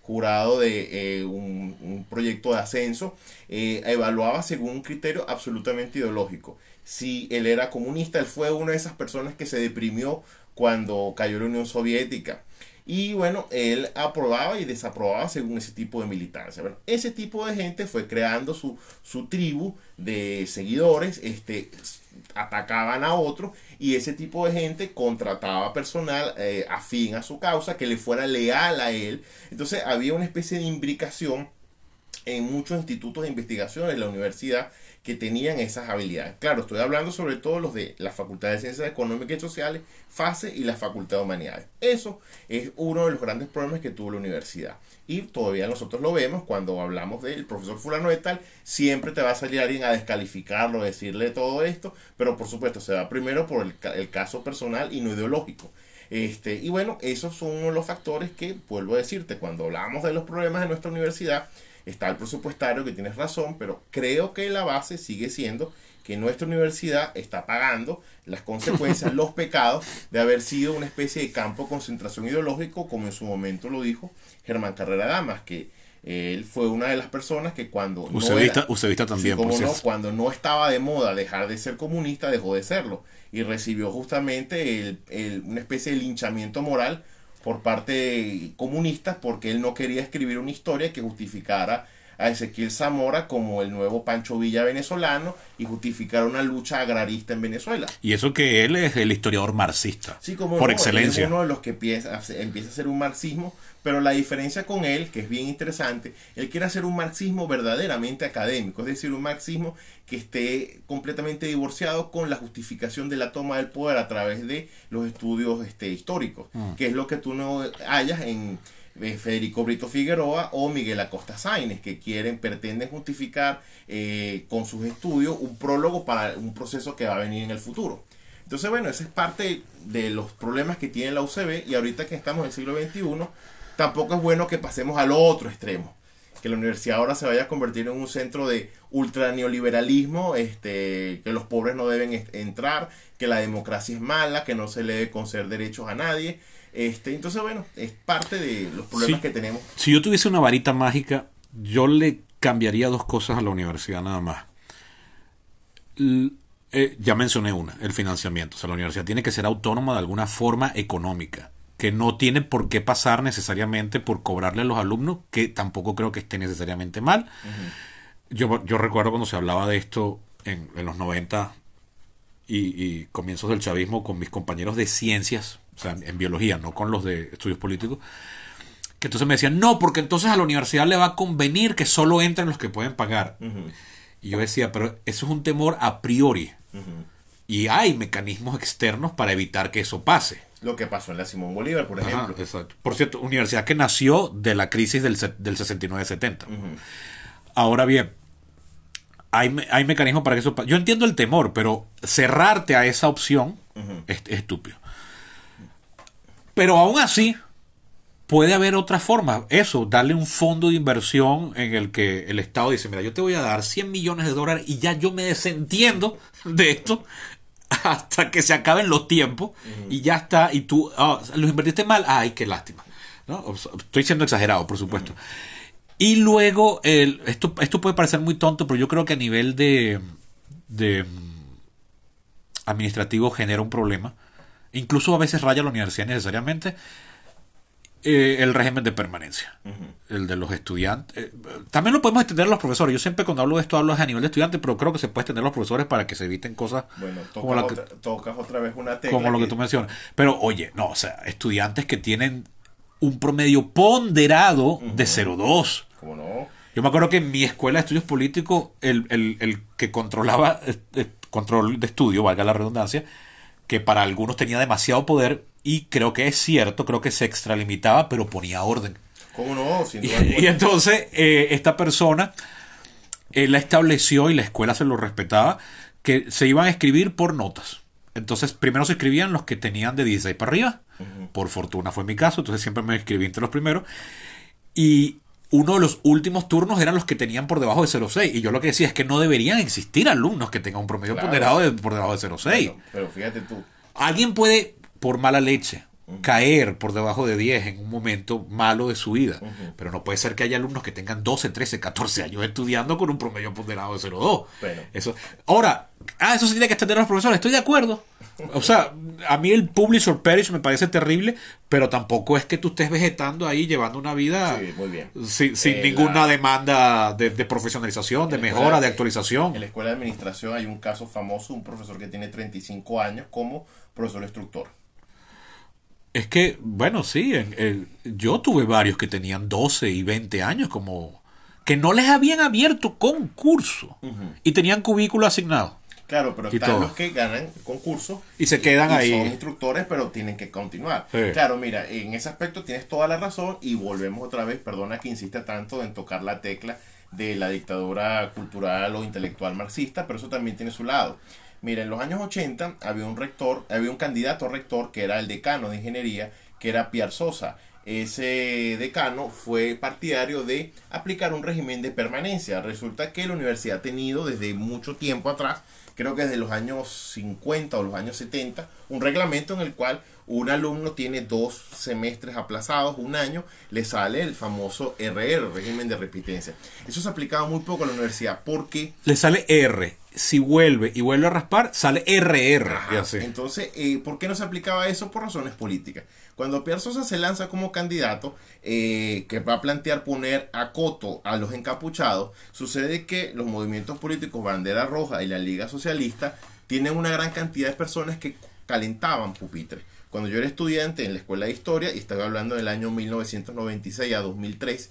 jurado de un proyecto de ascenso, evaluaba según un criterio absolutamente ideológico. Si él era comunista, él fue una de esas personas que se deprimió cuando cayó la Unión Soviética. Y bueno, él aprobaba y desaprobaba según ese tipo de militancia. Bueno, ese tipo de gente fue creando su tribu de seguidores, atacaban a otros, y ese tipo de gente contrataba personal afín a su causa, que le fuera leal a él. Entonces había una especie de imbricación en muchos institutos de investigación en la universidad que tenían esas habilidades. Claro, estoy hablando sobre todo los de la Facultad de Ciencias Económicas y Sociales, FACE, y la Facultad de Humanidades. Eso es uno de los grandes problemas que tuvo la universidad. Y todavía nosotros lo vemos cuando hablamos del profesor fulano de tal, siempre te va a salir alguien a descalificarlo, a decirle todo esto, pero por supuesto se va primero por el caso personal y no ideológico. Y bueno, esos son uno de los factores que, vuelvo a decirte, cuando hablamos de los problemas de nuestra universidad, está el presupuestario, que tienes razón, pero creo que la base sigue siendo que nuestra universidad está pagando las consecuencias, los pecados de haber sido una especie de campo de concentración ideológico, como en su momento lo dijo Germán Carrera Damas, que él fue una de las personas que cuando Usevista también, cuando no estaba de moda dejar de ser comunista, dejó de serlo, y recibió justamente una especie de linchamiento moral por parte comunista, porque él no quería escribir una historia que justificara a Ezequiel Zamora como el nuevo Pancho Villa venezolano y justificara una lucha agrarista en Venezuela. Y eso que él es el historiador marxista, sí, como por no, excelencia. Es uno de los que empieza a hacer un marxismo, pero la diferencia con él, que es bien interesante, él quiere hacer un marxismo verdaderamente académico, es decir, un marxismo que esté completamente divorciado con la justificación de la toma del poder a través de los estudios históricos, que es lo que tú no hallas en Federico Brito Figueroa o Miguel Acosta Sáenz, que pretenden justificar con sus estudios un prólogo para un proceso que va a venir en el futuro. Entonces, bueno, esa es parte de los problemas que tiene la UCB, y ahorita que estamos en el siglo XXI, tampoco es bueno que pasemos al otro extremo, que la universidad ahora se vaya a convertir en un centro de ultra neoliberalismo, que los pobres no deben entrar, que la democracia es mala, que no se le debe conceder derechos a nadie. Entonces, bueno, es parte de los problemas que tenemos. Si yo tuviese una varita mágica, yo le cambiaría dos cosas a la universidad nada más. Ya mencioné una, el financiamiento. O sea, la universidad tiene que ser autónoma de alguna forma económica, que no tiene por qué pasar necesariamente por cobrarle a los alumnos, que tampoco creo que esté necesariamente mal. Yo recuerdo cuando se hablaba de esto en los 90 y comienzos del chavismo con mis compañeros de ciencias, o sea, en biología, no con los de estudios políticos, que entonces me decían, no, porque entonces a la universidad le va a convenir que solo entren los que pueden pagar. Y yo decía, pero eso es un temor a priori. Y hay mecanismos externos para evitar que eso pase. Lo que pasó en la Simón Bolívar, por ejemplo. Exacto. Por cierto, universidad que nació de la crisis del 69-70. Ahora bien, hay mecanismos para que eso pase. Yo entiendo el temor, pero cerrarte a esa opción es estúpido. Pero aún así, puede haber otra forma. Eso, darle un fondo de inversión en el que el Estado dice, mira, yo te voy a dar $100 millones y ya yo me desentiendo de esto hasta que se acaben los tiempos y ya está. Y tú, los invertiste mal, ay, qué lástima, ¿no? Estoy siendo exagerado, por supuesto. Y luego, esto puede parecer muy tonto, pero yo creo que a nivel de administrativo genera un problema. Incluso a veces raya la universidad necesariamente. El régimen de permanencia, el de los estudiantes. También lo podemos extender a los profesores. Yo siempre cuando hablo de esto hablo a nivel de estudiantes, pero creo que se puede extender a los profesores para que se eviten cosas. Bueno, tocas otra vez una tecla. Como lo que tú mencionas. Pero oye, no, o sea, estudiantes que tienen un promedio ponderado de 0,2. ¿Cómo no? Yo me acuerdo que en mi escuela de estudios políticos, el que controlaba control de estudio, valga la redundancia, que para algunos tenía demasiado poder, y creo que es cierto, creo que se extralimitaba, pero ponía orden. ¿Cómo no? Sin duda y entonces esta persona la estableció, y la escuela se lo respetaba, que se iban a escribir por notas. Entonces primero se escribían los que tenían de 16 para arriba. Por fortuna fue mi caso, entonces siempre me escribí entre los primeros. Y uno de los últimos turnos eran los que tenían por debajo de 0,6. Y yo lo que decía es que no deberían existir alumnos que tengan un promedio ponderado por debajo de 0,6. Pero fíjate tú. Alguien puede, por mala leche caer por debajo de 10 en un momento malo de su vida. Pero no puede ser que haya alumnos que tengan 12, 13, 14 años estudiando con un promedio ponderado de 0,2. Bueno. Eso. Ahora, eso sí tiene que extender a los profesores. Estoy de acuerdo. O sea, a mí el publish or perish me parece terrible, pero tampoco es que tú estés vegetando ahí llevando una vida muy bien. sin ninguna demanda de profesionalización, de mejora, de actualización. En la escuela de administración hay un caso famoso, un profesor que tiene 35 años como profesor instructor. Es que, bueno, sí, yo tuve varios que tenían 12 y 20 años como que no les habían abierto concurso y tenían cubículo asignado. Claro, pero están los que ganan concursos y se quedan ahí. Son instructores, pero tienen que continuar. Sí. Claro, mira, en ese aspecto tienes toda la razón y volvemos otra vez, perdona que insista tanto en tocar la tecla de la dictadura cultural o intelectual marxista, pero eso también tiene su lado. Mira, en los años 80 había un candidato a rector que era el decano de ingeniería, que era Pierre Sosa. Ese decano fue partidario de aplicar un régimen de permanencia. Resulta que la universidad ha tenido desde mucho tiempo atrás, creo que desde los años 50 o los años 70, un reglamento en el cual un alumno tiene 2 semestres aplazados, un año, le sale el famoso RR, régimen de repitencia. Eso se aplicaba muy poco a la universidad porque... Le sale R. Si vuelve y vuelve a raspar, sale RR. Ajá. Entonces, ¿por qué no se aplicaba eso? Por razones políticas. Cuando Pierre Sosa se lanza como candidato, que va a plantear poner a coto a los encapuchados, sucede que los movimientos políticos Bandera Roja y la Liga Socialista tienen una gran cantidad de personas que calentaban pupitres. Cuando yo era estudiante en la escuela de historia, y estaba hablando del año 1996 a 2003,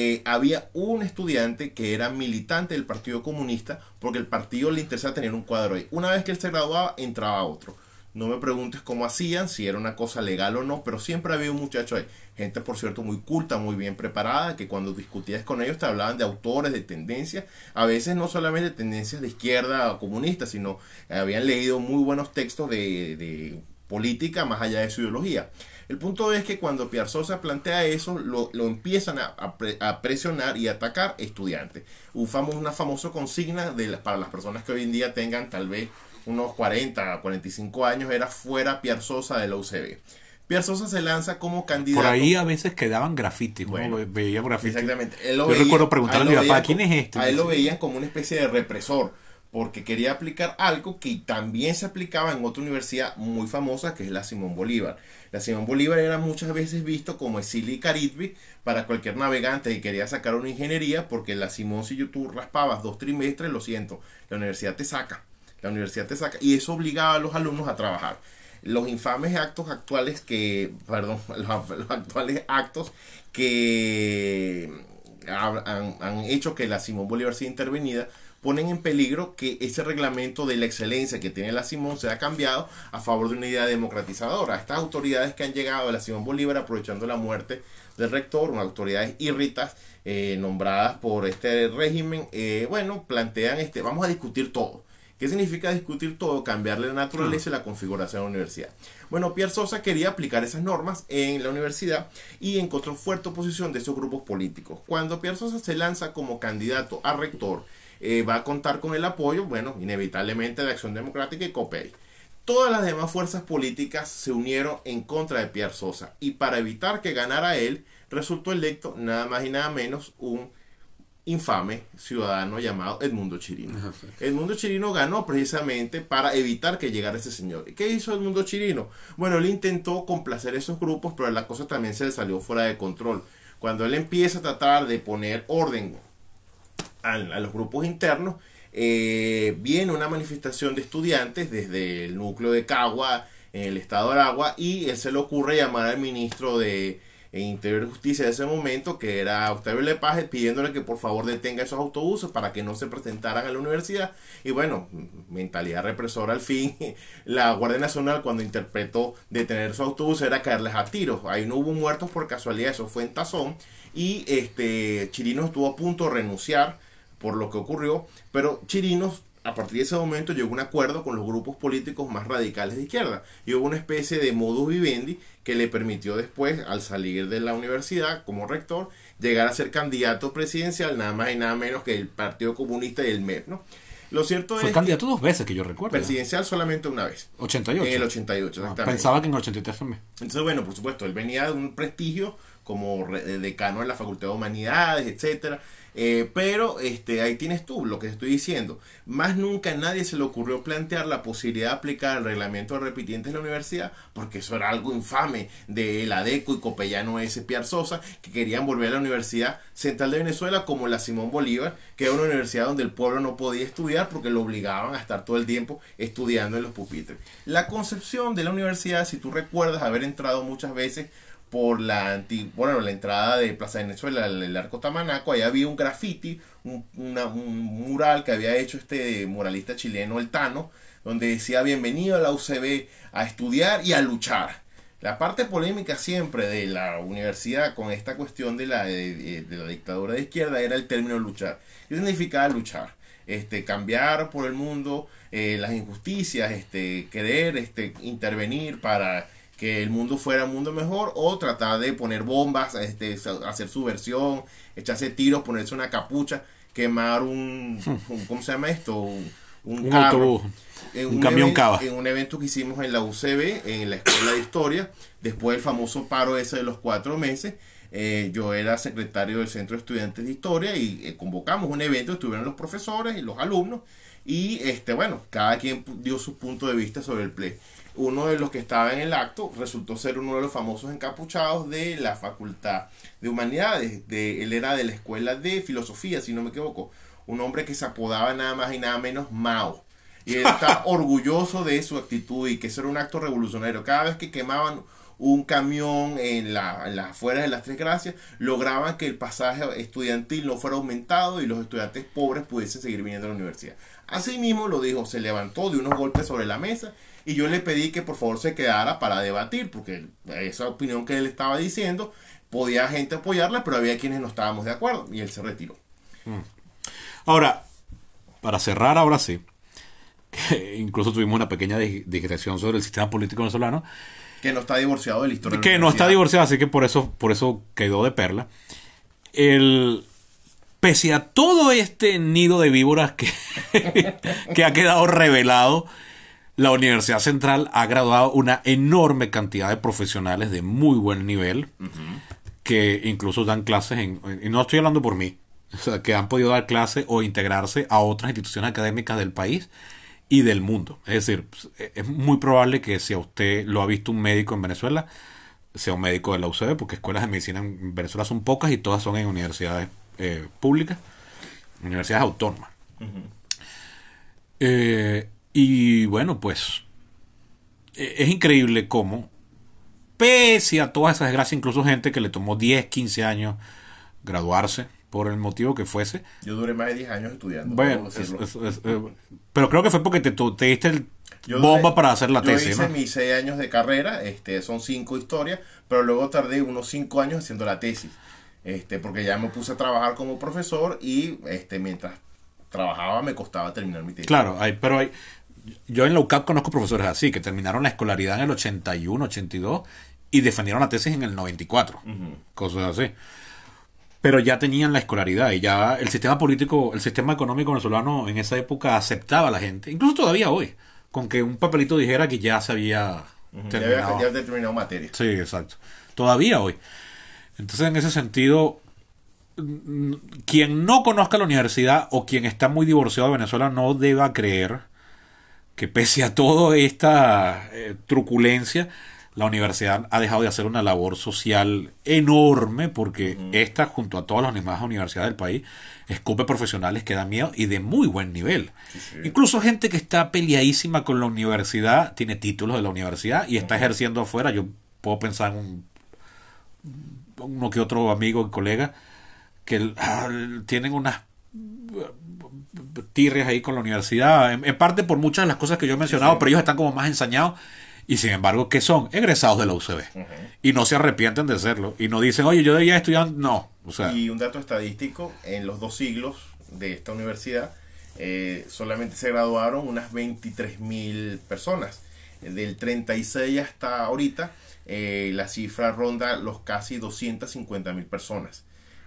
había un estudiante que era militante del Partido Comunista porque el partido le interesaba tener un cuadro ahí. Una vez que él se graduaba, entraba otro. No me preguntes cómo hacían, si era una cosa legal o no, pero siempre había un muchacho ahí. Gente, por cierto, muy culta, muy bien preparada, que cuando discutías con ellos te hablaban de autores, de tendencias, a veces no solamente tendencias de izquierda o comunistas, sino habían leído muy buenos textos de política más allá de su ideología. El punto es que cuando Pierre Sosa plantea eso, lo empiezan a presionar y atacar estudiantes. Una famosa consigna para las personas que hoy en día tengan tal vez unos 40 a 45 años era fuera Pierre Sosa de la UCB. Pierre Sosa se lanza como candidato. Por ahí a veces quedaban grafitis, bueno, veía grafitis. Exactamente. Yo recuerdo preguntarle a mi papá, ¿quién es este? A él lo veían como una especie de represor, porque quería aplicar algo que también se aplicaba en otra universidad muy famosa, que es la Simón Bolívar. La Simón Bolívar era muchas veces visto como Exili Caritbi para cualquier navegante que quería sacar una ingeniería, porque la Simón, si tú raspabas 2 trimestres, lo siento, la universidad te saca. La universidad te saca, y eso obligaba a los alumnos a trabajar. Los infames actos actuales los actuales actos que han hecho que la Simón Bolívar sea intervenida ponen en peligro que ese reglamento de la excelencia que tiene la Simón sea cambiado a favor de una idea democratizadora. Estas autoridades que han llegado a la Simón Bolívar aprovechando la muerte del rector, unas autoridades írritas nombradas por este régimen, plantean vamos a discutir todo. ¿Qué significa discutir todo? Cambiarle la naturaleza y la configuración de la universidad. Bueno, Pierre Sosa quería aplicar esas normas en la universidad y encontró fuerte oposición de esos grupos políticos. Cuando Pierre Sosa se lanza como candidato a rector, va a contar con el apoyo, inevitablemente de Acción Democrática y COPEI. Todas las demás fuerzas políticas se unieron en contra de Pierre Sosa y para evitar que ganara él, resultó electo nada más y nada menos un infame ciudadano llamado Edmundo Chirino. Edmundo Chirino ganó precisamente para evitar que llegara ese señor. ¿Qué hizo Edmundo Chirino? Bueno, él intentó complacer a esos grupos, pero la cosa también se le salió fuera de control. Cuando él empieza a tratar de poner orden a los grupos internos, viene una manifestación de estudiantes desde el núcleo de Cagua, en el estado de Aragua, y él se le ocurre llamar al ministro de Interior y Justicia de ese momento, que era Octavio Lepage, pidiéndole que por favor detenga esos autobuses para que no se presentaran a la universidad. Y bueno, mentalidad represora al fin. La Guardia Nacional, cuando interpretó detener esos autobuses, era caerles a tiros. Ahí no hubo muertos por casualidad, eso fue en Tazón. Y Chirinos estuvo a punto de renunciar por lo que ocurrió, pero Chirinos a partir de ese momento llegó a un acuerdo con los grupos políticos más radicales de izquierda y hubo una especie de modus vivendi que le permitió después, al salir de la universidad como rector, llegar a ser candidato presidencial, nada más y nada menos que el Partido Comunista y el MEP, ¿no? Lo cierto Fue es candidato 2 veces, que yo recuerdo. presidencial solamente una vez. 88. En el 88, exactamente. Pensaba que en el 83 también. Entonces, bueno, por supuesto, él venía de un prestigio como decano en la Facultad de Humanidades, etcétera. Pero ahí tienes tú lo que te estoy diciendo. Más nunca a nadie se le ocurrió plantear la posibilidad de aplicar el reglamento de repitientes en la universidad, porque eso era algo infame de la ADECO y Copellano S. Piar Sosa, que querían volver a la Universidad Central de Venezuela como la Simón Bolívar, que era una universidad donde el pueblo no podía estudiar porque lo obligaban a estar todo el tiempo estudiando en los pupitres. La concepción de la universidad, si tú recuerdas haber entrado muchas veces por la entrada de Plaza Venezuela, el Arco Tamanaco, ahí había un graffiti, un mural que había hecho este muralista chileno, El Tano, donde decía: bienvenido a la UCB a estudiar y a luchar. La parte polémica siempre de la universidad con esta cuestión de la dictadura de izquierda era el término luchar. ¿Qué significaba luchar? Cambiar por el mundo las injusticias, querer intervenir para que el mundo fuera un mundo mejor, o tratar de poner bombas, hacer subversión, echarse tiros, ponerse una capucha, quemar ¿cómo se llama esto? Un autobús, un camión cava. En un evento que hicimos en la UCB, en la Escuela de Historia, después del famoso paro ese de los 4 meses, yo era secretario del Centro de Estudiantes de Historia y convocamos un evento, estuvieron los profesores y los alumnos, y cada quien dio su punto de vista sobre el play. Uno de los que estaba en el acto resultó ser uno de los famosos encapuchados de la Facultad de Humanidades. Él era de la Escuela de Filosofía, si no me equivoco. Un hombre que se apodaba nada más y nada menos Mao. Y él está orgulloso de su actitud y que eso era un acto revolucionario. Cada vez que quemaban un camión en las afueras de las Tres Gracias, lograban que el pasaje estudiantil no fuera aumentado y los estudiantes pobres pudiesen seguir viniendo a la universidad. Así mismo lo dijo, se levantó de unos golpes sobre la mesa y yo le pedí que por favor se quedara para debatir, porque esa opinión que él estaba diciendo podía gente apoyarla, pero había quienes no estábamos de acuerdo y él se retiró. Ahora, para cerrar ahora sí, que incluso tuvimos una pequeña digresión sobre el sistema político venezolano, que no está divorciado de la historia. Que no está divorciado, así que por eso quedó de perla. Pese a todo este nido de víboras que ha quedado revelado, la Universidad Central ha graduado una enorme cantidad de profesionales de muy buen nivel, que incluso dan clases y no estoy hablando por mí, o sea, que han podido dar clases o integrarse a otras instituciones académicas del país y del mundo. Es decir, es muy probable que si a usted lo ha visto un médico en Venezuela, sea un médico de la UCB, porque escuelas de medicina en Venezuela son pocas y todas son en universidades públicas, universidades autónomas. Y bueno, pues es increíble cómo, pese a todas esas desgracias, incluso gente que le tomó 10, 15 años graduarse, por el motivo que fuese. Yo duré más de 10 años estudiando. Bueno, pero creo que fue porque te diste el bomba para hacer la tesis. Yo hice mis 6 años de carrera, son 5 historias, pero luego tardé unos 5 años haciendo la tesis, porque ya me puse a trabajar como profesor y mientras trabajaba me costaba terminar mi tesis. Claro, yo en la UCAP conozco profesores así, que terminaron la escolaridad en el 81, 82 y defendieron la tesis en el 94, cosas así. Pero ya tenían la escolaridad y ya el sistema político, el sistema económico venezolano en esa época aceptaba a la gente, incluso todavía hoy, con que un papelito dijera que ya se había terminado. Ya había terminado materia. Sí, exacto. Todavía hoy. Entonces, en ese sentido, quien no conozca la universidad o quien está muy divorciado de Venezuela no deba creer que pese a toda esta truculencia, la universidad ha dejado de hacer una labor social enorme, porque esta, junto a todas las demás universidades del país, escupe profesionales que dan miedo y de muy buen nivel. Sí. Incluso gente que está peleadísima con la universidad, tiene títulos de la universidad y está ejerciendo afuera. Yo puedo pensar en uno que otro amigo y colega que tienen unas tirrias ahí con la universidad, en parte por muchas de las cosas que yo he mencionado, pero ellos están como más ensañados. Y sin embargo, ¿qué son? Egresados de la UCB. Y no se arrepienten de serlo. Y no dicen, oye, yo debía estudiar. No. O sea, y un dato estadístico, en los 2 siglos de esta universidad, solamente se graduaron unas 23.000 personas. Del 36 hasta ahorita, la cifra ronda los casi 250.000 personas.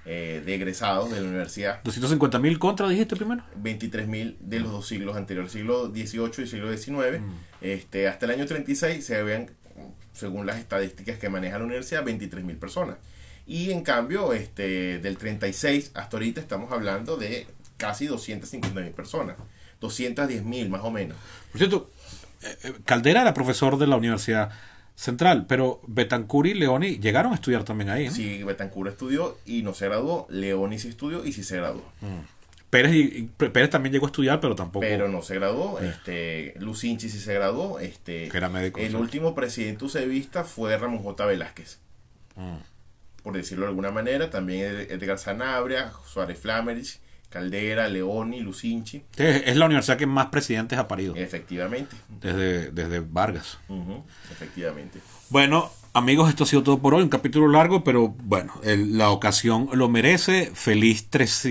de egresados de la universidad. 250.000 contra, dijiste primero. 23.000 de los dos siglos anteriores, siglo XVIII y siglo XIX. Hasta el año 36 se habían, según las estadísticas que maneja la universidad, 23.000 personas. Y en cambio, del 36 hasta ahorita estamos hablando de casi 250.000 personas. 210.000 más o menos. Por cierto, Caldera era profesor de la Universidad Central, pero Betancur y Leoni llegaron a estudiar también ahí, ¿no? Sí, Betancur estudió y no se graduó. Leoni sí estudió y sí se graduó. Pérez también llegó a estudiar, pero tampoco. Pero no se graduó. Lucinchi sí se graduó. Que era médico. El último presidente ucevista fue Ramón J. Velázquez. Por decirlo de alguna manera. También Edgar Sanabria, Suárez Flamerich, Caldera, Leoni, Lucinchi. Es la universidad que más presidentes ha parido. Efectivamente. Desde Vargas. Efectivamente. Bueno, amigos, esto ha sido todo por hoy. Un capítulo largo, pero bueno, la ocasión lo merece. Feliz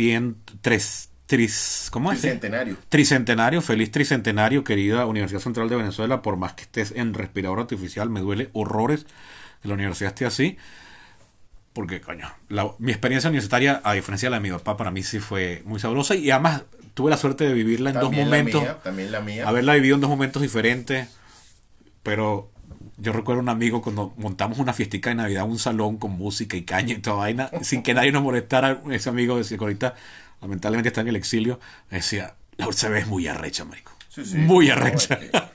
¿cómo es? Tricentenario. Tricentenario, feliz tricentenario, querida Universidad Central de Venezuela. Por más que estés en respirador artificial, me duele horrores que la universidad esté así. Porque, coño, mi experiencia universitaria, a diferencia de la de mi papá, para mí sí fue muy sabrosa. Y además tuve la suerte de vivirla en También dos momentos. También la mía. Haberla vivido en dos momentos diferentes. Pero yo recuerdo un amigo cuando montamos una fiestica de Navidad, un salón con música y caña y toda vaina, sin que nadie nos molestara. Ese amigo decía que ahorita, lamentablemente está en el exilio, decía, la UCB es muy arrecha, marico. Sí, muy arrecha.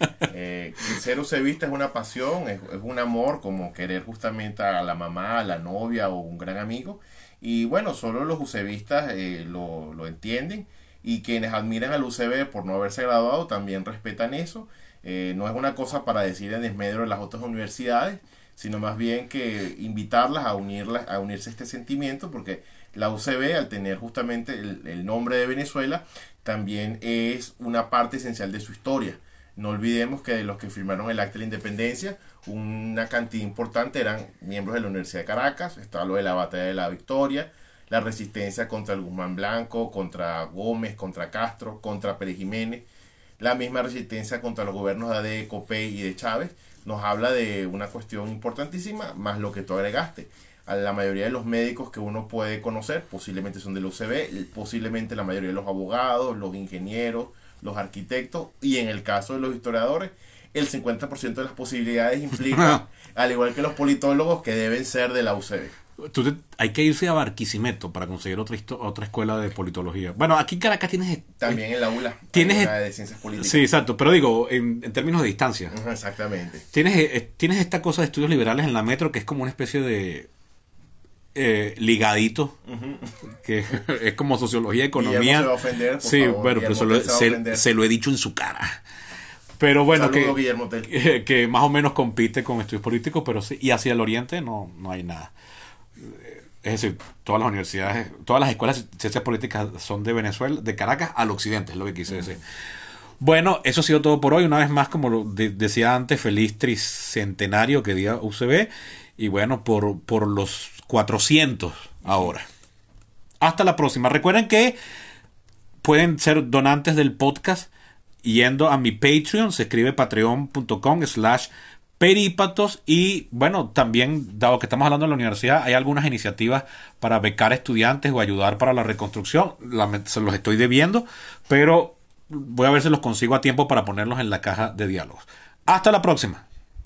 Ser ucevista es una pasión, es un amor, como querer justamente a la mamá, a la novia o un gran amigo. Y bueno, solo los ucevistas lo entienden, y quienes admiran al UCB por no haberse graduado también respetan eso. No es una cosa para decir en desmedro de las otras universidades, sino más bien que invitarlas a unirse a este sentimiento, porque la UCB, al tener justamente el nombre de Venezuela, también es una parte esencial de su historia. No olvidemos que de los que firmaron el Acta de la Independencia, una cantidad importante eran miembros de la Universidad de Caracas. Estaba lo de la Batalla de la Victoria, la resistencia contra el Guzmán Blanco, contra Gómez, contra Castro, contra Pérez Jiménez, la misma resistencia contra los gobiernos de ADE, Copey y de Chávez. Nos habla de una cuestión importantísima, más lo que tú agregaste. A la mayoría de los médicos que uno puede conocer posiblemente son de la UCB, posiblemente la mayoría de los abogados, los ingenieros, los arquitectos, y en el caso de los historiadores, el 50% de las posibilidades implica, al igual que los politólogos, que deben ser de la UCB. Hay que irse a Barquisimeto para conseguir otra escuela de politología. Bueno, aquí en Caracas tienes... También en la ULA, tienes de ciencias políticas. Sí, exacto, pero digo, en términos de distancia. Exactamente. Tienes esta cosa de estudios liberales en la Metro, que es como una especie de ligadito, que es como sociología, economía. Se va a ofender, por sí, favor, bueno, pero se lo he dicho en su cara. Pero bueno, que más o menos compite con estudios políticos, pero sí, y hacia el oriente no hay nada. Es decir, todas las universidades, todas las escuelas de ciencias políticas son de Venezuela, de Caracas al occidente, es lo que quise decir. Bueno, eso ha sido todo por hoy. Una vez más, como lo decía antes, feliz tricentenario que día UCB. Y bueno, por los 400 ahora. Hasta la próxima. Recuerden que pueden ser donantes del podcast yendo a mi Patreon. Se escribe patreon.com/perípatos. Y bueno, también, dado que estamos hablando de la universidad, hay algunas iniciativas para becar estudiantes o ayudar para la reconstrucción. Se los estoy debiendo, pero voy a ver si los consigo a tiempo para ponerlos en la caja de diálogos. Hasta la próxima.